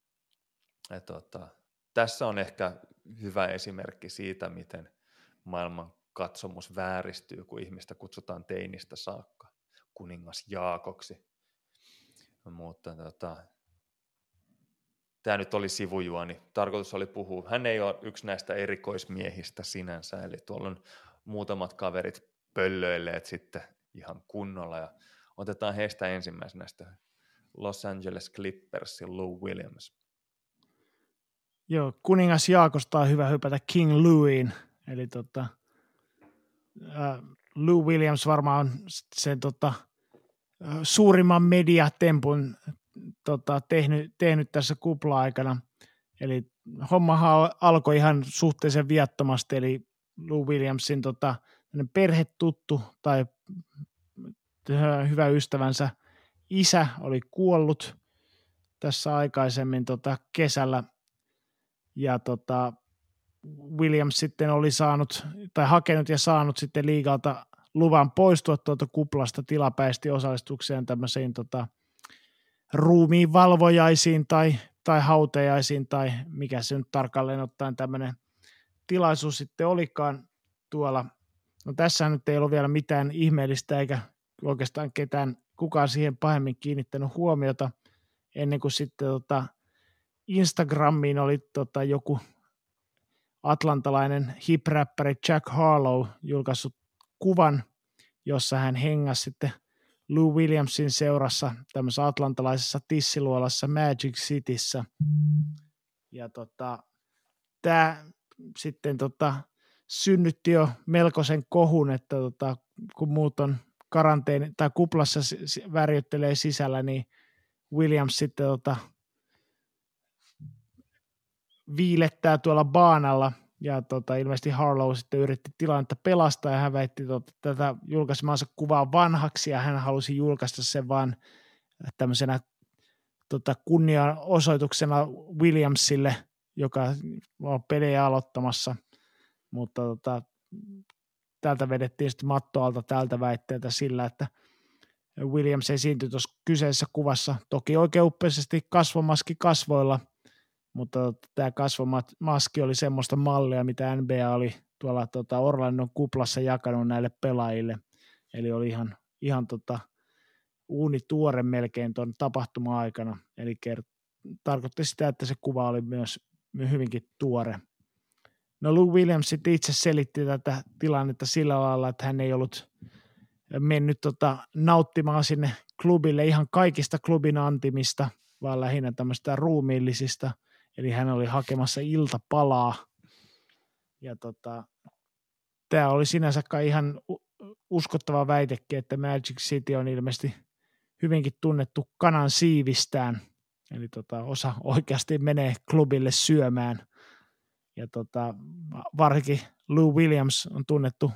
tässä on ehkä hyvä esimerkki siitä, miten maailman katsomus vääristyy, kun ihmistä kutsutaan teinistä saakka kuningas Jaakoksi. Mutta tämä nyt oli sivujuoni. Tarkoitus oli puhua. Hän ei ole yksi näistä erikoismiehistä sinänsä, eli tuolla on muutamat kaverit pöllöilleet sitten ihan kunnolla. Ja otetaan heistä ensimmäisenä Los Angeles Clippersin Lou Williams. Joo, kuningas Jaakosta on hyvä hypätä King Louiin. Eli Lou Williams varmaan on sen suurimman mediatempun tehnyt tässä kupla-aikana. Eli hommahan alkoi ihan suhteellisen viattomasti, eli Lou Williamsin perhetuttu tai hyvä ystävänsä isä oli kuollut tässä aikaisemmin kesällä, ja Williams sitten oli hakenut ja saanut sitten liigalta luvan poistua tuolta kuplasta tilapäisesti osallistukseen tämmöisiin ruumiinvalvojaisiin tai hautajaisiin tai mikä se nyt tarkalleen ottaen tämmöinen tilaisuus sitten olikaan tuolla. No tässä nyt ei ollut vielä mitään ihmeellistä eikä oikeastaan kukaan siihen pahemmin kiinnittänyt huomiota ennen kuin sitten Instagramiin oli joku atlantalainen hip-räppäri Jack Harlow julkaissut kuvan, jossa hän hengasi sitten Lou Williamsin seurassa tämmöisessä atlantalaisessa tissiluolassa Magic Cityssä. Ja tämä sitten synnytti jo melkoisen kohun, että kun muut on karanteeni tai kuplassa värjöttelee sisällä, niin Williams sitten viilettää tuolla baanalla, ja ilmeisesti Harlow sitten yritti tilannetta pelastaa, ja hän väitti tätä julkaisemansa kuvaa vanhaksi, ja hän halusi julkaista sen vaan tämmöisenä kunnianosoituksena Williamsille, joka on pelejä aloittamassa, mutta täältä vedettiin sitten matto alta tältä väitteeltä sillä, että Williams esiintyi tuossa kyseisessä kuvassa, toki oikein uppeisesti kasvomaski kasvoilla, mutta tämä kasvomaski oli semmoista mallia, mitä NBA oli tuolla Orlandon kuplassa jakanut näille pelaajille, eli oli ihan uunituore melkein tuon tapahtuma-aikana, eli tarkoitti sitä, että se kuva oli myös hyvinkin tuore. No Lou Williams sitten itse selitti tätä tilannetta sillä lailla, että hän ei ollut mennyt nauttimaan sinne klubille ihan kaikista klubin antimista, vaan lähinnä tämmöistä ruumiillisista, eli hän oli hakemassa iltapalaa. Ja tämä oli sinänsä kai ihan uskottava väitekin, että Magic City on ilmeisesti hyvinkin tunnettu kanan siivistään, eli osa oikeasti menee klubille syömään. Ja varsinkin Lou Williams on tunnettu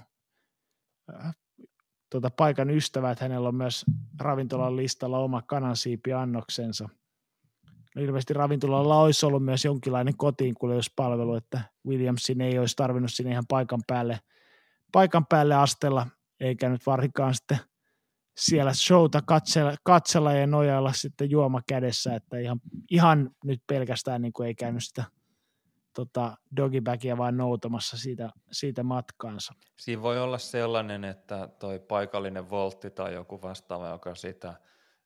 paikan ystävä, että hänellä on myös ravintolan listalla oma kanansiipiannoksensa. No, ilmeisesti ravintolalla olisi ollut myös jonkinlainen kotiinkuljetuspalvelu, että Williamsin ei olisi tarvinnut sinne ihan paikan päälle astella, eikä nyt varsinkaan sitten siellä showta katsella ja nojailla sitten juoma kädessä, että ihan nyt pelkästään niin kuin ei käynyt sitä dogibagia vaan noutamassa siitä matkaansa. Siinä voi olla sellainen, että toi paikallinen voltti tai joku vastaava, joka sitä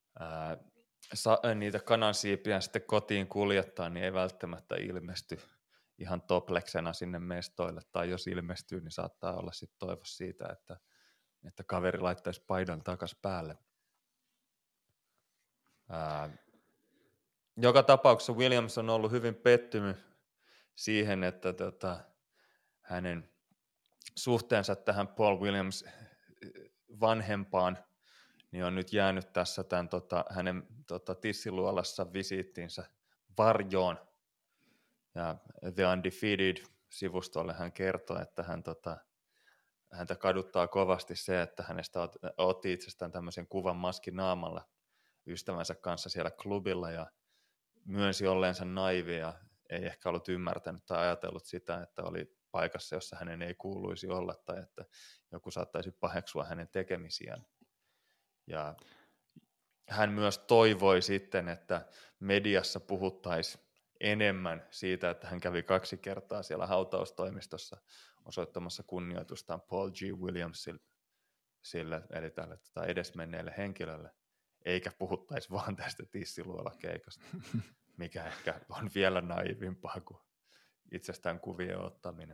niitä kanansiipiä sitten kotiin kuljettaa, niin ei välttämättä ilmesty ihan topleksena sinne mestoille, tai jos ilmestyy, niin saattaa olla sitten toivo siitä, että kaveri laittaisi paidan takaisin päälle. Joka tapauksessa Williams on ollut hyvin pettynyt siihen, että hänen suhteensa tähän Paul Williams vanhempaan niin on nyt jäänyt tässä tämän hänen tissiluolassa visiittinsä varjoon. Ja The Undefeated-sivustolle hän kertoo, että häntä kaduttaa kovasti se, että hänestä otti itsestään tämmöisen kuvan maski naamalla ystävänsä kanssa siellä klubilla ja myönsi olleensa naivi ja ei ehkä ollut ymmärtänyt tai ajatellut sitä, että oli paikassa, jossa hänen ei kuuluisi olla tai että joku saattaisi paheksua hänen tekemisiään. Ja hän myös toivoi sitten, että mediassa puhuttaisiin enemmän siitä, että hän kävi 2 kertaa siellä hautaustoimistossa osoittamassa kunnioitustaan Paul G. Williamsille, eli tälle edesmenneelle henkilölle, eikä puhuttaisi vaan tästä tissiluolakeikasta, mikä ehkä on vielä naivimpaa kuin itsestään kuvien ottaminen.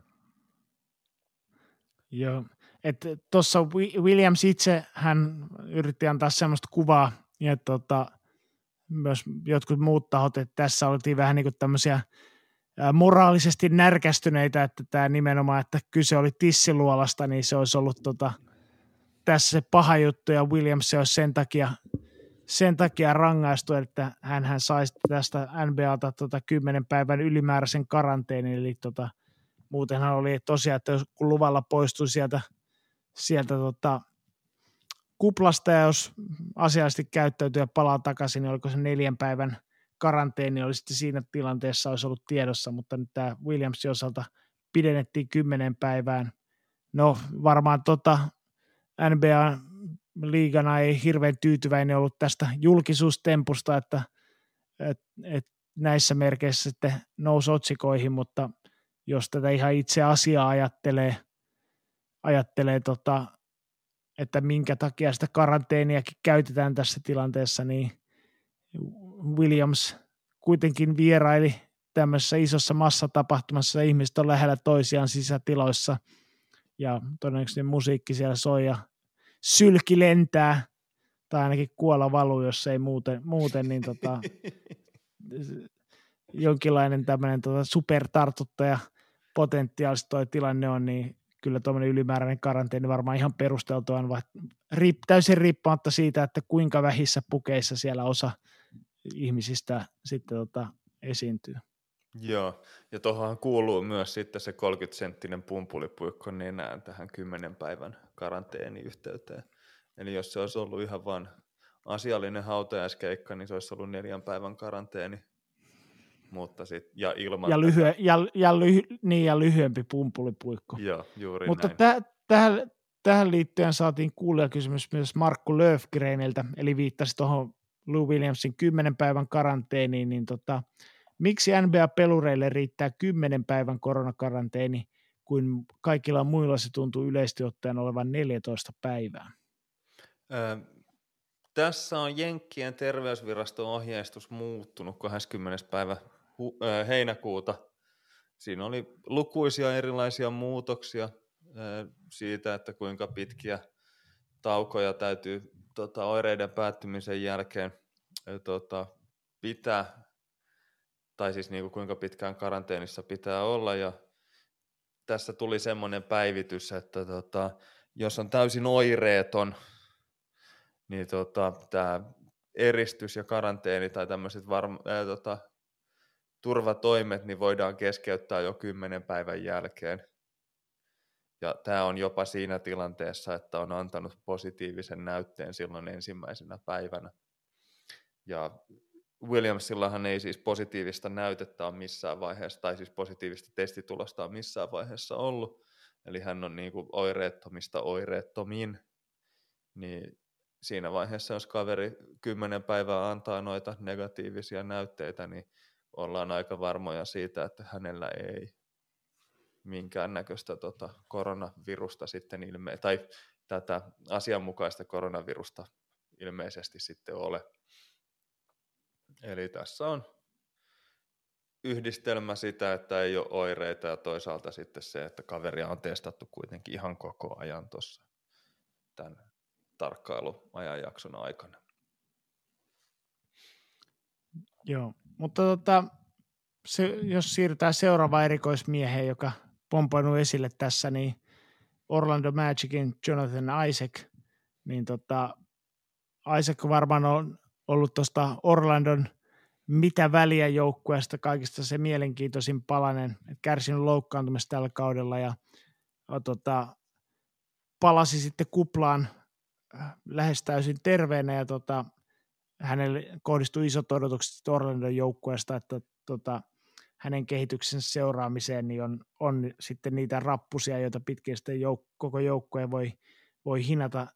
Joo, että tuossa Williams itse, hän yritti antaa semmoista kuvaa, ja myös jotkut muut tahot, että tässä oltiin vähän niin kuin tämmöisiä moraalisesti närkästyneitä, että tämä nimenomaan, että kyse oli tissiluolasta, niin se olisi ollut tässä se paha juttu, ja Williams se olisi sen takia rangaistu, että hän saisi tästä NBA:ta 10 päivän ylimääräisen karanteenin, eli muutenhan oli tosiaan, että kun luvalla poistui sieltä kuplasta, ja jos asiallisesti käyttäytyy ja palaa takaisin, niin oliko se 4 päivän karanteeni, oli sitten siinä tilanteessa olisi ollut tiedossa, mutta nyt tämä Williamsin osalta pidennettiin 10 päivään. No varmaan NBA-liigana ei hirveän tyytyväinen ollut tästä julkisuustempusta, että näissä merkeissä sitten nousi otsikoihin, mutta jos tätä ihan itse asiaa ajattelee että minkä takia sitä karanteeniakin käytetään tässä tilanteessa, niin Williams kuitenkin vieraili tämmöisessä isossa massatapahtumassa, ihmiset on lähellä toisiaan sisätiloissa, ja todennäköisesti musiikki siellä soi, ja sylki lentää, tai ainakin kuola valuu, jos ei muuten niin jonkinlainen tämmöinen supertartuttaja potentiaalisesti toi tilanne on, niin kyllä tuommoinen ylimääräinen karanteeni varmaan ihan perusteltu on, täysin riippumatta siitä, että kuinka vähissä pukeissa siellä osa ihmisistä sitten esiintyy. Joo, ja tuohon kuuluu myös sitten se 30-senttinen pumpulipuikko nenään tähän 10 päivän karanteeniyhteyteen. Eli jos se olisi ollut ihan vaan asiallinen hautajaiskeikka, niin se olisi ollut 4 päivän karanteeni. Mutta sit, ja ilman ja lyhyempi pumpulipuikko. Joo, juuri mutta näin. tähän liittyen saatiin kuulijakysymys myös Markku Löfgreniltä, eli viittasi tuohon Lou Williamsin 10 päivän karanteeniin, niin miksi NBA-pelureille riittää 10 päivän koronakaranteeni, kuin kaikilla muilla se tuntuu yleisesti ottaen olevan 14 päivää? Tässä on Jenkkien terveysviraston ohjeistus muuttunut 20. päivä heinäkuuta. Siinä oli lukuisia erilaisia muutoksia siitä, että kuinka pitkiä taukoja täytyy oireiden päättymisen jälkeen pitää, tai siis niin kuin kuinka pitkään karanteenissa pitää olla. Ja tässä tuli semmoinen päivitys, että jos on täysin oireeton, niin tämä eristys ja karanteeni tai tämmöiset turvatoimet niin voidaan keskeyttää jo 10 päivän jälkeen. Ja tämä on jopa siinä tilanteessa, että on antanut positiivisen näytteen silloin ensimmäisenä päivänä. Ja Williamsillahan ei siis positiivista näytettä ole missään vaiheessa, tai siis positiivista testitulosta on missään vaiheessa ollut. Eli hän on niin kuin oireettomista oireettomin. Niin siinä vaiheessa, jos kaveri 10 päivää antaa noita negatiivisia näytteitä, niin ollaan aika varmoja siitä, että hänellä ei minkäännäköistä koronavirusta sitten tai tätä asianmukaista koronavirusta ilmeisesti sitten ole. Eli tässä on yhdistelmä sitä, että ei ole oireita ja toisaalta sitten se, että kaveria on testattu kuitenkin ihan koko ajan tuossa tämän tarkkailuajanjakson aikana. Joo, mutta jos siirrytään seuraavaan erikoismieheen, joka pompannut esille tässä, niin Orlando Magicin Jonathan Isaac, niin Isaac varmaan on ollut tuosta Orlandon mitä väliä joukkueesta kaikista se mielenkiintoisin palanen, kärsinyt loukkaantumista tällä kaudella ja palasi sitten kuplaan lähes täysin terveenä ja hänelle kohdistui isot odotukset Orlandon joukkueesta, että hänen kehityksensä seuraamiseen niin on sitten niitä rappusia, joita pitkin sitten koko joukkue voi hinata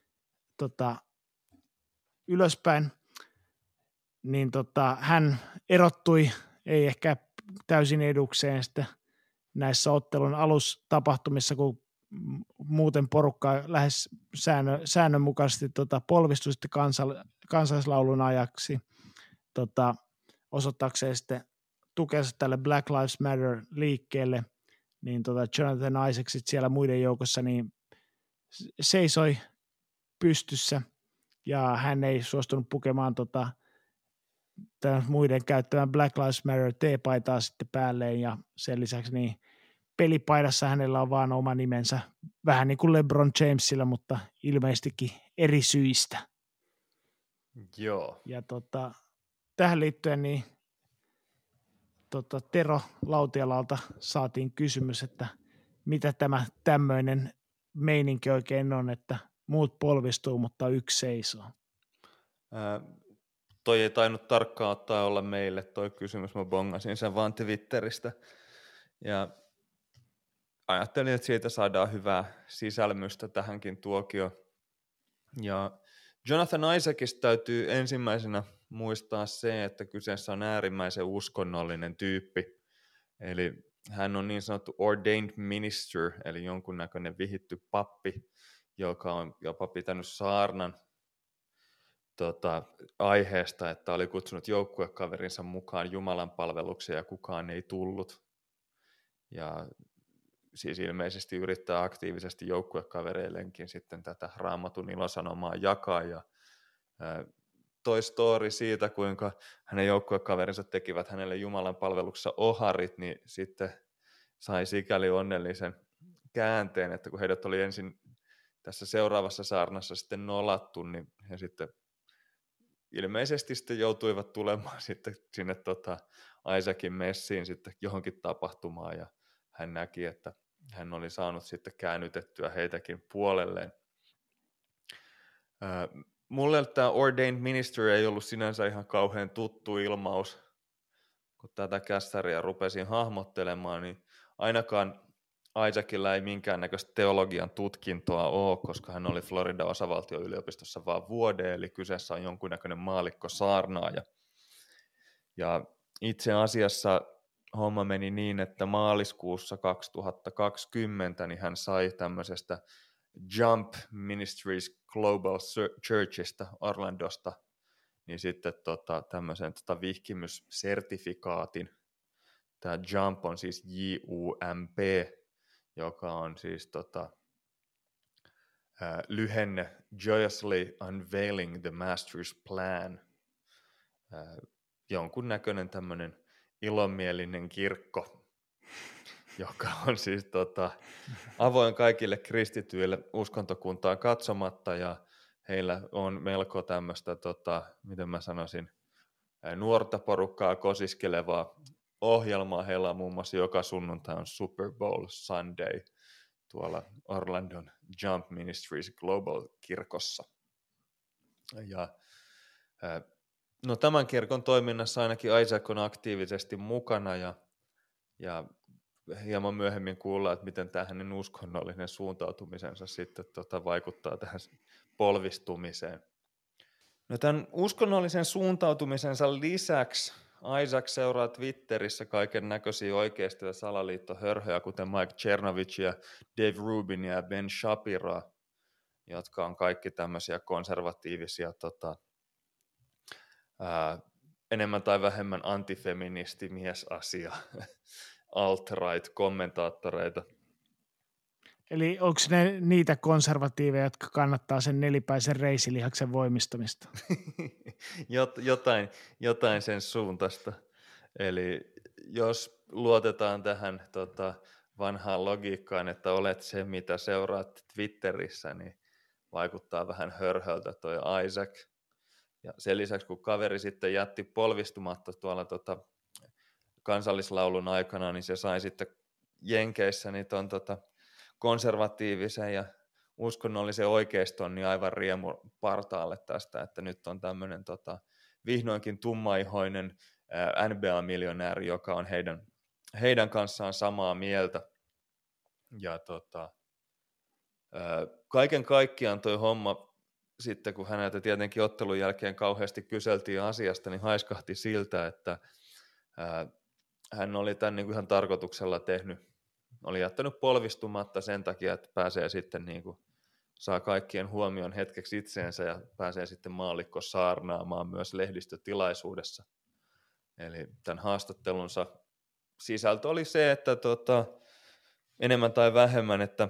ylöspäin. Niin hän erottui, ei ehkä täysin edukseen sitten näissä ottelun alustapahtumissa, kun muuten porukka lähes säännönmukaisesti polvistui sitten kansallislaulun ajaksi osoittaakseen sitten tukensa tälle Black Lives Matter-liikkeelle, niin Jonathan Isaac siellä muiden joukossa niin seisoi pystyssä, ja hän ei suostunut pukemaan muiden käyttämään Black Lives Matter T-paitaa sitten päälleen, ja sen lisäksi niin pelipaidassa hänellä on vaan oma nimensä, vähän niin kuin LeBron Jamesilla, mutta ilmeisestikin eri syistä. Joo. Ja tähän liittyen niin Tero Lautialalta saatiin kysymys, että mitä tämä tämmöinen meininki oikein on, että muut polvistuu, mutta yksi seisoo. Toi ei tainnut tarkkaan ottaa olla meille toi kysymys, mä bongasin sen vaan Twitteristä. Ja ajattelin, että siitä saadaan hyvää sisälmystä tähänkin tuokioon. Ja Jonathan Isaacista täytyy ensimmäisenä muistaa se, että kyseessä on äärimmäisen uskonnollinen tyyppi. Eli hän on niin sanottu ordained minister, eli jonkunnäköinen vihitty pappi, joka on jopa pitänyt saarnan aiheesta, että oli kutsunut joukkuekaverinsa mukaan Jumalan palvelukseen ja kukaan ei tullut. Ja siis ilmeisesti yrittää aktiivisesti joukkuekavereillenkin sitten tätä Raamatun ilosanomaa jakaa. Ja toi story siitä, kuinka hänen joukkuekaverinsa tekivät hänelle Jumalan palveluksessa oharit, niin sitten sai sikäli onnellisen käänteen, että kun heidät oli ensin tässä seuraavassa saarnassa sitten nolattu, niin he sitten ilmeisesti sitten joutuivat tulemaan sitten sinne Isaacin messiin sitten johonkin tapahtumaan, ja hän näki, että hän oli saanut sitten käännytettyä heitäkin puolelleen. Mulle tämä ordained minister ei ollut sinänsä ihan kauhean tuttu ilmaus, kun tätä kässäriä rupesin hahmottelemaan, niin ainakaan Isaacilla ei minkäännäköistä teologian tutkintoa ole, koska hän oli Floridan osavaltioyliopistossa vain vuoden, eli kyseessä on jonkunnäköinen maallikkosaarnaaja. Ja itse asiassa homma meni niin, että maaliskuussa 2020 niin hän sai tämmöisestä Jump Ministries Global Churchista Orlandosta niin sitten tämmöisen vihkimyssertifikaatin. Tämä Jump on siis JUMP, joka on siis lyhenne Joyously Unveiling the Master's Plan, jonkunnäköinen tämmöinen ilomielinen kirkko, joka on siis avoin kaikille kristityille uskontokuntaan katsomatta, ja heillä on melko tämmöistä, miten mä sanoisin, nuorta porukkaa kosiskelevaa ohjelmaa. Heillä on muun muassa joka sunnuntai on Super Bowl Sunday tuolla Orlandon Jump Ministries Global-kirkossa. Ja no tämän kirkon toiminnassa ainakin Isaac on aktiivisesti mukana, ja hieman myöhemmin kuullaan, että miten tämä hänen uskonnollinen suuntautumisensa sitten vaikuttaa tähän polvistumiseen. No tämän uskonnollisen suuntautumisensa lisäksi Isaac seuraa Twitterissä kaiken näköisiä oikeisto- ja salaliittohörhöjä, kuten Mike Chernovicia, Dave Rubinia ja Ben Shapiroa, jotka on kaikki tämmöisiä konservatiivisia, enemmän tai vähemmän antifeministi-miesasia, alt-right-kommentaattoreita. Eli onko ne niitä konservatiiveja, jotka kannattaa sen nelipäisen reisilihaksen voimistamista? Jotain sen suuntaista. Eli jos luotetaan tähän vanhaan logiikkaan, että olet se, mitä seuraat Twitterissä, niin vaikuttaa vähän hörhöltä toi Isaac. Ja sen lisäksi, kun kaveri sitten jätti polvistumatta tuolla kansallislaulun aikana, niin se sai sitten Jenkeissä niin konservatiivisen ja uskonnollisen oikeiston niin aivan riemu partaalle tästä, että nyt on tämmöinen vihdoinkin tummaihoinen NBA-miljonääri, joka on heidän kanssaan samaa mieltä. Ja kaiken kaikkiaan toi homma, sitten kun häneltä tietenkin ottelun jälkeen kauheasti kyseltiin asiasta, niin haiskahti siltä, että hän oli tämän niin kuin ihan tarkoituksella tehnyt. Oli jättänyt polvistumatta sen takia, että pääsee sitten niin kuin, saa kaikkien huomion hetkeksi itseensä ja pääsee sitten maallikko saarnaamaan myös lehdistötilaisuudessa. Eli tämän haastattelunsa sisältö oli se, että enemmän tai vähemmän, että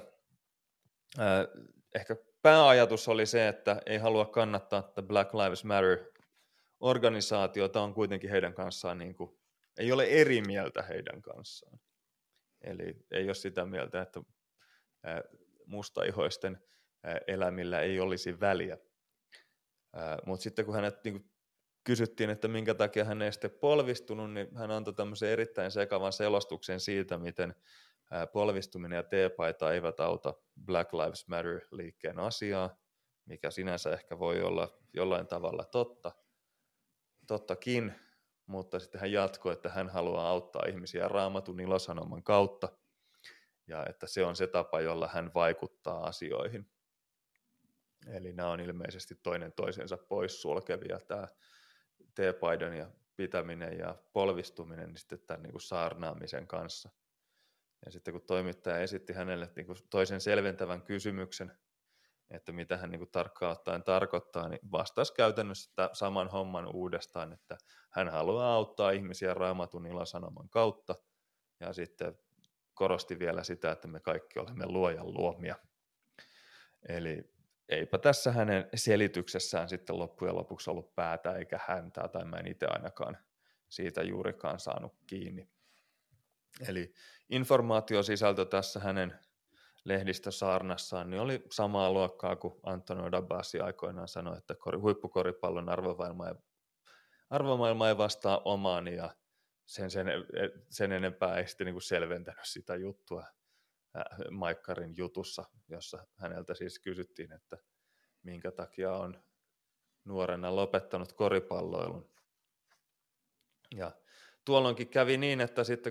ehkä pääajatus oli se, että ei halua kannattaa tätä Black Lives Matter-organisaatiota, on kuitenkin heidän kanssaan, niin kuin, ei ole eri mieltä heidän kanssaan. Eli ei ole sitä mieltä, että mustaihoisten elämillä ei olisi väliä. Mutta sitten kun hänet niin kysyttiin, että minkä takia hän ei sitten polvistunut, niin hän antoi tämmöisen erittäin sekavan selostuksen siitä, miten polvistuminen ja teepaita eivät auta Black Lives Matter-liikkeen asiaa, mikä sinänsä ehkä voi olla jollain tavalla tottakin, mutta sitten hän jatkoi, että hän haluaa auttaa ihmisiä Raamatun ilosanoman kautta, ja että se on se tapa, jolla hän vaikuttaa asioihin. Eli nämä on ilmeisesti toinen toisensa poissulkevia, tämä teepaidan ja pitäminen ja polvistuminen niin sitten tämän niin kuin saarnaamisen kanssa. Ja sitten kun toimittaja esitti hänelle niin kuin toisen selventävän kysymyksen, että mitä hän niin kuin tarkkaan ottaen tarkoittaa, niin vastasi käytännössä saman homman uudestaan, että hän haluaa auttaa ihmisiä Raamatun ilosanoman kautta, ja sitten korosti vielä sitä, että me kaikki olemme luojan luomia. Eli eipä tässä hänen selityksessään sitten loppujen lopuksi ollut päätä eikä häntää, tai mä en itse ainakaan siitä juurikaan saanut kiinni. Eli informaatiosisältö tässä hänen lehdistösaarnassaan niin oli samaa luokkaa kuin Antonio Dabasi aikoinaan sanoi, että huippukoripallon arvomaailma ei vastaa omaani, ja sen enempää ei sitten niin kuin selventänyt sitä juttua Maikkarin jutussa, jossa häneltä siis kysyttiin, että minkä takia on nuorena lopettanut koripalloilun. Ja tuolloinkin kävi niin, että sitten kun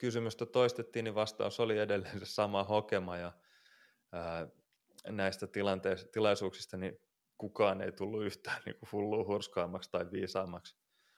kysymystä toistettiin, niin vastaus oli edelleen se sama hokema, ja näistä tilaisuuksista niin kukaan ei tullut yhtään niin kuin hullua hurskaammaksi tai viisaammaksi.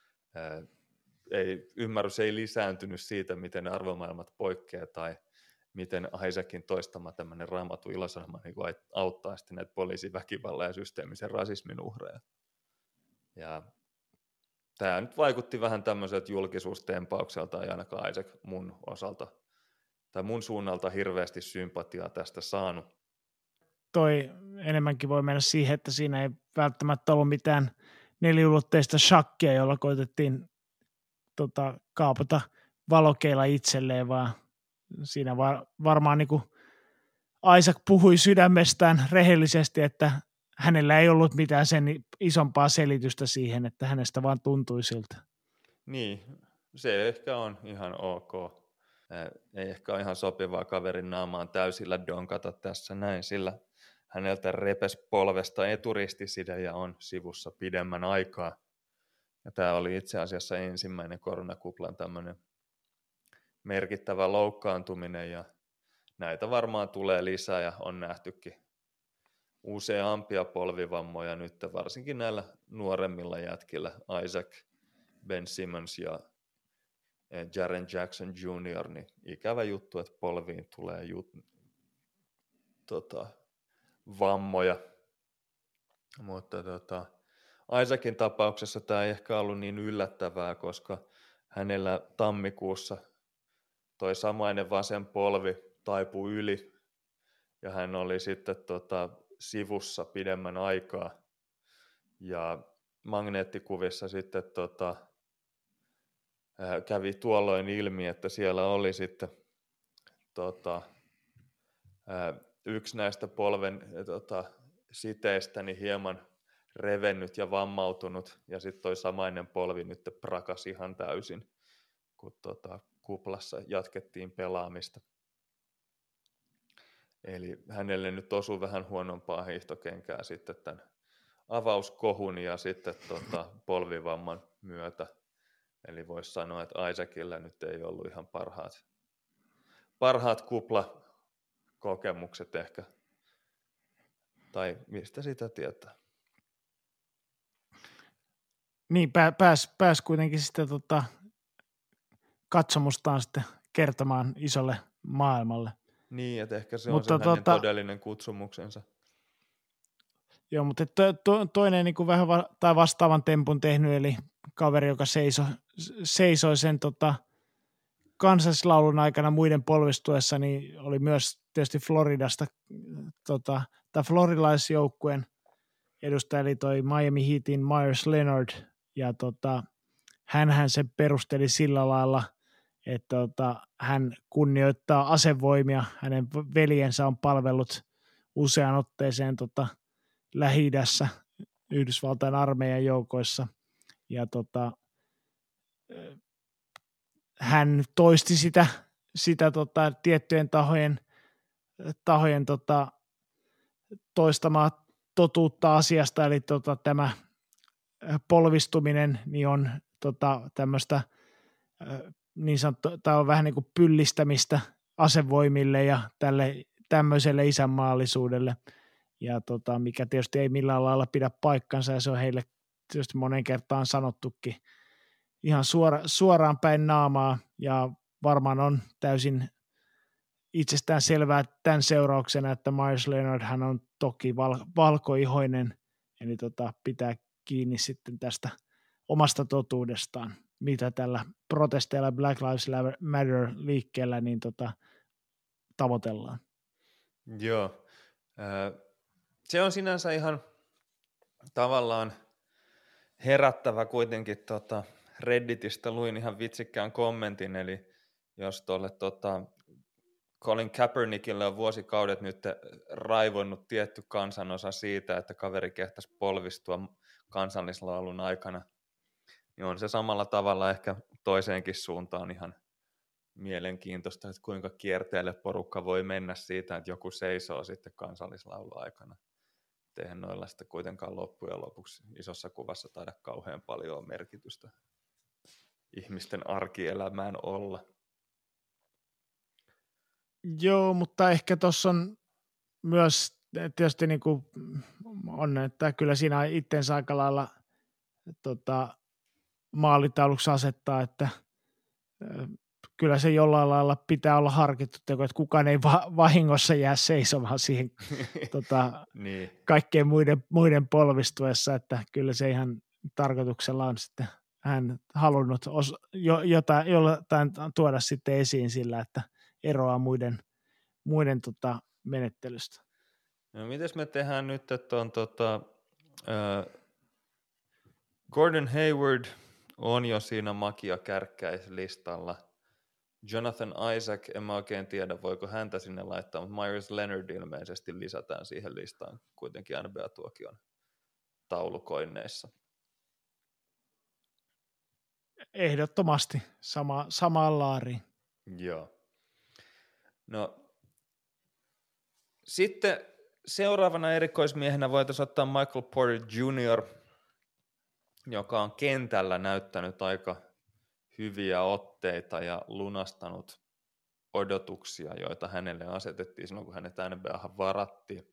Ymmärrys ei lisääntynyt siitä, miten arvomaailmat poikkeaa tai miten Isaacin toistama tämmöinen Raamatun ilosanoma niin auttaa sitten näitä poliisiväkivallan ja systeemisen rasismin uhreja. Ja tämä nyt vaikutti vähän tämmöiseltä julkisuustempaukselta, ei ainakaan Isaac mun osalta tai mun suunnalta hirveästi sympatiaa tästä saanut. Toi enemmänkin voi mennä siihen, että siinä ei välttämättä ollut mitään neliulotteista shakkia, jolla koitettiin kaapata valokeila itselleen, vaan siinä varmaan niin kuin Isaac puhui sydämestään rehellisesti, että hänellä ei ollut mitään sen isompaa selitystä siihen, että hänestä vaan tuntui siltä. Niin, se ehkä on ihan ok. Ei ehkä ole ihan sopivaa kaverin naamaan täysillä donkata tässä näin, sillä häneltä repes polvesta eturistiside ja on sivussa pidemmän aikaa. Ja tämä oli itse asiassa ensimmäinen koronakuplan tämmöinen merkittävä loukkaantuminen, ja näitä varmaan tulee lisää ja on nähtykin useampia polvivammoja nyt, varsinkin näillä nuoremmilla jätkillä, Isaac, Ben Simmons ja Jaren Jackson Jr., niin ikävä juttu, että polviin tulee vammoja. Mutta Isaacin tapauksessa tämä ei ehkä ollut niin yllättävää, koska hänellä tammikuussa toi samainen vasen polvi taipui yli ja hän oli sitten sivussa pidemmän aikaa. Ja magneettikuvissa sitten kävi tuolloin ilmi, että siellä oli sitten yksi näistä polven siteistä niin hieman revennyt ja vammautunut, ja sitten toi samainen polvi nyt prakasi ihan täysin, kun kuplassa jatkettiin pelaamista. Eli hänelle nyt osui vähän huonompaa hiihtokenkää sitten tämän avauskohun ja sitten polvivamman myötä. Eli voisi sanoa, että Isaacilla nyt ei ollut ihan parhaat kuplakokemukset ehkä. Tai mistä sitä tietää? Niin, pääs kuitenkin sitten katsomustaan sitten kertomaan isolle maailmalle. Niin, että ehkä se on se hänen todellinen kutsumuksensa. Joo, mutta toinen niin kuin vähän tai vastaavan tempun tehnyt, eli kaveri, joka seisoi sen kansallislaulun aikana muiden polvistuessa, niin oli myös tietysti Floridasta, tai florilaisjoukkueen edustaja, eli toi Miami Heatin Myers Leonard, ja hänhän se perusteli sillä lailla, että hän kunnioittaa asevoimia, hänen veljensä on palvellut useaan otteeseen Lähi-idässä Yhdysvaltain armeijan joukoissa, ja hän toisti sitä tiettyjen tahojen toistamaa totuutta asiasta, eli tämä polvistuminen niin on tämmöistä niin sanottu, tämä on vähän niin kuin pyllistämistä asevoimille ja tämmöiselle isänmaallisuudelle, ja mikä tietysti ei millään lailla pidä paikkansa, ja se on heille tietysti monen kertaan sanottukin ihan suoraan päin naamaa, ja varmaan on täysin itsestään selvää tämän seurauksena, että Myers Leonard hän on toki valkoihoinen, eli pitää kiinni sitten tästä omasta totuudestaan, mitä tällä protesteilla Black Lives Matter -liikkeellä niin tavoitellaan. Joo. Se on sinänsä ihan tavallaan herättävä kuitenkin. Redditistä luin ihan vitsikkään kommentin, eli jos tuolle Colin Kaepernickille on vuosikaudet nyt raivonnut tietty kansanosa siitä, että kaveri kehtasi polvistua kansallislaulun aikana, niin on se samalla tavalla ehkä toiseenkin suuntaan ihan mielenkiintoista, että kuinka kierteelle porukka voi mennä siitä, että joku seisoo sitten kansallislaulun aikana. Eihän noilla sitten kuitenkaan loppujen lopuksi isossa kuvassa taida kauhean paljon merkitystä ihmisten arkielämään olla. Joo, mutta ehkä tuossa on myös tietysti niin kuin on, että kyllä siinä itsensä aika lailla maalitauluksi asettaa, että kyllä se jollain lailla pitää olla harkittu teko, että kukaan ei vahingossa jää seisomaan siihen niin. kaikkeen muiden polvistuessa, että kyllä se ihan tarkoituksella on sitten hän halunnut jotain tuoda sitten esiin sillä, että eroaa muiden menettelystä. No mites me tehdään nyt, että on Gordon Hayward on jo siinä Makia kärkkäislistalla. Jonathan Isaac, en mä oikein tiedä, voiko häntä sinne laittaa, mutta Myers Leonard ilmeisesti lisätään siihen listaan kuitenkin NBA-tuokion taulukoinneissa. Ehdottomasti samaan laariin. Joo. No sitten seuraavana erikoismiehenä voitaisiin ottaa Michael Porter Jr., joka on kentällä näyttänyt aika hyviä otteita ja lunastanut odotuksia, joita hänelle asetettiin silloin, kun hänet NBA:han varattiin.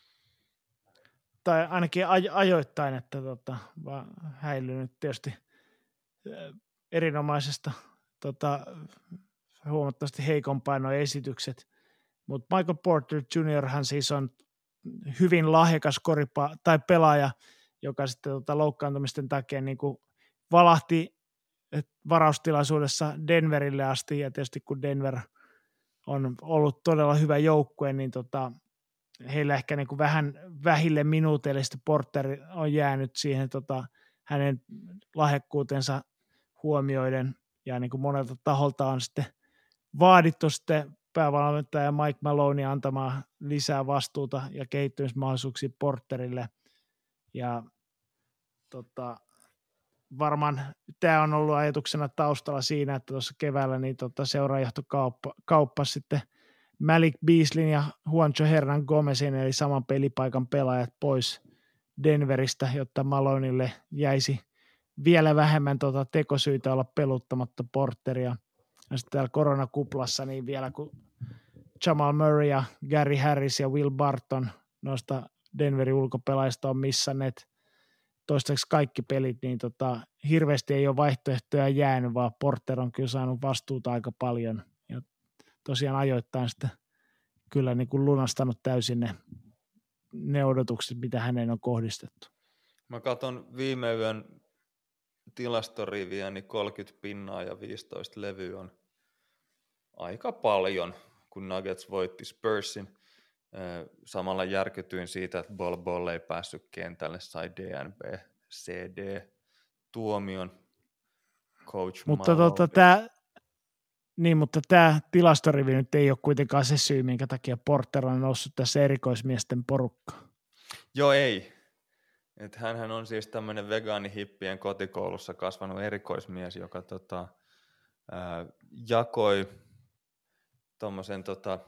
Tai ainakin ajoittain, että häilynyt tietysti erinomaisesta huomattavasti heikompaa nuo esitykset. Mutta Michael Porter Jr. hän siis on hyvin lahjakas pelaaja, joka sitten loukkaantumisten takia niin kuin valahti varaustilaisuudessa Denverille asti, ja tietysti kun Denver on ollut todella hyvä joukkue, niin heillä ehkä niin kuin vähän vähille minuuteille sitten Porter on jäänyt siihen hänen lahjakkuutensa huomioiden, ja niin kuin monelta taholta on sitten vaadittu sitten päävalmentaja Mike Maloney antamaan lisää vastuuta ja kehittymismahdollisuuksia Porterille, ja varmaan tämä on ollut ajatuksena taustalla siinä, että tuossa keväällä niin seuraajahto kauppasi sitten Malik Beasleyn ja Juancho Hernan Gomezin, eli saman pelipaikan pelaajat pois Denveristä, jotta Maloneylle jäisi vielä vähemmän tekosyitä olla peluttamatta Porteria. Ja sitten täällä koronakuplassa niin vielä kun Jamal Murray ja Gary Harris ja Will Barton noista Denverin ulkopelaajista on missanneet toistaiseksi kaikki pelit, niin hirveästi ei ole vaihtoehtoja jäänyt, vaan Porter on kyllä saanut vastuuta aika paljon. Ja tosiaan ajoittain sitten kyllä niin kuin lunastanut täysin ne odotukset, mitä häneen on kohdistettu. Mä katson viime yön tilastoriviä, niin 30 pinnaa ja 15 levyä on aika paljon, kun Nuggets voitti Spursin. Samalla järkytyin siitä, että Bol ei päässyt kentälle, sai DNP-CD-tuomion coach mutta tämä tilastorivi nyt ei ole kuitenkaan se syy, minkä takia Porter on noussut tässä erikoismiesten porukkaan. Joo, ei. Et hänhän on siis tämmöinen vegaanihippien kotikoulussa kasvanut erikoismies, joka jakoi tuommoisen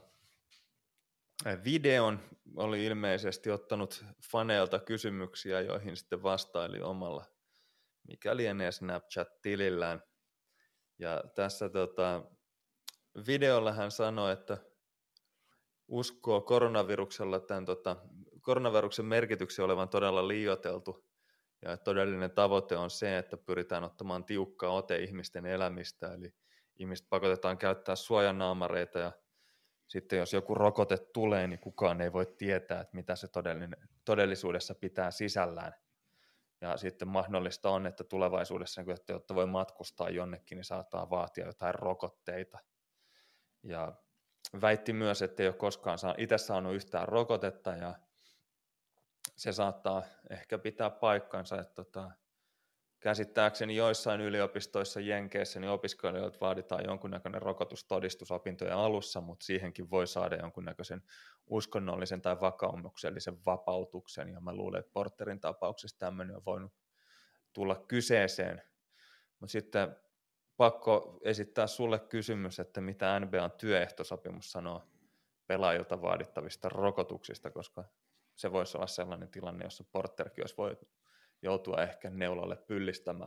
videon, oli ilmeisesti ottanut faneilta kysymyksiä, joihin sitten vastaili omalla, mikä lienee Snapchat-tilillään. Ja tässä videolla hän sanoi, että uskoo koronaviruksen merkityksen olevan todella liioiteltu, ja todellinen tavoite on se, että pyritään ottamaan tiukka ote ihmisten elämistä, eli ihmiset pakotetaan käyttää suojanaamareita, ja sitten jos joku rokote tulee, niin kukaan ei voi tietää, että mitä se todellisuudessa pitää sisällään. Ja sitten mahdollista on, että tulevaisuudessa, jotta voi matkustaa jonnekin, niin saattaa vaatia jotain rokotteita. Ja väitti myös, että ei ole koskaan itse saanut yhtään rokotetta, ja se saattaa ehkä pitää paikkansa, että käsittääkseni joissain yliopistoissa Jenkeissä niin opiskelijoilta vaaditaan jonkunnäköinen rokotustodistus opintojen alussa, mutta siihenkin voi saada jonkunnäköisen uskonnollisen tai vakaumuksellisen vapautuksen, ja mä luulen, että Porterin tapauksessa tämmöinen on voinut tulla kyseeseen. Mutta sitten pakko esittää sulle kysymys, että mitä NBA:n työehtosopimus sanoo pelaajilta vaadittavista rokotuksista, koska se voisi olla sellainen tilanne, jossa Porterkin olisi voinut joutua ehkä neulalle pyllistämään.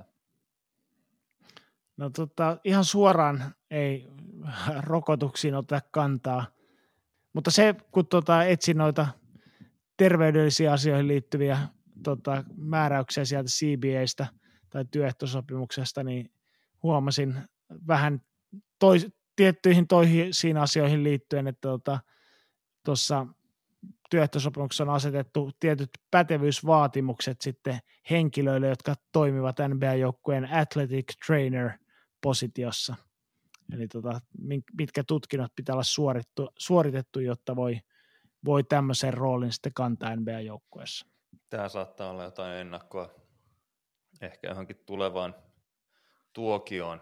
No ihan suoraan ei rokotuksiin ota kantaa, Mutta se, kun etsin noita terveydellisiin asioihin liittyviä määräyksiä sieltä CBAstä tai työehtosopimuksesta, niin huomasin vähän tiettyihin toisiin asioihin liittyen, että tuossa työehtosopimuksessa on asetettu tietyt pätevyysvaatimukset sitten henkilöille, jotka toimivat NBA-joukkueen athletic trainer-positiossa. Eli mitkä tutkinnot pitää olla suoritettu, jotta voi tämmöisen roolin sitten kantaa NBA-joukkueessa. Tämä saattaa olla jotain ennakkoa ehkä johonkin tulevaan tuokioon.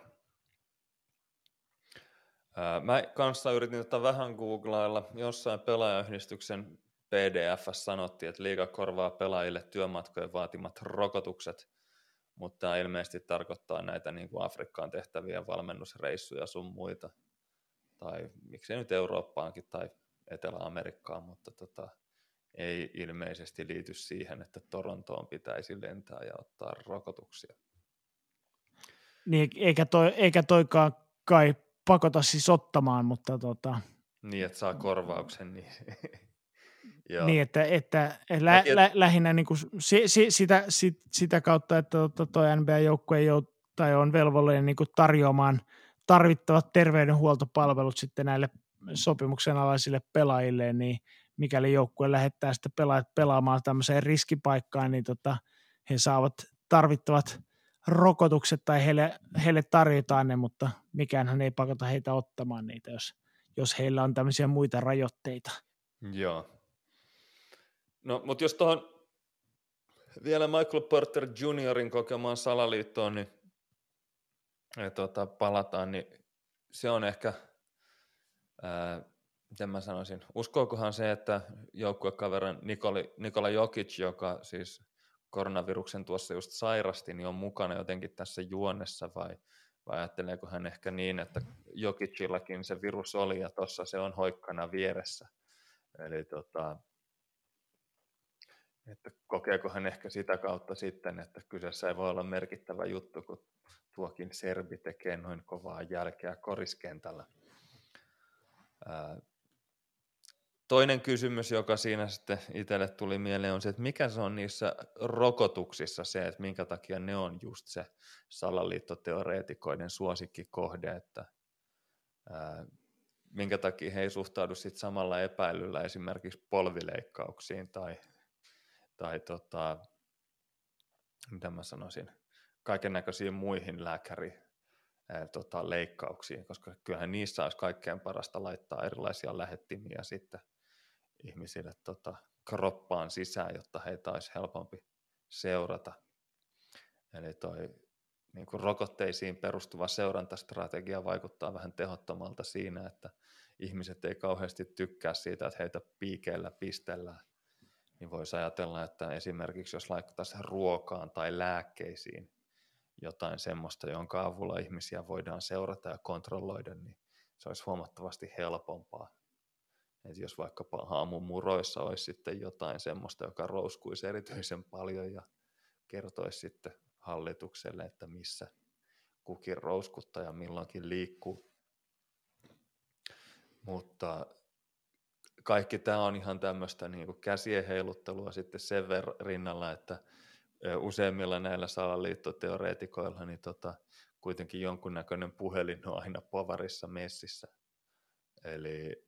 Mä kanssa yritin vähän googlailla. Jossain pelaajayhdistyksen PDF sanottiin, että liiga korvaa pelaajille työmatkojen vaatimat rokotukset, mutta tämä ilmeisesti tarkoittaa näitä niin kuin Afrikkaan tehtäviä valmennusreissuja sun muita. Tai miksei nyt Eurooppaankin tai Etelä-Amerikkaan, mutta ei ilmeisesti liity siihen, että Torontoon pitäisi lentää ja ottaa rokotuksia. Niin, eikä toikaan kai pakota siis ottamaan, mutta Niin, että saa korvauksen. Niin, niin että lähinnä niin kuin sitä kautta, että toi NBA-joukkue on velvollinen niin kuin tarjoamaan tarvittavat terveydenhuoltopalvelut sitten näille sopimuksen alaisille pelaajille, niin mikäli joukkue lähettää sitten pelaajat pelaamaan tämmöiseen riskipaikkaan, niin he saavat tarvittavat rokotukset tai heille tarjotaan ne, mutta mikäänhän ei pakota heitä ottamaan niitä, jos heillä on tämmöisiä muita rajoitteita. Joo. No, mutta jos tuohon vielä Michael Porter Juniorin kokemaan salaliittoon niin, palataan, niin se on ehkä, miten mä sanoisin, uskookohan se, että joukkuekaverin Nikola Jokic, joka siis koronaviruksen tuossa just sairasti, niin on mukana jotenkin tässä juonnessa vai ajatteleeko hän ehkä niin, että Jokicillakin se virus oli ja tuossa se on hoikkana vieressä. Eli että kokeeko hän ehkä sitä kautta sitten, että kyseessä ei voi olla merkittävä juttu, kun tuokin serbi tekee noin kovaa jälkeä koriskentällä. Toinen kysymys, joka siinä sitten itselle tuli mieleen, on se, että mikä se on niissä rokotuksissa se, että minkä takia ne on just se salaliittoteoreetikoiden suosikkikohde, että minkä takia he ei suhtaudu sit samalla epäilyllä esimerkiksi polvileikkauksiin tai mitä mä sanoisin, kaikennäköisiin muihin leikkauksiin, koska kyllähän niissä olisi kaikkein parasta laittaa erilaisia lähettimiä sitten ihmisille kroppaan sisään, jotta heitä olisi helpompi seurata. Eli niin kuin rokotteisiin perustuva seurantastrategia vaikuttaa vähän tehottomalta siinä, että ihmiset ei kauheasti tykkää siitä, että heitä piikeillä pistellään. Niin voisi ajatella, että esimerkiksi jos laittaisiin ruokaan tai lääkkeisiin jotain semmoista, jonka avulla ihmisiä voidaan seurata ja kontrolloida, niin se olisi huomattavasti helpompaa. Et jos vaikkapa aamumuroissa olisi sitten jotain semmoista, joka rouskuisi erityisen paljon ja kertoisi sitten hallitukselle, että missä kukin rouskuttaja milloinkin liikkuu. Mutta kaikki tämä on ihan tämmöistä niin kuin käsien heiluttelua sitten sen rinnalla, että useimmilla näillä salaliittoteoreetikoilla niin kuitenkin jonkunnäköinen puhelin on aina povarissa messissä. Eli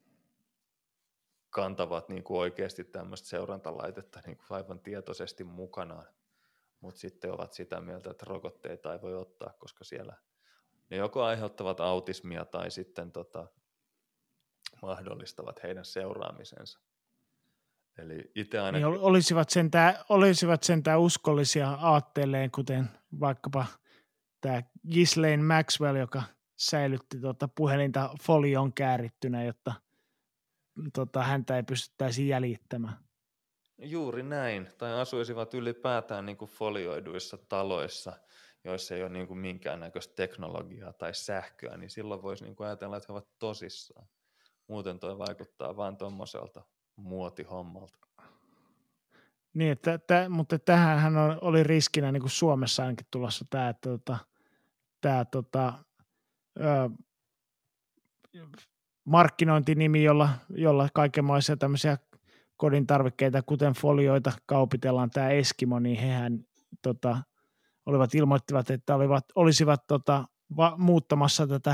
kantavat niin kuin oikeasti tämmöistä seurantalaitetta niin kuin aivan tietoisesti mukanaan, mutta sitten ovat sitä mieltä, että rokotteita ei voi ottaa, koska siellä ne joko aiheuttavat autismia tai sitten mahdollistavat heidän seuraamisensa. Eli itse ainakin niin olisivat sentään uskollisia aatteelleen, kuten vaikkapa tämä Ghislaine Maxwell, joka säilytti puhelinta folioon käärittynä, jotta häntä ei pystyttäisi jäljittämään. Juuri näin. Tai asuisivat ylipäätään niin kuin folioiduissa taloissa, joissa ei ole niin kuin minkäännäköistä teknologiaa tai sähköä, niin silloin voisi niin kuin ajatella, että he ovat tosissaan. Muuten toi vaikuttaa vaan tuommoiselta muotihommalta. Niin, mutta tähän oli riskinä niin kuin Suomessa ainakin tulossa tämä, että markkinointinimi, jolla kaikenlaisia tämmöisiä kodin tarvikkeita, kuten folioita, kaupitellaan, tämä Eskimo, niin hehän ilmoittivat, että olisivat muuttamassa tätä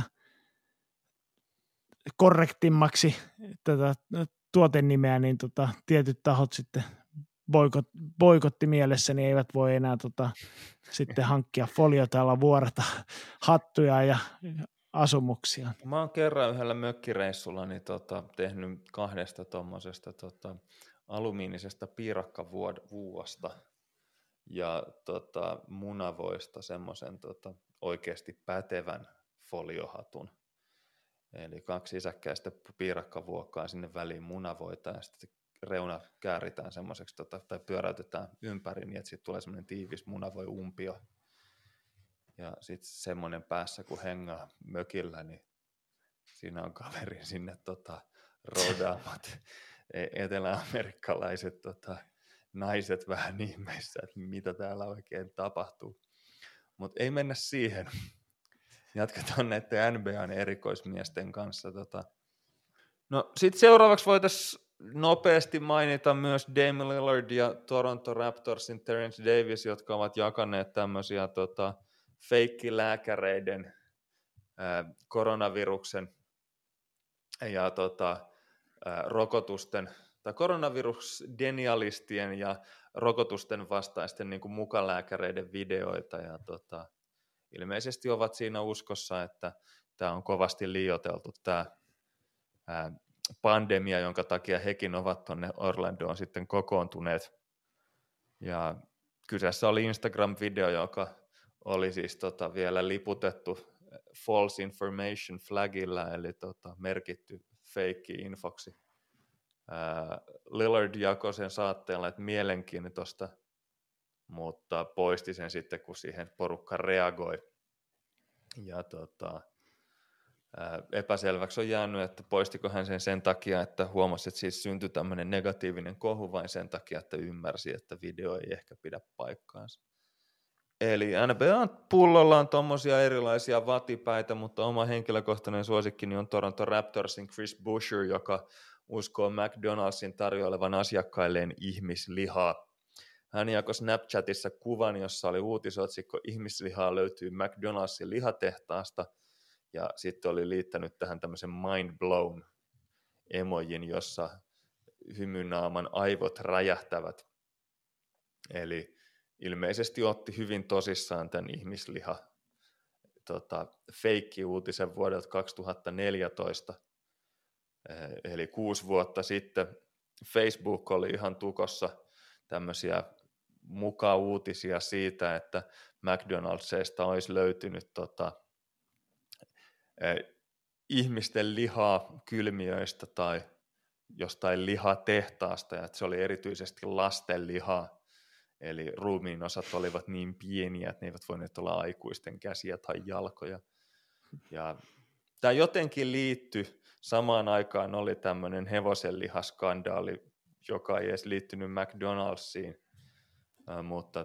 korrektimmaksi tätä tuotenimeä, niin tietyt tahot sitten boikotti mielessä, niin eivät voi enää sitten hankkia foliota, jolla vuorata hattuja ja asumuksia. Mä oon kerran yhdellä mökkireissulla tehnyt 2 tuommoisesta alumiinisesta piirakkavuosta ja munavoista semmoisen oikeasti pätevän foliohatun. Eli 2 isäkkäistä piirakkavuokkaa sinne väliin munavoita ja sitten reuna kääritään semmoiseksi tai pyöräytetään ympäri niin, että siitä tulee semmoinen tiivis munavoi umpio. Ja sitten semmoinen päässä, kun hengaa mökillä, niin siinä on kaverin sinne roudaamat eteläamerikkalaiset naiset vähän ihmeissä, että mitä täällä oikein tapahtuu. Mutta ei mennä siihen. Jatketaan näiden NBAn erikoismiesten kanssa. No sitten seuraavaksi voitaisiin nopeasti mainita myös Damian Lillard ja Toronto Raptorsin Terence Davis, jotka ovat jakaneet tämmöisiä feikkilääkäreiden koronaviruksen ja rokotusten tai koronavirusdenialistien ja rokotusten vastaisten niin kuin mukalääkäreiden videoita ja ilmeisesti ovat siinä uskossa, että tämä on kovasti liioiteltu tämä pandemia, jonka takia hekin ovat tuonne Orlandoon sitten kokoontuneet. Ja kyseessä oli Instagram-video, joka oli siis vielä liputettu false information flagilla, eli merkitty feikki-infoksi. Lillard jakoi sen saatteella, että mielenkiintoista, mutta poisti sen sitten, kun siihen porukka reagoi. Ja epäselväksi on jäänyt, että poistiko hän sen takia, että huomasi, että siis syntyi tämmöinen negatiivinen kohu vain sen takia, että ymmärsi, että video ei ehkä pidä paikkaansa. Eli NBA-pullolla on tommosia erilaisia vatipäitä, mutta oma henkilökohtainen suosikkini on Toronto Raptorsin Chris Boucher, joka uskoo McDonald'sin tarjoilevan asiakkailleen ihmislihaa. Hän jakoi Snapchatissa kuvan, jossa oli uutisotsikko "Ihmislihaa löytyy McDonald'sin lihatehtaasta", ja sitten oli liittänyt tähän tämmöisen mind blown emojin, jossa hymynaaman aivot räjähtävät. Eli ilmeisesti otti hyvin tosissaan tämän ihmisliha feikki-uutisen vuodelta 2014. Eli 6 vuotta sitten Facebook oli ihan tukossa tämmöisiä muka-uutisia siitä, että McDonald'sista olisi löytynyt ihmisten lihaa kylmiöistä tai jostain lihatehtaasta, ja että se oli erityisesti lasten lihaa. Eli ruumiin osat olivat niin pieniä, että ne eivät voineet olla aikuisten käsiä tai jalkoja. Ja tämä jotenkin liittyi, samaan aikaan oli tämmöinen hevosenlihaskandaali, joka ei edes liittynyt McDonald'siin, mutta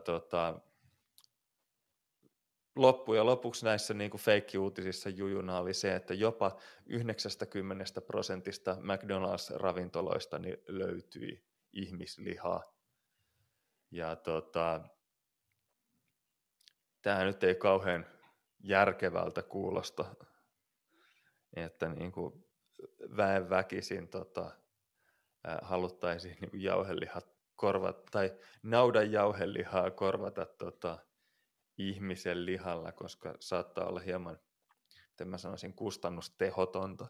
loppujen lopuksi näissä niin kuin feikki-uutisissa jujuna oli se, että jopa 90% McDonald's-ravintoloista niin löytyi ihmislihaa. Ja tämä nyt ei kauhean järkevältä kuulosta, että niin kuin väen väkisin haluttaisiin niin kuin jauhelihat korvata tai naudan jauhelihaa korvata ihmisen lihalla, koska saattaa olla hieman, miten mä sanoisin, kustannustehotonta.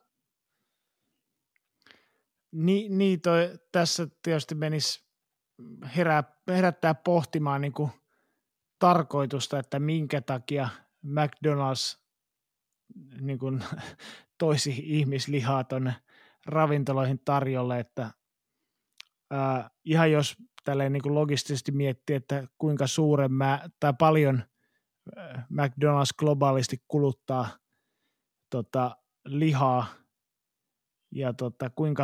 Niin tässä tietysti menisi herättää pohtimaan niin kuin tarkoitusta, että minkä takia McDonald's niin kuin toisi ihmislihaa tuonne ravintoloihin tarjolle, että ihan jos tälleen niin kuin logistisesti miettii, että kuinka suuren tai paljon McDonald's globaalisti kuluttaa lihaa ja kuinka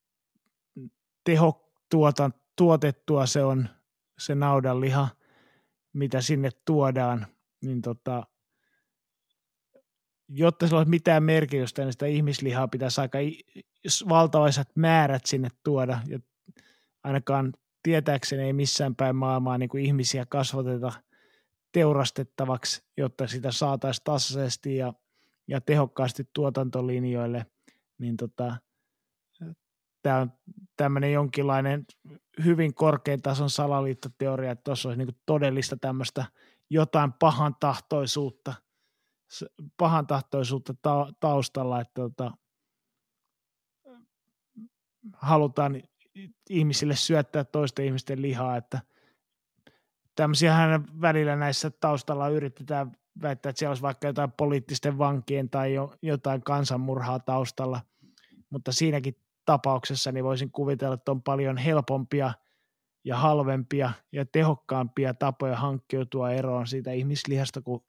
tuotettua se on se naudanliha, mitä sinne tuodaan, niin jotta sillä olisi mitään merkitystä, niin sitä ihmislihaa pitäisi aika valtavaiset määrät sinne tuoda. Ja ainakaan tietääkseni ei missään päin maailmaa niin kuin ihmisiä kasvateta teurastettavaksi, jotta sitä saataisiin tasaisesti ja tehokkaasti tuotantolinjoille. Niin tämä on tämmöinen jonkinlainen hyvin korkean tason salaliittoteoria, että tuossa olisi niin kuin todellista tämmöistä jotain pahantahtoisuutta taustalla, että halutaan ihmisille syöttää toisten ihmisten lihaa, että tämmöisiähän välillä näissä taustalla yritetään väittää, että siellä olisi vaikka jotain poliittisten vankien tai jotain kansanmurhaa taustalla, mutta siinäkin tapauksessa niin voisin kuvitella, että on paljon helpompia ja halvempia ja tehokkaampia tapoja hankkiutua eroon siitä ihmislihasta, kuin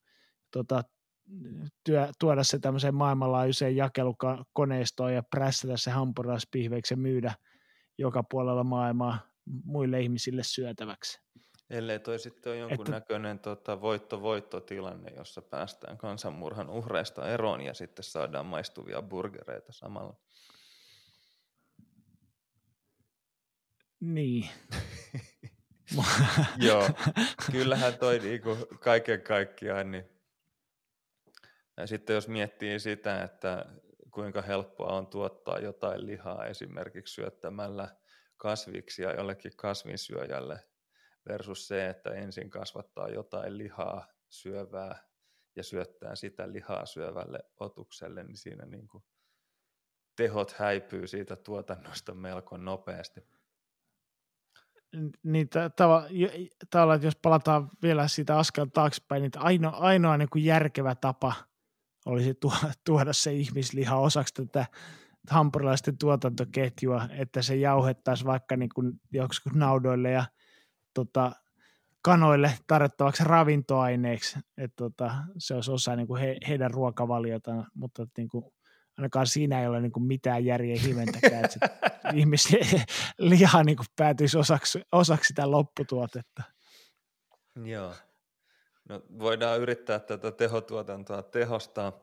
tuoda se tämmöiseen maailmanlaajuiseen jakelukoneistoon ja prässätä se hampurilaispihveiksi ja myydä joka puolella maailmaa muille ihmisille syötäväksi. Ellei toi sitten ole jonkunnäköinen voitto-voittotilanne, jossa päästään kansanmurhan uhreista eroon ja sitten saadaan maistuvia burgereita samalla. Niin. Joo, kyllähän toi niinku kaiken kaikkiaan, niin ja sitten jos miettii sitä, että kuinka helppoa on tuottaa jotain lihaa esimerkiksi syöttämällä kasviksia jollekin kasvinsyöjälle versus se, että ensin kasvattaa jotain lihaa syövää ja syöttää sitä lihaa syövälle otukselle, niin siinä niin kuin tehot häipyy siitä tuotannosta melko nopeasti. Niin tavallaan, että jos palataan vielä siitä askel taaksepäin, niin ainoa niin kuin järkevä tapa olisi tuoda se ihmisliha osaksi tätä hampurilaisten tuotantoketjua, että se jauhettaisiin vaikka niin kuin joskus naudoille ja kanoille tarjottavaksi ravintoaineeksi, että se olisi osa niin kuin heidän ruokavaliotaan, mutta niin kuin, ainakaan siinä ei ole niin kuin mitään järjen hiventäkään, että ihmisliha niin kuin päätyisi osaksi sitä lopputuotetta. Joo. No, voidaan yrittää tätä tehotuotantoa tehostaa.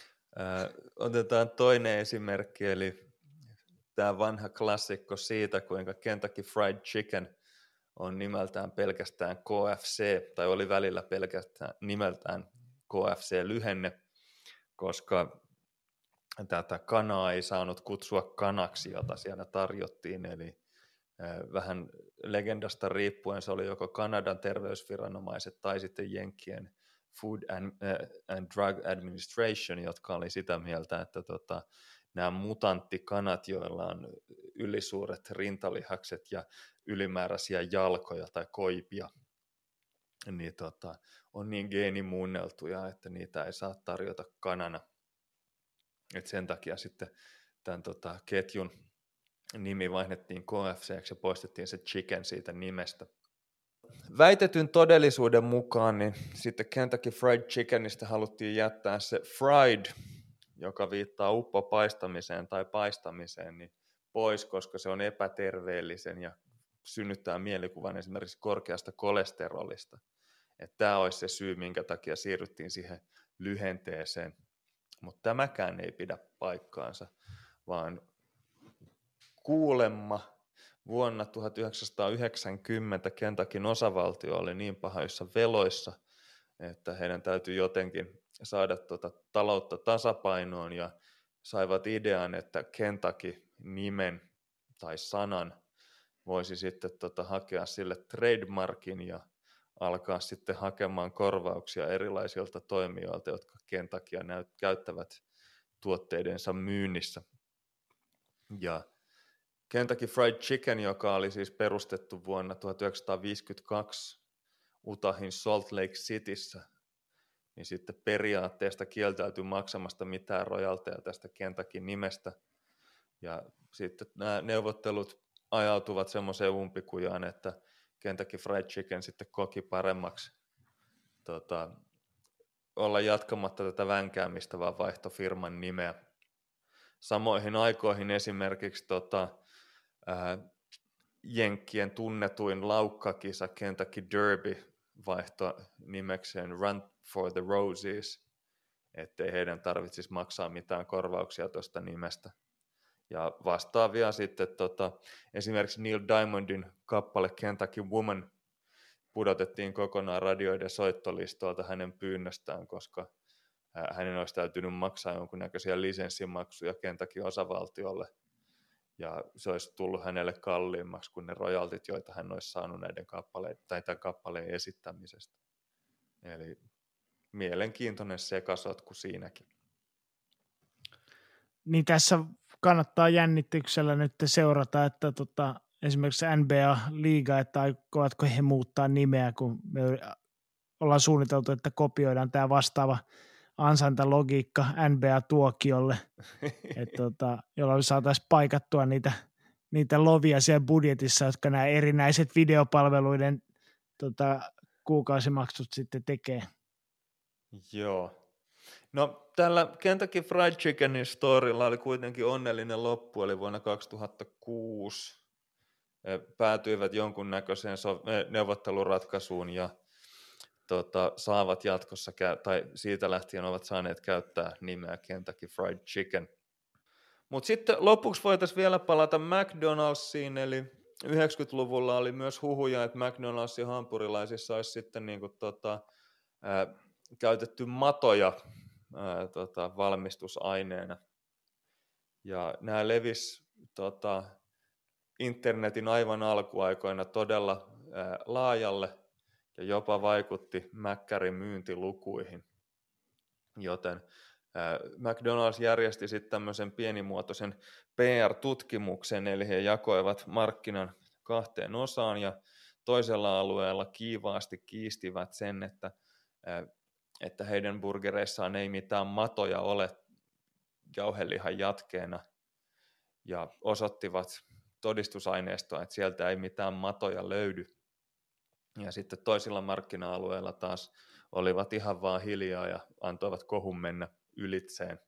Otetaan toinen esimerkki, eli tämä vanha klassikko siitä, kuinka Kentucky Fried Chicken on nimeltään pelkästään KFC, tai oli välillä pelkästään nimeltään KFC-lyhenne, koska tätä kanaa ei saanut kutsua kanaksi, jota siellä tarjottiin, eli vähän legendasta riippuen se oli joko Kanadan terveysviranomaiset tai sitten Jenkkien Food and Drug Administration, jotka oli sitä mieltä, että nämä mutanttikanat, joilla on ylisuuret rintalihakset ja ylimääräisiä jalkoja tai koipia, niin on niin geenimuunneltuja, että niitä ei saa tarjota kanana. Et sen takia sitten tämän ketjun nimi vaihdettiin KFC:ksi ja poistettiin se chicken siitä nimestä. Väitetyn todellisuuden mukaan niin sitten Kentucky Fried Chickenistä haluttiin jättää se fried, joka viittaa uppopaistamiseen tai paistamiseen, niin pois, koska se on epäterveellisen ja synnyttää mielikuvan esimerkiksi korkeasta kolesterolista. Tämä olisi se syy, minkä takia siirryttiin siihen lyhenteeseen. Mutta tämäkään ei pidä paikkaansa, vaan kuulemma vuonna 1990 Kentuckyn osavaltio oli niin pahoissa veloissa, että heidän täytyy jotenkin saada taloutta tasapainoon ja saivat idean, että Kentucky-nimen tai sanan voisi sitten hakea sille trademarkin ja alkaa sitten hakemaan korvauksia erilaisilta toimijoilta, jotka Kentuckya käyttävät tuotteidensa myynnissä. Ja Kentucky Fried Chicken, joka oli siis perustettu vuonna 1952 Utahin Salt Lake Cityssä, niin sitten periaatteesta kieltäytyi maksamasta mitään rojalteja tästä Kentuckyn nimestä. Ja sitten nämä neuvottelut ajautuvat semmoiseen umpikujaan, että Kentucky Fried Chicken sitten koki paremmaksi olla jatkamatta tätä vänkäämistä, vaan vaihtoi firman nimeä. Samoihin aikoihin esimerkiksi Jenkkien tunnetuin laukkakisa Kentucky Derby vaihtoi nimekseen Run for the Roses, ettei heidän tarvitsisi maksaa mitään korvauksia tuosta nimestä. Ja vastaavia sitten esimerkiksi Neil Diamondin kappale Kentucky Woman pudotettiin kokonaan radioiden soittolistoilta hänen pyynnöstään, koska hänen olisi täytynyt maksaa jonkunnäköisiä lisenssimaksuja Kentucky osavaltiolle. Ja se olisi tullut hänelle kalliimmaksi kuin ne royaltit, joita hän olisi saanut tämän kappaleen esittämisestä. Eli mielenkiintoinen sekasotku siinäkin. Niin tässä kannattaa jännityksellä nyt seurata, että esimerkiksi NBA-liiga, että aikovatko he muuttaa nimeä, kun me ollaan suunniteltu, että kopioidaan tämä vastaava ansaintalogiikka NBA-tuokiolle, jolloin saataisiin paikattua niitä lovia siellä budjetissa, jotka nämä erinäiset videopalveluiden kuukausimaksut sitten tekee. Joo. No tällä Kentucky Fried Chickenin storylla oli kuitenkin onnellinen loppu, eli vuonna 2006 päätyivät jonkunnäköiseen neuvotteluratkaisuun ja saavat jatkossa, tai siitä lähtien ovat saaneet käyttää nimeä Kentucky Fried Chicken. Mutta sitten lopuksi voitaisiin vielä palata McDonald'siin, eli 90-luvulla oli myös huhuja, että McDonald'sin hampurilaisissa olisi sitten käytetty matoja valmistusaineena. Ja nämä levisi internetin aivan alkuaikoina todella laajalle ja jopa vaikutti Mäkkärin myyntilukuihin. Joten McDonald's järjesti sitten tämmöisen pienimuotoisen PR-tutkimuksen, eli he jakoivat markkinan 2 osaan ja toisella alueella kiivaasti kiistivät sen, että heidän burgereissaan ei mitään matoja ole jauhelihan jatkeena ja osoittivat todistusaineistoa, että sieltä ei mitään matoja löydy. Ja sitten toisilla markkina-alueilla taas olivat ihan vaan hiljaa ja antoivat kohun mennä ylitseen.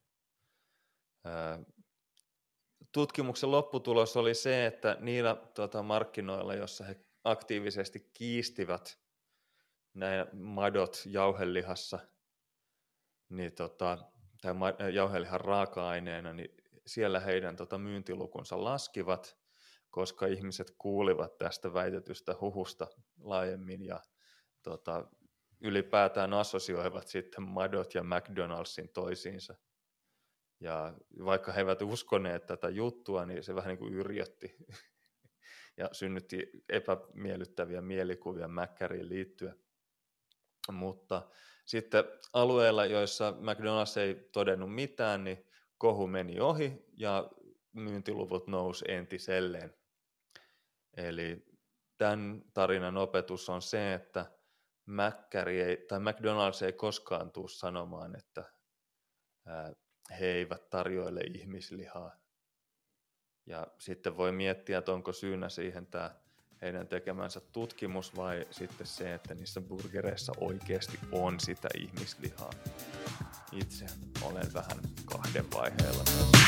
Tutkimuksen lopputulos oli se, että niillä markkinoilla, jossa he aktiivisesti kiistivät nämä madot jauhelihassa, niin tai jauhelihan raaka-aineena, niin siellä heidän myyntilukunsa laskivat, koska ihmiset kuulivat tästä väitetystä huhusta laajemmin ja ylipäätään assosioivat sitten madot ja McDonald'sin toisiinsa. Ja vaikka he eivät uskoneet tätä juttua, niin se vähän niin kuin yrjötti ja synnytti epämiellyttäviä mielikuvia Mäkkäriin liittyen. Mutta sitten alueilla, joissa McDonald's ei todennut mitään, niin kohu meni ohi ja myyntiluvut nousi entiselleen. Eli tämän tarinan opetus on se, että McDonald's ei koskaan tule sanomaan, että he eivät tarjoile ihmislihaa. Ja sitten voi miettiä, että onko syynä siihen tämä heidän tekemänsä tutkimus vai sitten se, että niissä burgereissa oikeasti on sitä ihmislihaa. Itse olen vähän 2 vaiheella.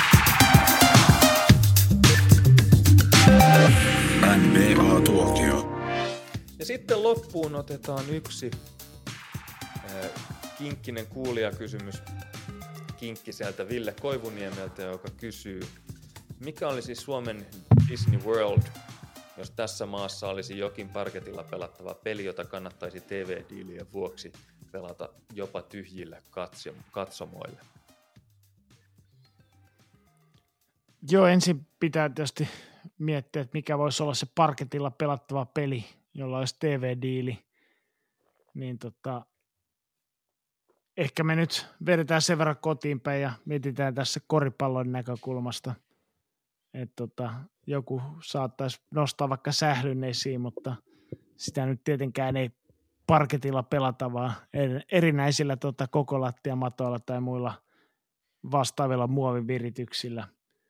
NBA-tuokio. Ja sitten loppuun otetaan yksi kinkkinen kuulijakysymys kinkkiseltä Ville Koivuniemeltä, joka kysyy, mikä olisi Suomen Disney World, jos tässä maassa olisi jokin parketilla pelattava peli, jota kannattaisi TV-diilien vuoksi pelata jopa tyhjille katsomoille? Joo, ensin pitää tietysti miettiä, että mikä voisi olla se parketilla pelattava peli, jolla olisi TV-diili. Niin ehkä me nyt vedetään sen verran kotiin päin ja mietitään tässä koripallon näkökulmasta, että joku saattaisi nostaa vaikka sählyn esiin, mutta sitä nyt tietenkään ei parketilla pelata, vaan erinäisillä kokolattiamatoilla tai muilla vastaavilla muovivirityksillä.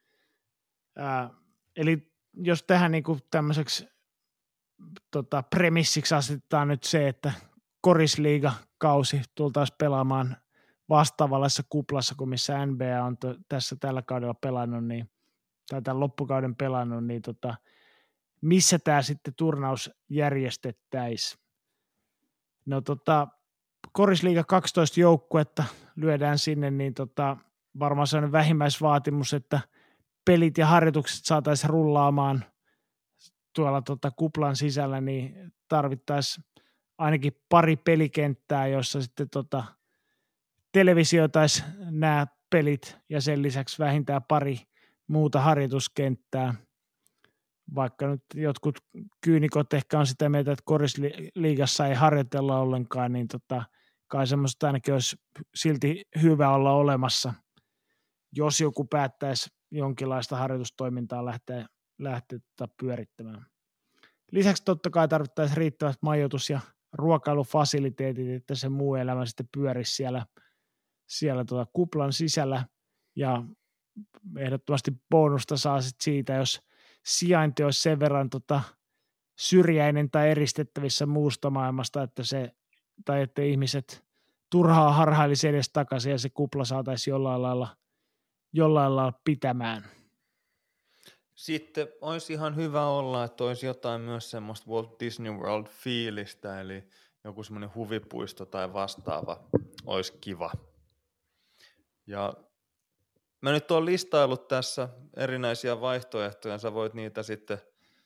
Eli jos tähän niinku tämmöiseksi premissiksi asetetaan nyt se, että korisliiga-kausi tultaisiin pelaamaan vastaavallassa kuplassa kuin missä NBA on tässä tällä kaudella pelannut, niin, tai tämän loppukauden pelannut, niin missä tämä sitten turnaus järjestettäisiin? No Korisliiga 12 joukkuetta lyödään sinne, niin varmaan sellainen vähimmäisvaatimus, että pelit ja harjoitukset saataisiin rullaamaan tuolla kuplan sisällä, niin tarvittaisiin ainakin pari pelikenttää, jossa sitten televisioitaisiin nämä pelit ja sen lisäksi vähintään pari muuta harjoituskenttää. Vaikka nyt jotkut kyynikot ehkä on sitä mieltä, että korisliigassa ei harjoitella ollenkaan, niin kai semmoista ainakin olisi silti hyvä olla olemassa, jos joku päättäisi jonkinlaista harjoitustoimintaa lähteä pyörittämään. Lisäksi totta kai tarvittaisiin riittävät majoitus- ja ruokailufasiliteetit, että se muu elämä sitten pyörisi siellä kuplan sisällä, ja ehdottomasti bonusta saa sitten siitä, jos sijainti olisi sen verran syrjäinen tai eristettävissä muusta maailmasta, että ihmiset turhaa harhailisi edes takaisin ja se kupla saataisiin jollain lailla pitämään. Sitten olisi ihan hyvä olla, että olisi jotain myös semmoista Walt Disney World-fiilistä, eli joku semmoinen huvipuisto tai vastaava olisi kiva. Ja mä nyt olen listaillut tässä erinäisiä vaihtoehtoja, sä voit niitä sitten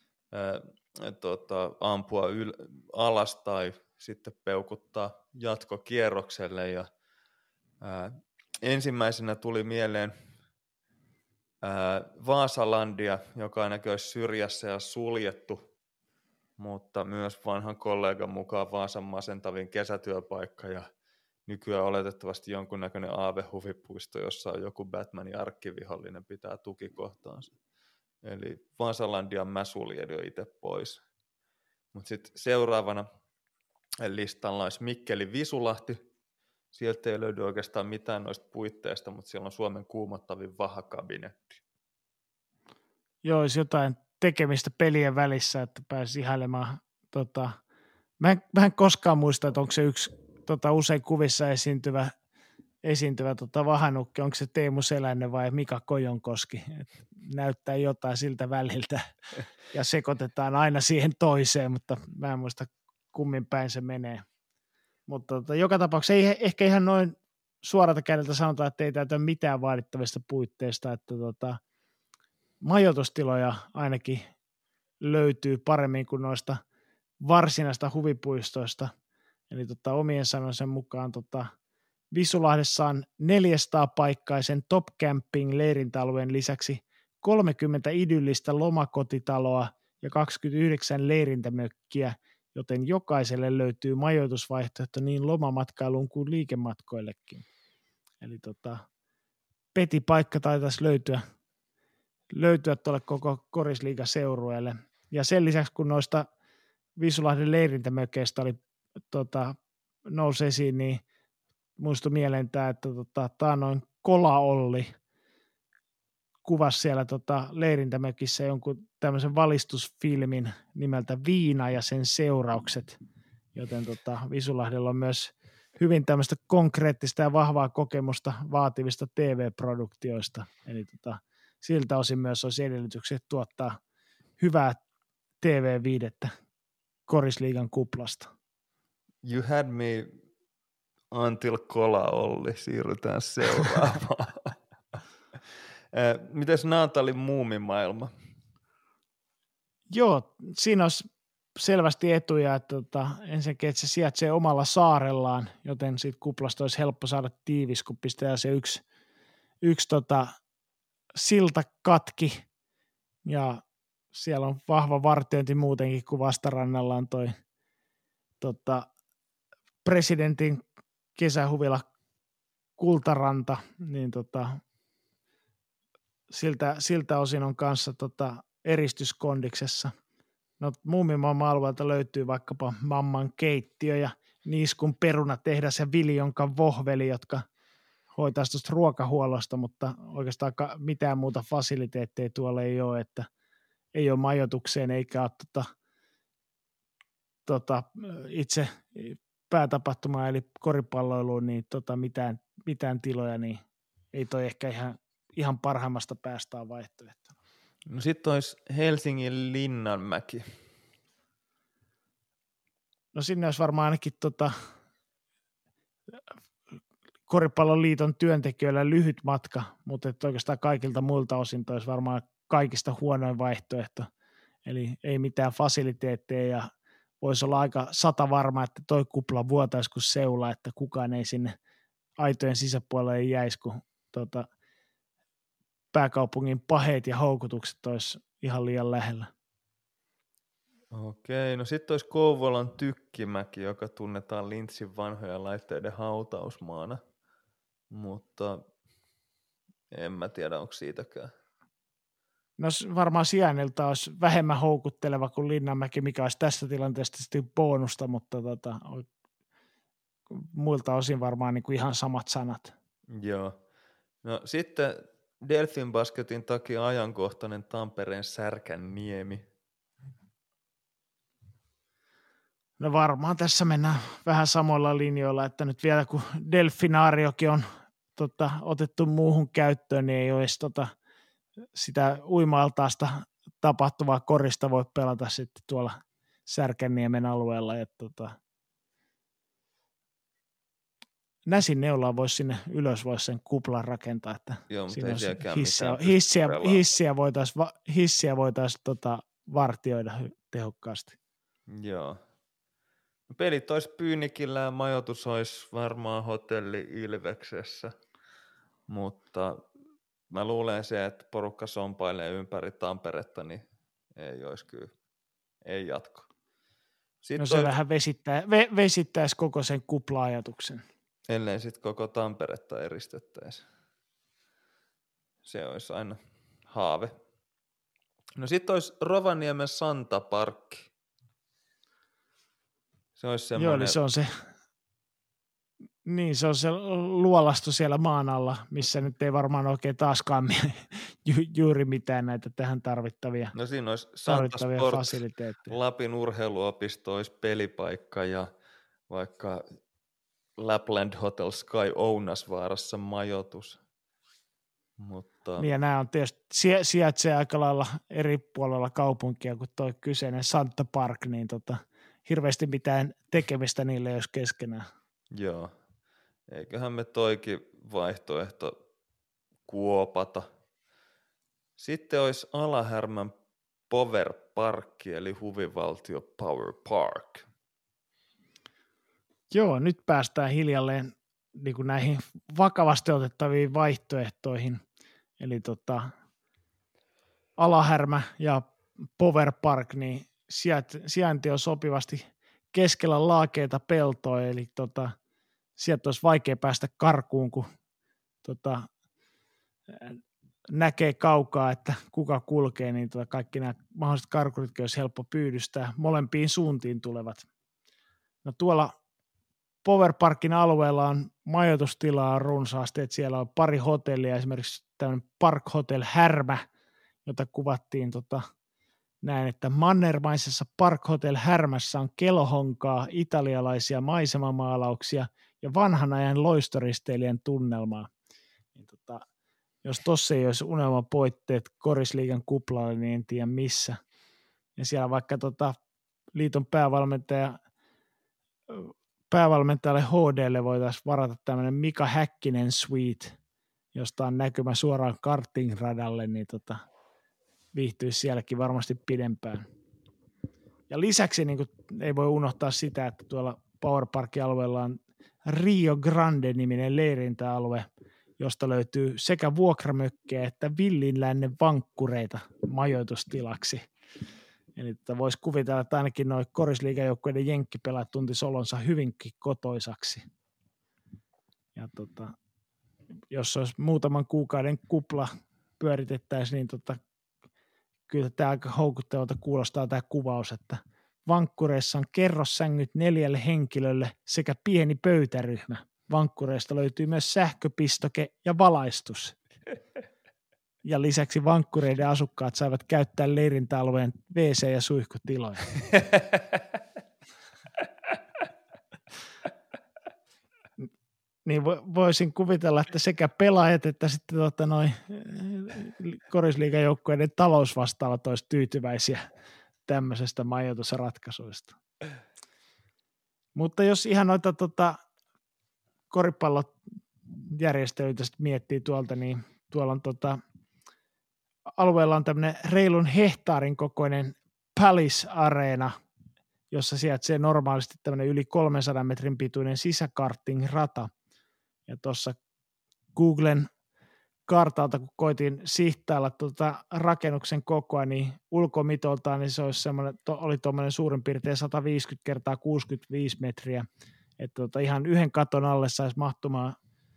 ampua alas tai sitten peukuttaa jatkokierrokselle. Ja, ensimmäisenä tuli mieleen Vaasalandia, joka ainakin olisi syrjässä ja suljettu, mutta myös vanhan kollegan mukaan Vaasan masentavin kesätyöpaikka ja nykyään oletettavasti jonkunnäköinen aavehuvipuisto, jossa on joku Batmanin arkkivihollinen pitää tukikohtaansa. Eli Vaasalandian mä suljen jo itse pois. Mutta sitten seuraavana listalla olisi Mikkeli Visulahti. Sieltä ei löydy oikeastaan mitään noista puitteista, mutta siellä on Suomen kuumottavin vahakabinetti. Joo, olisi jotain tekemistä pelien välissä, että pääsi ihailemaan. Mä en koskaan muista, että onko se yksi usein kuvissa esiintyvä vahanukki, onko se Teemu Selänne vai Mika Kojonkoski. Näyttää jotain siltä väliltä ja sekoitetaan aina siihen toiseen, mutta mä en muista kummin päin se menee. Mutta joka tapauksessa ei ehkä ihan noin suoralta kädeltä sanotaan, että ei täytä mitään vaadittavista puitteista, että majoitustiloja ainakin löytyy paremmin kuin noista varsinaista huvipuistoista. Eli omien sanoisen mukaan Visulahdessa on 400-paikkaisen Top Camping leirintäalueen lisäksi 30 idyllistä lomakotitaloa ja 29 leirintämökkiä, joten jokaiselle löytyy majoitusvaihtoehto niin lomamatkailuun kuin liikematkoillekin. Eli petipaikka taitaisi löytyä tuolle koko Korisliiga-seurueelle. Ja sen lisäksi, kun noista Visulahden leirintämökeistä oli nousi esiin, niin muistui mieleen tämä, että taannoin Kola-Olli kuvasi siellä leirintämökissä jonkun tämmöisen valistusfilmin nimeltä Viina ja sen seuraukset, joten Visulahdella on myös hyvin tämmöistä konkreettista ja vahvaa kokemusta vaativista TV-produktioista, eli siltä osin myös olisi edellytykset tuottaa hyvää TV-viidettä Korisliigan kuplasta. You had me until Kola-Olli, siirrytään seuraavaan. Mites Naantalin muumimaailma? Joo, siinä olisi selvästi etuja, että ensinnäkin, että se sijaitsee omalla saarellaan, joten siitä kuplasta olisi helppo saada tiivis, kun pistää se yksi silta katki, ja siellä on vahva vartiointi muutenkin, kun vastarannalla on toi presidentin kesähuvila Kultaranta, niin siltä osin on kanssa eristyskondiksessa. No, Muumimaan alueelta löytyy vaikkapa Mamman keittiö ja Niiskun perunatehdas ja Viljonkan vohveli, jotka hoitaisi tuosta ruokahuollosta, mutta oikeastaan mitään muuta fasiliteetteja tuolla ei ole, että ei ole majoitukseen eikä ole itse päätapahtumaan eli koripalloiluun, niin mitään tiloja, niin ei toi ehkä ihan parhaimmasta päästään vaihtoehto. No sitten olisi Helsingin Linnanmäki. No sinne olisi varmaan ainakin Koripalloliiton työntekijöillä lyhyt matka, mutta että oikeastaan kaikilta muilta osin toi olisi varmaan kaikista huonoin vaihtoehto. Eli ei mitään fasiliteetteja ja voisi olla aika satavarma, että toi kupla vuotaisi kuin seula, että kukaan ei sinne aitojen sisäpuolelle jäisi, kun pääkaupungin paheet ja houkutukset olisi ihan liian lähellä. Okei, no sitten olisi Kouvolan Tykkimäki, joka tunnetaan Lintsin vanhojen laitteiden hautausmaana, mutta en mä tiedä, onko siitäkään. No varmaan sijainnilta olisi vähemmän houkutteleva kuin Linnanmäki, mikä olisi tässä tilanteessa sitten bonusta, mutta muilta osin varmaan niin kuin ihan samat sanat. Joo. No sitten Delfin Basketin takia ajankohtainen Tampereen Särkänniemi. No varmaan tässä mennään vähän samoilla linjoilla, että nyt vielä kun delfinaariokin on otettu muuhun käyttöön, niin ei olisi sitä uima-altaasta tapahtuvaa korista voi pelata sitten tuolla Särkänniemen alueella. Näsineulaa voisi sinne ylös voisi sen kuplan rakentaa, että joo, siinä hissiä voitaisiin vartioida tehokkaasti. Joo. Pelit olisi Pyynikillä ja majoitus olisi varmaan hotelli Ilveksessä, mutta mä luulen se, että porukka sompailee ympäri Tamperetta, niin ei olisi kyllä, ei jatko. Sitten no se vähän vesittäisi koko sen kupla-ajatuksen. Ellei sitten koko Tamperetta eristettäisi. Se olisi aina haave. No sitten olisi Rovaniemen Santaparkki. Se olisi semmoinen... Joo, eli se on se luolasto siellä maan alla, missä nyt ei varmaan oikein taaskaan juuri mitään näitä tähän tarvittavia, no siinä olisi Santasport, fasiliteetteja. Lapin urheiluopisto olisi pelipaikka ja vaikka Lapland Hotel Sky Ounasvaarassa majoitus. Mutta... Niin ja nämä on tietysti sijaitsee aika lailla eri puolella kaupunkia kuin tuo kyseinen Santa Park, niin hirveästi mitään tekemistä niille jos keskenään. Joo, eiköhän me toikin vaihtoehto kuopata. Sitten olisi Alahärmän Power Park, eli huvivaltio Power Park. Joo, nyt päästään hiljalleen niin kuin näihin vakavasti otettaviin vaihtoehtoihin. Eli Alahärmä ja Power Park, niin sijainti on sopivasti keskellä laakeita peltoa, eli sieltä olisi vaikea päästä karkuun, kun näkee kaukaa, että kuka kulkee, niin kaikki nämä mahdolliset karkuritkin olisi helppo pyydystää. Molempiin suuntiin tulevat. No tuolla Power Parkin alueella on majoitustilaa runsaasti, että siellä on pari hotellia, esimerkiksi tämmöinen Park Hotel Härmä, jota kuvattiin näin, että mannermaisessa Park Hotel Härmässä on kelohonkaa, italialaisia maisemamaalauksia ja vanhan ajan loistoristeilijän tunnelmaa. Niin jos tossa ei olisi unelmapoitteet Korisliigan kuplalle, niin en tiedä missä. Ja siellä vaikka liiton päävalmentajalle HDlle voitaisiin varata tämmöinen Mika Häkkinen suite, josta on näkymä suoraan kartingradalle, niin viihtyisi sielläkin varmasti pidempään. Ja lisäksi niin kuin, ei voi unohtaa sitä, että tuolla Power Parkin alueella on Rio Grande-niminen leirintäalue, josta löytyy sekä vuokramökkejä että villinlännen vankkureita majoitustilaksi. Eli voisi kuvitella, että ainakin nuo Korisliigajoukkueiden jenkkipelaat tuntisi olonsa hyvinkin kotoisaksi. Ja jos olisi muutaman kuukauden kupla pyöritettäisiin, niin kyllä tämä aika houkuttavalta kuulostaa tämä kuvaus, että vankkureissa on kerrossängyt 4 henkilölle sekä pieni pöytäryhmä. Vankkureista löytyy myös sähköpistoke ja valaistus. Ja lisäksi vankkureiden asukkaat saivat käyttää leirintäalueen WC- ja suihkutiloja. Niin voisin kuvitella, että sekä pelaajat että sitten Korisliigajoukkueiden talousvastaavat olisi tyytyväisiä tämmöisestä majoitusratkaisuista. Mutta jos ihan noita koripallot järjestelyitä sitten miettii tuolta, niin tuolla on alueella on tämmöinen reilun hehtaarin kokoinen Palace-areena, jossa sijaitsee normaalisti tämmöinen yli 300 metrin pituinen sisäkarting-rata. Ja tuossa Googlen kartalta, kun koitin sihtailla rakennuksen kokoa, niin ulkomitoltaan niin se olisi oli tuommoinen suurin piirtein 150 kertaa 65 metriä. Että ihan yhden katon alle saisi mahtumaan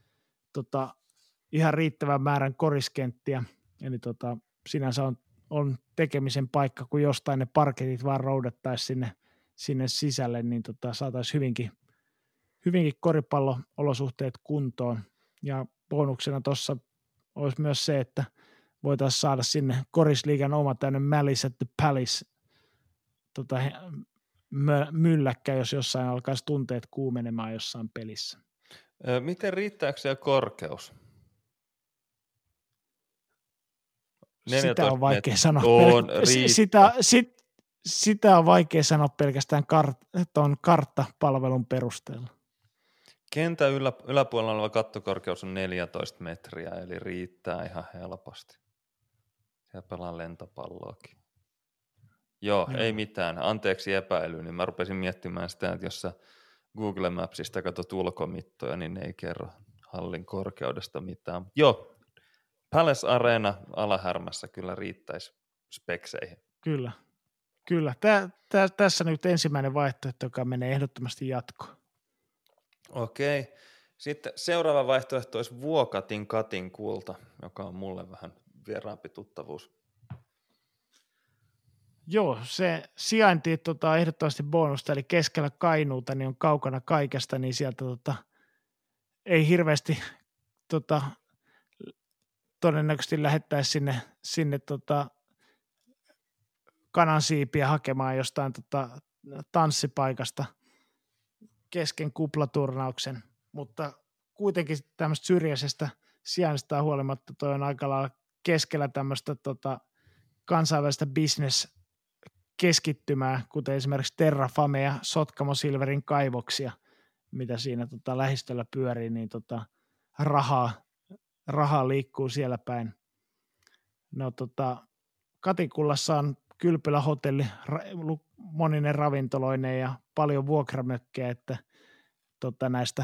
ihan riittävän määrän koriskenttiä. Eli sinänsä on tekemisen paikka, kun jostain ne parketit vaan roudattaisiin sinne sisälle, niin saataisiin hyvinkin koripallo-olosuhteet kuntoon. Ja bonuksena tuossa olisi myös se, että voitaisiin saada sinne korisliigan oma tämmöinen Malice at the Palace mylläkkä, jos jossain alkaisi tunteet kuumenemaan jossain pelissä. Miten riittääkö korkeus? Sitä on vaikea sanoa. Sitä on vaikea sanoa pelkästään tuon karttapalvelun perusteella. Kentän yläpuolella oleva kattokorkeus on 14 metriä, eli riittää ihan helposti. Siellä pelaa lentopalloakin. Joo, ei mitään. Anteeksi epäily, niin mä rupesin miettimään sitä, että jos sä Google Mapsista katsot ulkomittoja, niin ne ei kerro hallin korkeudesta mitään. Joo, Palace Arena alahärmässä kyllä riittäisi spekseihin. Kyllä. Tässä nyt ensimmäinen vaihtoehto, joka menee ehdottomasti jatkoon. Okei. Sitten seuraava vaihtoehto olisi Vuokatin Katinkulta, joka on mulle vähän vieraampi tuttavuus. Joo, se sijainti ehdottomasti bonusta, eli keskellä Kainuuta, niin on kaukana kaikesta, niin sieltä ei hirveästi todennäköisesti lähettäisi sinne kanansiipiä hakemaan jostain tanssipaikasta kesken kuplaturnauksen, mutta kuitenkin tämmöistä syrjäisestä sijainnista huolimatta toi on aika lailla keskellä tämmöistä kansainvälistä business-keskittymää, kuten esimerkiksi Terrafame ja Sotkamo Silverin kaivoksia, mitä siinä lähistöllä pyörii, niin rahaa liikkuu siellä päin. No Katinkullassa on kylpylähotelli, moninen ravintoloinen ja paljon vuokramökkejä, että näistä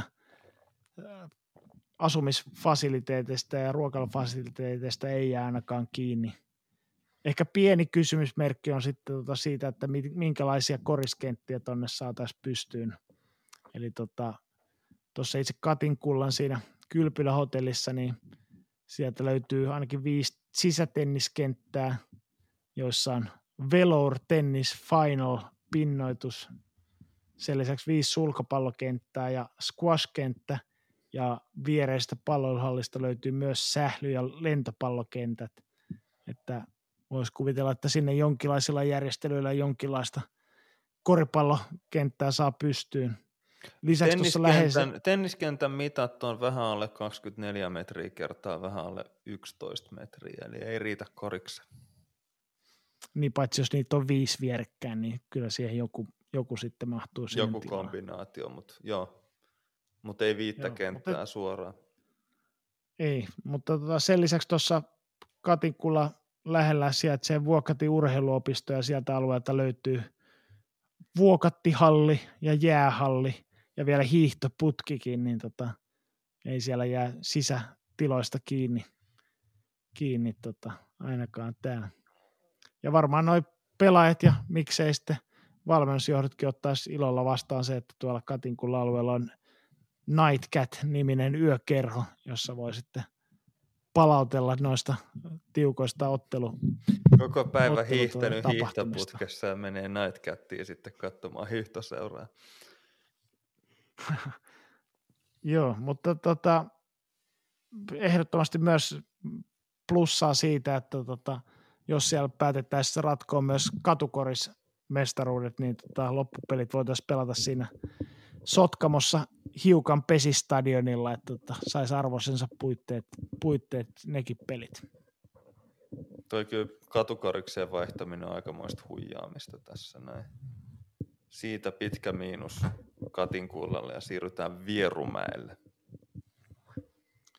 asumisfasiliteeteista ja ruokailufasiliteeteista ei jää ainakaan kiinni. Ehkä pieni kysymysmerkki on sitten siitä, että minkälaisia koriskenttiä tuonne saataisiin pystyyn. Eli tuossa itse Katinkullan siinä kylpylähotellissa, niin sieltä löytyy ainakin 5 sisätenniskenttää, joissa on Velour Tennis Final pinnoitus. Sen lisäksi 5 sulkapallokenttää ja squash-kenttä, ja viereistä palloiluhallista löytyy myös sähly- ja lentopallokentät. Että voisi kuvitella, että sinne jonkinlaisilla järjestelyillä jonkinlaista koripallokenttää saa pystyyn. Lisäksi tenniskentän mitat on vähän alle 24 metriä kertaa vähän alle 11 metriä, eli ei riitä koriksi. Niin paitsi jos niitä on 5 vierekkäin, niin kyllä siihen joku sitten mahtuu siihen joku tilaan. Kombinaatio, mutta ei 5 kenttää suoraan. Ei, mutta sen lisäksi tuossa Katinkulla lähellä sijaitsee Vuokatin urheiluopisto, ja sieltä alueelta löytyy Vuokattihalli ja jäähalli ja vielä hiihtoputkikin, niin ei siellä jää sisätiloista kiinni ainakaan täällä. Ja varmaan noi pelaajat ja miksei sitten valmennusjohdotkin ottaisi ilolla vastaan se, että tuolla Katinkulla alueella on Nightcat-niminen yökerho, jossa voi sitten palautella noista tiukoista Koko päivä hiihtänyt hiihtoputkessa ja menee Nightcattiin sitten katsomaan hiihtoseuraa. Joo, mutta ehdottomasti myös plussaa siitä, että jos siellä päätettäisiin ratkoa myös katukorismestaruudet, niin loppupelit voitaisiin pelata siinä Sotkamossa hiukan pesistadionilla, että saisi arvoisensa puitteet nekin pelit. Toi kyllä katukorikseen vaihtaminen on aikamoista huijaamista tässä näin. Siitä pitkä miinus Katinkullalle ja siirrytään Vierumäelle.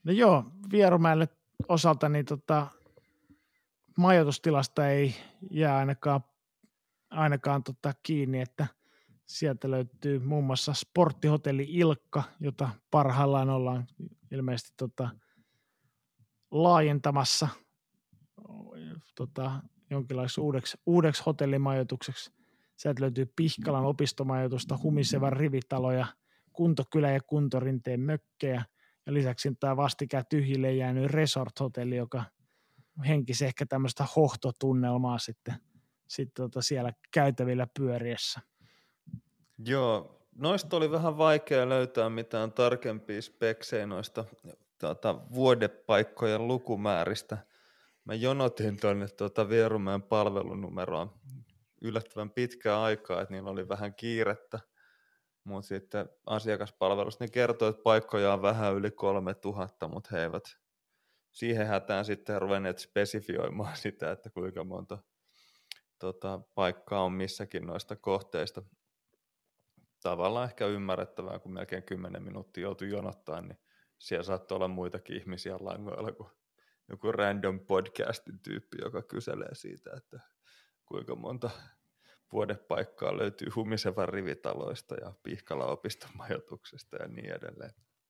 No joo, Vierumäelle osalta niin majoitustilasta ei jää ainakaan kiinni, että sieltä löytyy muun muassa sporttihotelli Ilkka, jota parhaillaan ollaan ilmeisesti laajentamassa jonkinlaiseksi uudeksi hotellimajoitukseksi. Sieltä löytyy Pihkalan opistomajoitusta, Humisevan rivitalo ja Kuntokylä ja Kuntorinteen mökkejä. Ja lisäksi tämä vastikään tyhjille jäänyt resort-hotelli, joka henkisi ehkä tämmöistä hohtotunnelmaa sitten siellä käytävillä pyöriessä. Joo, noista oli vähän vaikea löytää mitään tarkempia speksejä noista vuodepaikkojen lukumääristä. Mä jonotin tuonne Vierumäen palvelunumeroon yllättävän pitkää aikaa, että niillä oli vähän kiirettä, mutta sitten asiakaspalvelusta ne kertoi, että paikkoja on vähän yli 3000, mutta he eivät siihen hätään sitten ruvenneet spesifioimaan sitä, että kuinka monta paikkaa on missäkin noista kohteista. Tavallaan ehkä ymmärrettävää, kun melkein 10 minuuttia joutui jonottaa, niin siellä saattoi olla muitakin ihmisiä langoilla kuin joku random podcastin tyyppi, joka kyselee siitä, että kuinka monta vuodepaikkaa löytyy Humisevan rivitaloista ja Pihkalan opistomajoituksesta ja niin edelleen.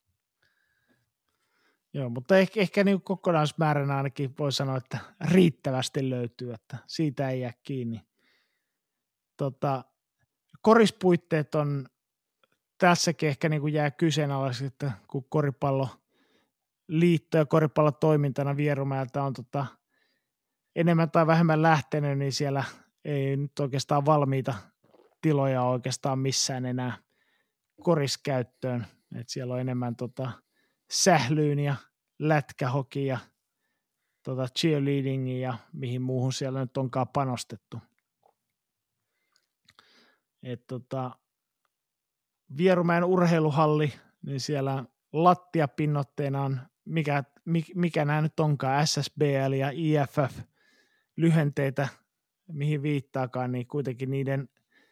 Joo, mutta ehkä niin kokonaismääränä ainakin voi sanoa, että riittävästi löytyy, että siitä ei jää kiinni. Korispuitteet on tässäkin ehkä niin kuin jää kyseenalaiseksi, että kun koripalloliitto ja koripallotoimintana Vierumäeltä on enemmän tai vähemmän lähtenyt, niin siellä ei nyt oikeastaan valmiita tiloja oikeastaan missään enää koriskäyttöön. Et siellä on enemmän sählyyn ja lätkähoki ja cheerleadingiin ja mihin muuhun siellä nyt onkaan panostettu. Vierumäen urheiluhalli, niin siellä lattiapinnotteena on, mikä nämä nyt onkaan, SSBL ja IFF lyhenteitä, mihin viittaakaan, niin kuitenkin niiden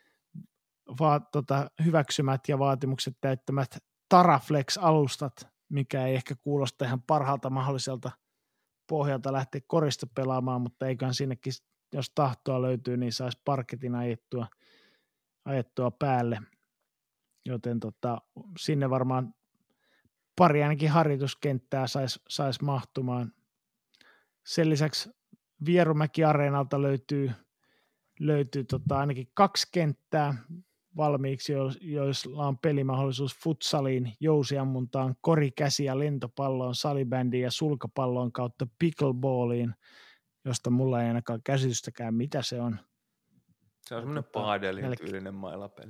hyväksymät ja vaatimukset täyttämät Taraflex-alustat, mikä ei ehkä kuulosta ihan parhaalta mahdolliselta pohjalta lähteä korista pelaamaan, mutta eiköhän sinnekin, jos tahtoa löytyy, niin saisi parketin ajettua päälle. Joten sinne varmaan pari ainakin harjoituskenttää sais mahtumaan. Sen lisäksi Vierumäki-areenalta löytyy ainakin 2 kenttää valmiiksi, joilla on pelimahdollisuus futsaliin, jousiammuntaan, korikäsi- ja lentopalloon, salibändiin ja sulkapalloon kautta pickleballiin, josta mulla ei ainakaan käsitystäkään, mitä se on. Se on semmoinen paadelin-tyylinen mailapeli.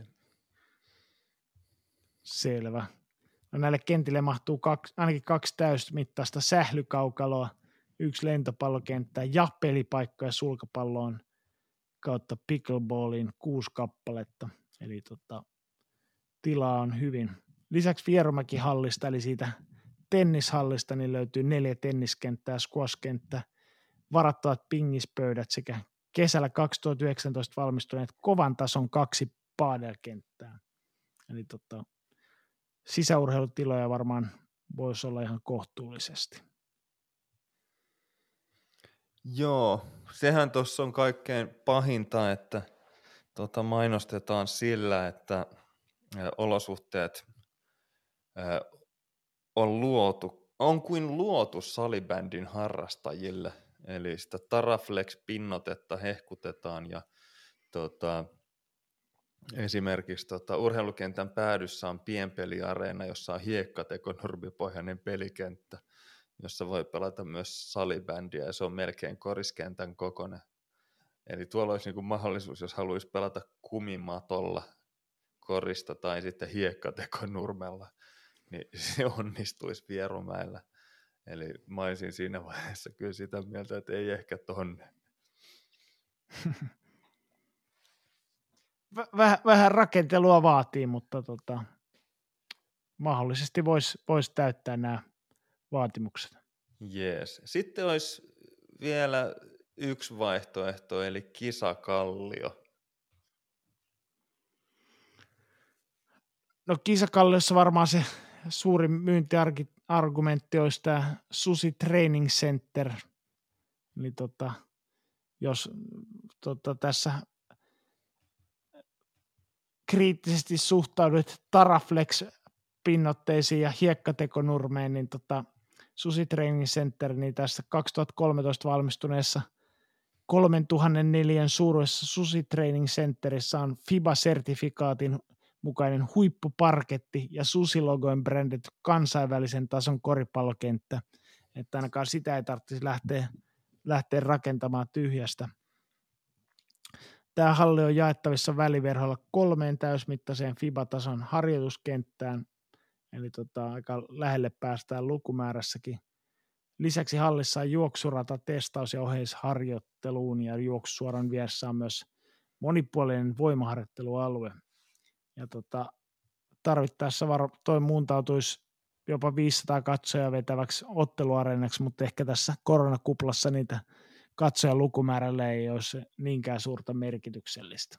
Selvä. No näille kentille mahtuu ainakin 2 täysmittaista sählykaukaloa, 1 lentopallokenttä ja pelipaikkoja sulkapalloon kautta pickleballiin 6 kappaletta. Eli tilaa on hyvin. Lisäksi Vierumäki-hallista, eli siitä tennishallista, niin löytyy 4 tenniskenttää, squash-kenttä, varattavat pingispöydät sekä kesällä 2019 valmistuneet kovan tason 2 paadelkenttää. Eli sisäurheilutiloja varmaan voisi olla ihan kohtuullisesti. Joo, sehän tuossa on kaikkein pahinta, että mainostetaan sillä, että olosuhteet on kuin luotu salibändin harrastajille. Eli sitä Taraflex-pinnotetta hehkutetaan ja esimerkiksi urheilukentän päädyssä on pienpeliareena, jossa on hiekkatekonurmipohjainen pelikenttä, jossa voi pelata myös salibändiä ja se on melkein koriskentän kokoinen. Eli tuolla olisi niin kuin mahdollisuus, jos haluaisi pelata kumimatolla korista tai sitten hiekkatekonurmella, niin se onnistuisi Vierumäellä. Eli mä olisin siinä vaiheessa kyllä sitä mieltä, että ei ehkä tonne. Vähän rakentelua vaatii, mutta mahdollisesti voisi täyttää nämä vaatimukset. Jees. Sitten olisi vielä yksi vaihtoehto, eli Kisakallio. No Kisakalliossa varmaan se suurin myyntiargumentti argumentti olisi tämä Susi Training Center. Eli jos tässä kriittisesti suhtaudut Taraflex-pinnotteisiin ja hiekkatekonurmeen, niin Susi Training Center, niin tässä 2013 valmistuneessa 3004 suuruisessa Susi Training Centerissä on FIBA-sertifikaatin mukainen huippuparketti ja Susi-logoin bränditty kansainvälisen tason koripallokenttä, että ainakaan sitä ei tarvitsisi lähteä rakentamaan tyhjästä. Tämä halli on jaettavissa väliverholla 3 täysmittaiseen FIBA-tason harjoituskenttään, eli aika lähelle päästään lukumäärässäkin. Lisäksi hallissa on juoksurata, testaus- ja oheisharjoitteluun, ja juoksusuoran vieressä on myös monipuolinen voimaharjoittelualue. Ja tarvittaessa toi muuntautuisi jopa 500 katsojaa vetäväksi otteluareenaksi, mutta ehkä tässä koronakuplassa niitä katsojan lukumäärällä ei olisi niinkään suurta merkityksellistä.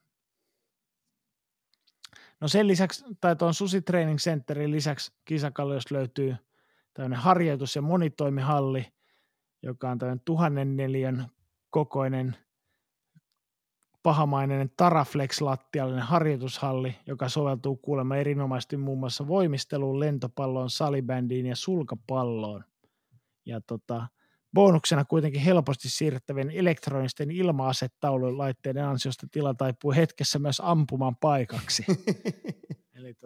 No sen lisäksi, tai tuon Susi Training Centerin lisäksi Kisakalliosta löytyy tämmöinen harjoitus- ja monitoimihalli, joka on tämmöinen 1000 neliön kokoinen pahamainen Taraflex-lattiallinen harjoitushalli, joka soveltuu kuulemma erinomaisesti muun muassa voimisteluun, lentopalloon, salibändiin ja sulkapalloon. Ja bonuksena kuitenkin helposti siirrettävien elektronisten ilma-asetaululaitteiden ansiosta tila taipuu hetkessä myös ampuman paikaksi. Eli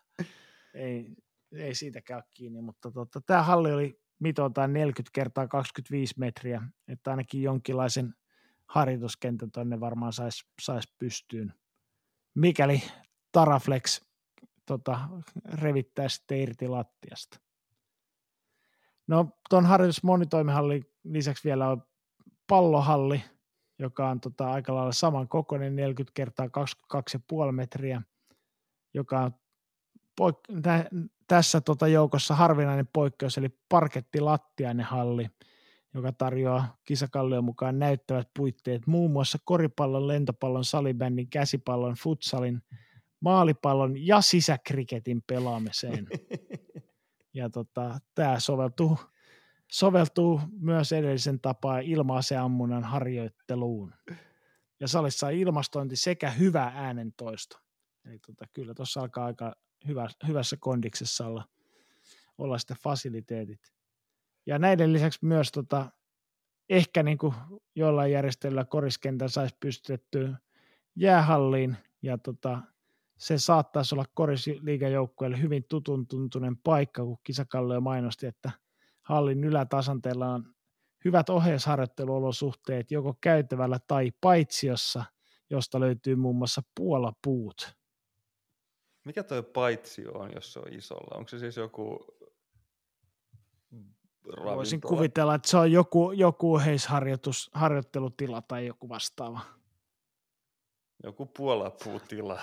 ei siitä käy kiinni, mutta tämä halli oli mitoiltaan 40 × 25 metriä, että ainakin jonkinlaisen harjoituskentän tuonne varmaan sais pystyyn, mikäli Taraflex revittää sitten irti lattiasta. No tuon harjoitusmonitoimihallin lisäksi vielä on pallohalli, joka on aika lailla saman kokoinen 40 × 22,5 metriä, joka on tässä joukossa harvinainen poikkeus, eli parkettilattiainen halli, joka tarjoaa Kisakallion mukaan näyttävät puitteet muun muassa koripallon, lentopallon, salibändin, käsipallon, futsalin, maalipallon ja sisäkriketin pelaamiseen. Ja tämä soveltuu myös edellisen tapaa ilma-aseammunnan harjoitteluun. Ja salissa on ilmastointi sekä hyvä äänentoisto. Eli kyllä tuossa alkaa aika hyvässä kondiksessa olla sitten fasiliteetit. Ja näiden lisäksi myös ehkä niin kuin jollain järjestelyllä koriskentän saisi pystytettyä jäähalliin, ja se saattaisi olla korisliigajoukkueelle hyvin tutun tuntunen paikka, kun Kisakallio mainosti, että hallin ylätasanteella on hyvät oheisharjoitteluolosuhteet joko käytävällä tai paitsiossa, josta löytyy muun muassa puolapuut. Mikä toi paitsio on, jos se on isolla? Onko se siis joku ravintola? Voisin kuvitella, että se on joku oheisharjoittelutila tai joku vastaava. Joku puolapuutila.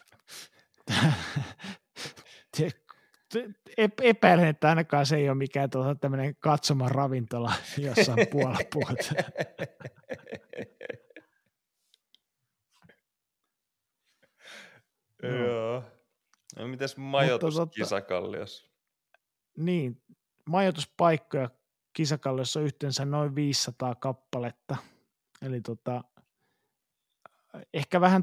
Epäilen, että ainakaan se ei ole mikään tämmöinen katsoman ravintola, jossa on puolapuut. Joo. No mites majoitus Kisakalliossa? Niin, majoituspaikkoja Kisakalliossa on yhteensä noin 500 kappaletta. Eli ehkä vähän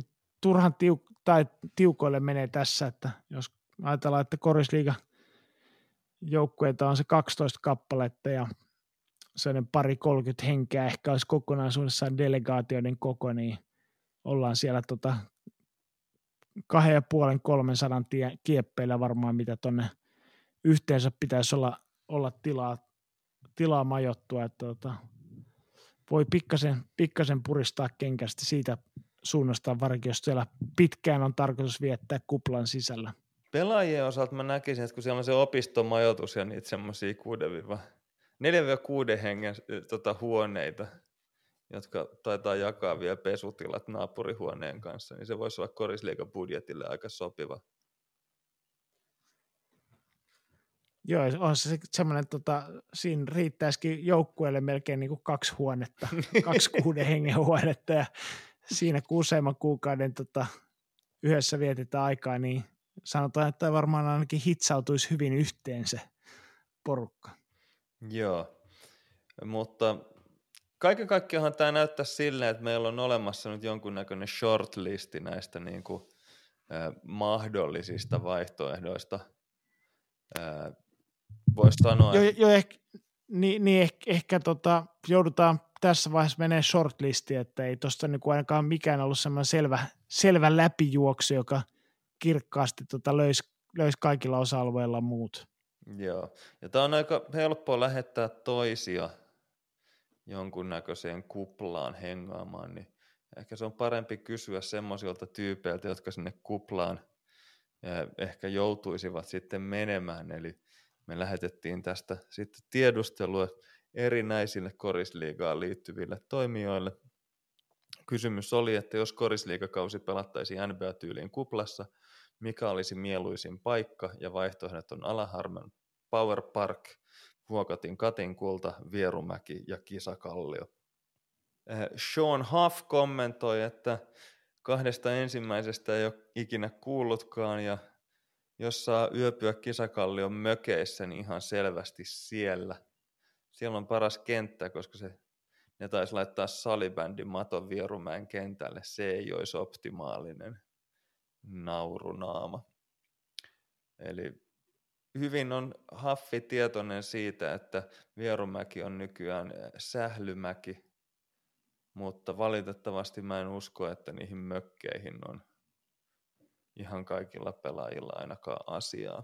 tiukoille menee tässä, että jos ajatellaan, että korisliigan joukkueita on se 12 kappaletta ja sellainen 20-30 henkeä ehkä olisi kokonaisuudessaan delegaatioiden koko, niin ollaan siellä 250-300 kieppeillä varmaan, mitä tuonne yhteensä pitäisi olla tilaa majoittua, että voi pikkasen puristaa kenkästä siitä suunnasta, varsinkin jos siellä pitkään on tarkoitus viettää kuplan sisällä. Pelaajien osalta mä näkisin, että kun siellä on se opistomajoitus ja niitä semmoisia 4-6 hengen huoneita, jotka taitaa jakaa vielä pesutilat naapurihuoneen kanssa, niin se voisi olla korisliigan budjetille aika sopiva. Joo, on se semmoinen, siinä riittäisikin joukkueelle melkein niin kuin 2 huonetta, 2 6 hengen huonetta, ja siinä kun useamman kuukauden yhdessä vietetään aikaa, niin sanotaan, että varmaan ainakin hitsautuisi hyvin yhteen se porukka. Joo, mutta kaiken kaikkiaan tämä näyttää silleen, että meillä on olemassa nyt jonkunnäköinen shortlisti näistä niin kuin, mahdollisista vaihtoehdoista. Voisi sanoa, ehkä joudutaan tässä vaiheessa menee shortlistiin, että ei tuosta niin ainakaan mikään ollut semmoinen selvä läpijuoksu, joka kirkkaasti löisi kaikilla osa-alueilla muut. Joo, ja tämä on aika helppoa lähettää toisia jonkunnäköiseen kuplaan hengaamaan, niin ehkä se on parempi kysyä semmoisilta tyypeiltä, jotka sinne kuplaan ehkä joutuisivat sitten menemään, eli me lähetettiin tästä sitten tiedustelua erinäisille korisliigaan liittyville toimijoille. Kysymys oli, että jos korisliigakausi pelattaisiin NBA-tyyliin kuplassa, mikä olisi mieluisin paikka, ja vaihtoehdot on Alaharman Power Park, Vuokatin Katinkulta, Vierumäki ja Kisakallio. Sean Huff kommentoi, että kahdesta ensimmäisestä ei ole ikinä kuullutkaan, ja jos saa yöpyä Kisakallion mökeissä, niin ihan selvästi siellä. Siellä on paras kenttä, koska ne taisi laittaa salibändin maton Vierumäen kentälle. Se ei olisi optimaalinen naurunaama. Eli hyvin on Haffi tietoinen siitä, että Vierumäki on nykyään sählymäki, mutta valitettavasti mä en usko, että niihin mökkeihin on ihan kaikilla pelaajilla ainakaan asiaa.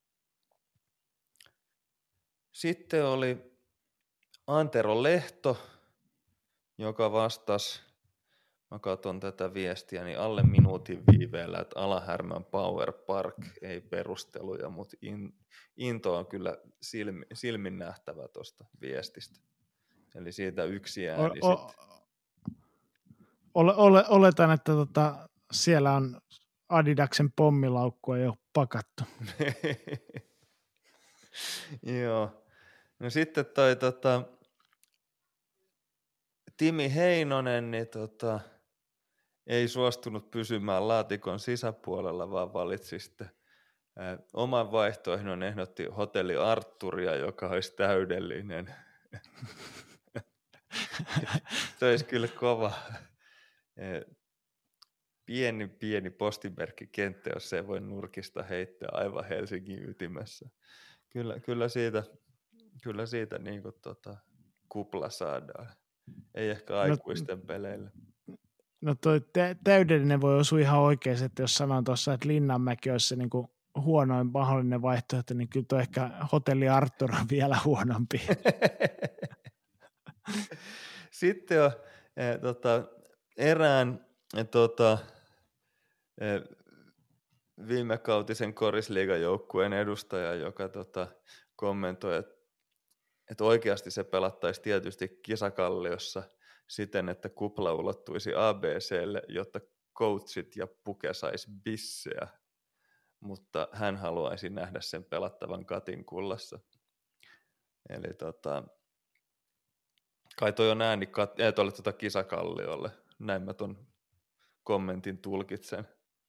Sitten oli Antero Lehto, joka vastasi, mä katson tätä viestiä, niin alle minuutin viiveellä, että Alahärmän Power Park, ei perusteluja, mutta into on kyllä silmin nähtävä tuosta viestistä. Eli siitä yksi ääni sitten. Oletan, että siellä on Adidaksen pommilaukkua jo pakattu. Joo. No sitten toi Timi Heinonen niin ei suostunut pysymään laatikon sisäpuolella, vaan valitsi sitten oman vaihtoehdon, ehdotti Hotelli Arturia, joka olisi täydellinen. Se olisi kyllä kova. Pieni postimerkkikenttä, jos se ei voi nurkista heittää aivan Helsingin ytimessä. Kyllä siitä niin kuin kupla saadaan. Ei ehkä aikuisten peleillä. No toi täydellinen voi osua ihan oikein, että jos sanon tuossa, että Linnanmäki olisi se niin kuin huonoin mahdollinen vaihtoehto, niin kyllä tuo ehkä Hotelli Artur on vielä huonompi. Sitten on erään viimekautisen korisliigajoukkueen edustaja, joka kommentoi, että oikeasti se pelattaisi tietysti Kisakalliossa siten, että kupla ulottuisi ABClle, jotta coachit ja puke saisi bissejä, mutta hän haluaisi nähdä sen pelattavan Katinkullassa. Eli kai toi on ääni tuolle Kisakalliolle. Näin mä ton kommentin tulkitsen.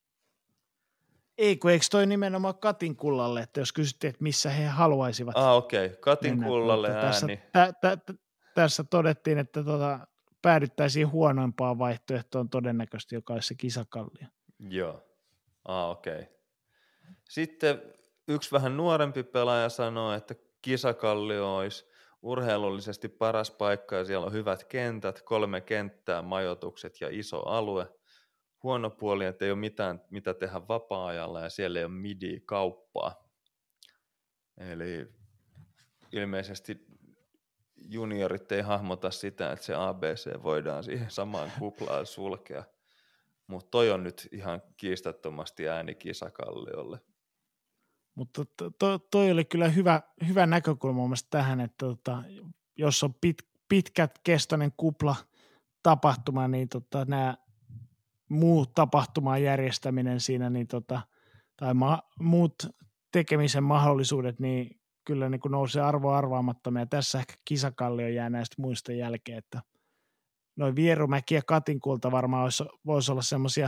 Eikö toi nimenomaan Katinkullalle, että jos kysyttiin, että missä he haluaisivat. Okei. Katinkullalle ääni. Tässä todettiin, että päädyttäisiin huonoimpaan vaihtoehtoon todennäköisesti, joka olisi se Kisakallio. Joo. Okei. Sitten yksi vähän nuorempi pelaaja sanoo, että Kisakallio olisi urheilullisesti paras paikka ja siellä on hyvät kentät, 3 kenttää, majoitukset ja iso alue. Huono puoli, että ei ole mitään, mitä tehdä vapaa-ajalla ja siellä ei ole midi-kauppaa. Eli ilmeisesti juniorit ei hahmota sitä, että se ABC voidaan siihen samaan kuplaan sulkea. Mutta toi on nyt ihan kiistattomasti ääni Kisakalliolle. Mutta toi oli kyllä hyvä näkökulma mun mielestä tähän, että jos on pitkäkestoinen kupla tapahtuma, niin nämä muut tapahtuman järjestäminen siinä, niin tai muut tekemisen mahdollisuudet, niin kyllä niin nousee arvaamattomia. Ja tässä ehkä Kisakallio jää näistä muista jälkeen, että noin Vierumäki ja Katinkulta varmaan voisi olla semmoisia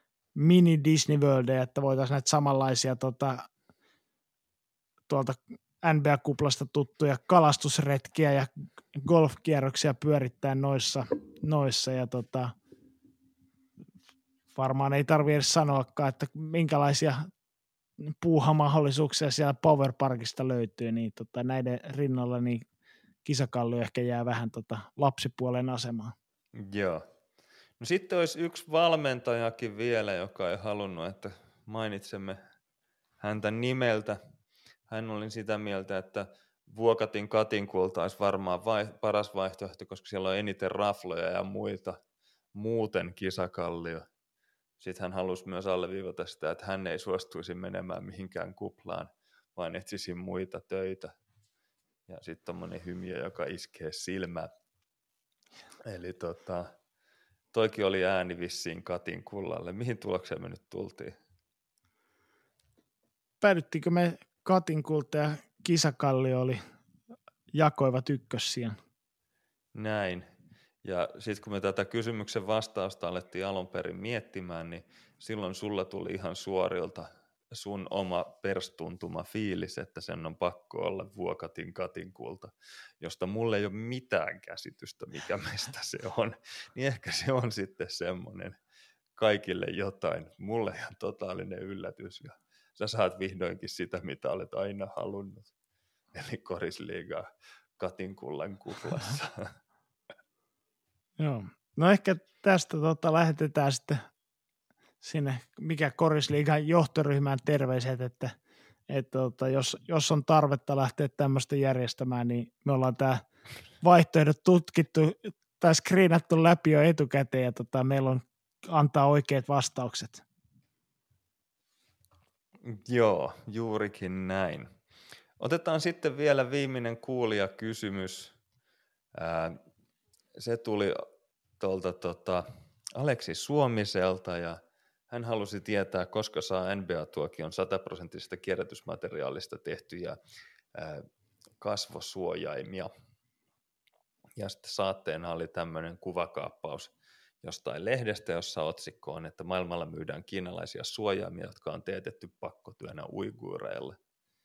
mini Disney Worldeja, että voitaisiin näitä samanlaisia tuolta NBA-kuplasta tuttuja kalastusretkiä ja golfkierroksia pyörittää noissa ja varmaan ei tarvitse edes sanoakaan, että minkälaisia puuhamahdollisuuksia siellä Power Parkista löytyy, niin näiden rinnalla niin Kisakallio ehkä jää vähän lapsipuolen asemaan. Joo. No sitten olisi yksi valmentajakin vielä, joka ei halunnut, että mainitsemme häntä nimeltä. Hän oli sitä mieltä, että Vuokatin Katinkulta olisi varmaan paras vaihtoehto, koska siellä on eniten rafloja ja muuten Kisakallio. Sitten hän halusi myös alleviivata sitä, että hän ei suostuisi menemään mihinkään kuplaan, vaan etsisi muita töitä. Ja sitten tommoinen hymiö, joka iskee silmään. Eli toikin oli ääni vissiin Katinkullalle. Mihin tulokseen me nyt tultiin? Päädyttiinkö me Katinkulta ja Kisakallio jakoivat ykkössijan? Näin. Ja sitten kun me tätä kysymyksen vastausta alettiin alun perin miettimään, niin silloin sulla tuli ihan suorilta sun oma perstuntuma fiilis, että sen on pakko olla Vuokatin Katinkulta, josta mulle ei ole mitään käsitystä, mikä meistä se on. Niin ehkä se on sitten semmoinen kaikille jotain. Mulle ihan totaalinen yllätys ja sä saat vihdoinkin sitä, mitä olet aina halunnut. Eli Korisliigaa Katinkullan kuplassa. Joo. No ehkä tästä lähetetään sitten sinne, mikä Korisliigan johtoryhmään terveiset, että jos on tarvetta lähteä tämmöistä järjestämään, niin me ollaan tämä vaihtoehdot tutkittu tai screenattu läpi jo etukäteen ja meillä on antaa oikeat vastaukset. Joo, juurikin näin. Otetaan sitten vielä viimeinen kuulijakysymys. Se tuli tuolta Aleksi Suomiselta ja hän halusi tietää, koska saa NBA-tuokion 100% kierrätysmateriaalista tehtyjä kasvosuojaimia. Ja sitten saatteena oli tämmöinen kuvakaappaus jostain lehdestä, jossa otsikko on, että maailmalla myydään kiinalaisia suojaimia, jotka on teetetty pakkotyönä uiguureille.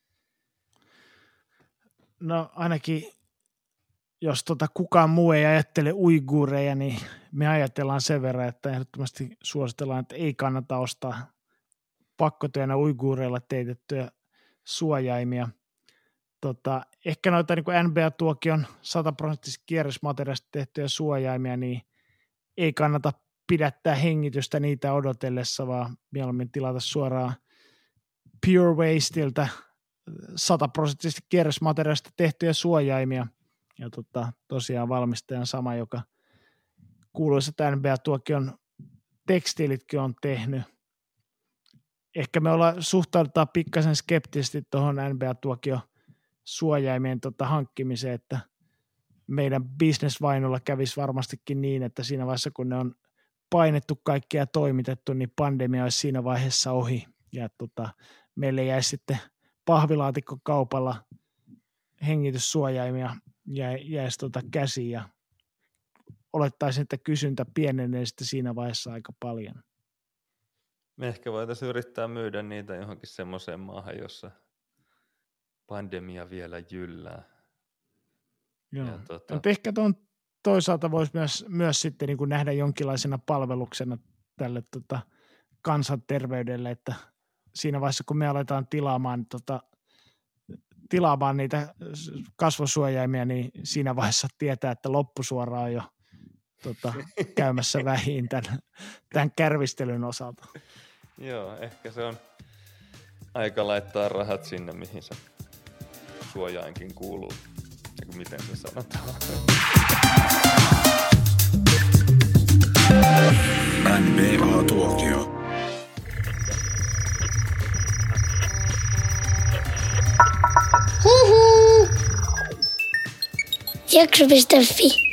No ainakin, jos kukaan muu ei ajattele uiguureja, niin me ajatellaan sen verran, että ehdottomasti suositellaan, että ei kannata ostaa pakkotyönä uiguureilla teetettyjä suojaimia. Ehkä noita niin kuin NBA-tuokion 100% kierrätysmateriaalista tehtyjä suojaimia, niin ei kannata pidättää hengitystä niitä odotellessa, vaan mieluummin tilata suoraan Pure Wasteilta 100% kierrätysmateriaalista tehtyjä suojaimia. Ja tosiaan valmistajan sama, joka kuuluisat NBA-tuokion tekstiilitkin on tehnyt. Ehkä me suhtaudutaan pikkasen skeptisesti tuohon NBA-tuokio suojaimien hankkimiseen, että meidän bisnesvainolla kävisi varmastikin niin, että siinä vaiheessa kun ne on painettu kaikkea ja toimitettu, niin pandemia olisi siinä vaiheessa ohi ja meille jäisi sitten pahvilaatikkokaupalla hengityssuojaimia jäisi käsiin ja olettaisin, että kysyntä pienenee sitten siinä vaiheessa aika paljon. Me ehkä voitaisiin yrittää myydä niitä johonkin semmoiseen maahan, jossa pandemia vielä jyllää. Joo. Mutta ehkä toisaalta voisi myös sitten niin kuin nähdä jonkinlaisena palveluksena tälle kansanterveydelle, että siinä vaiheessa kun me aletaan tilaamaan niitä kasvosuojaimia, niin siinä vaiheessa tietää, että loppusuora on jo käymässä vähiin tämän kärvistelyn osalta. Joo, ehkä se on aika laittaa rahat sinne, mihin se suojainkin kuuluu. Eiku miten se sanotaan? NBA-tuokio. Jakso.fi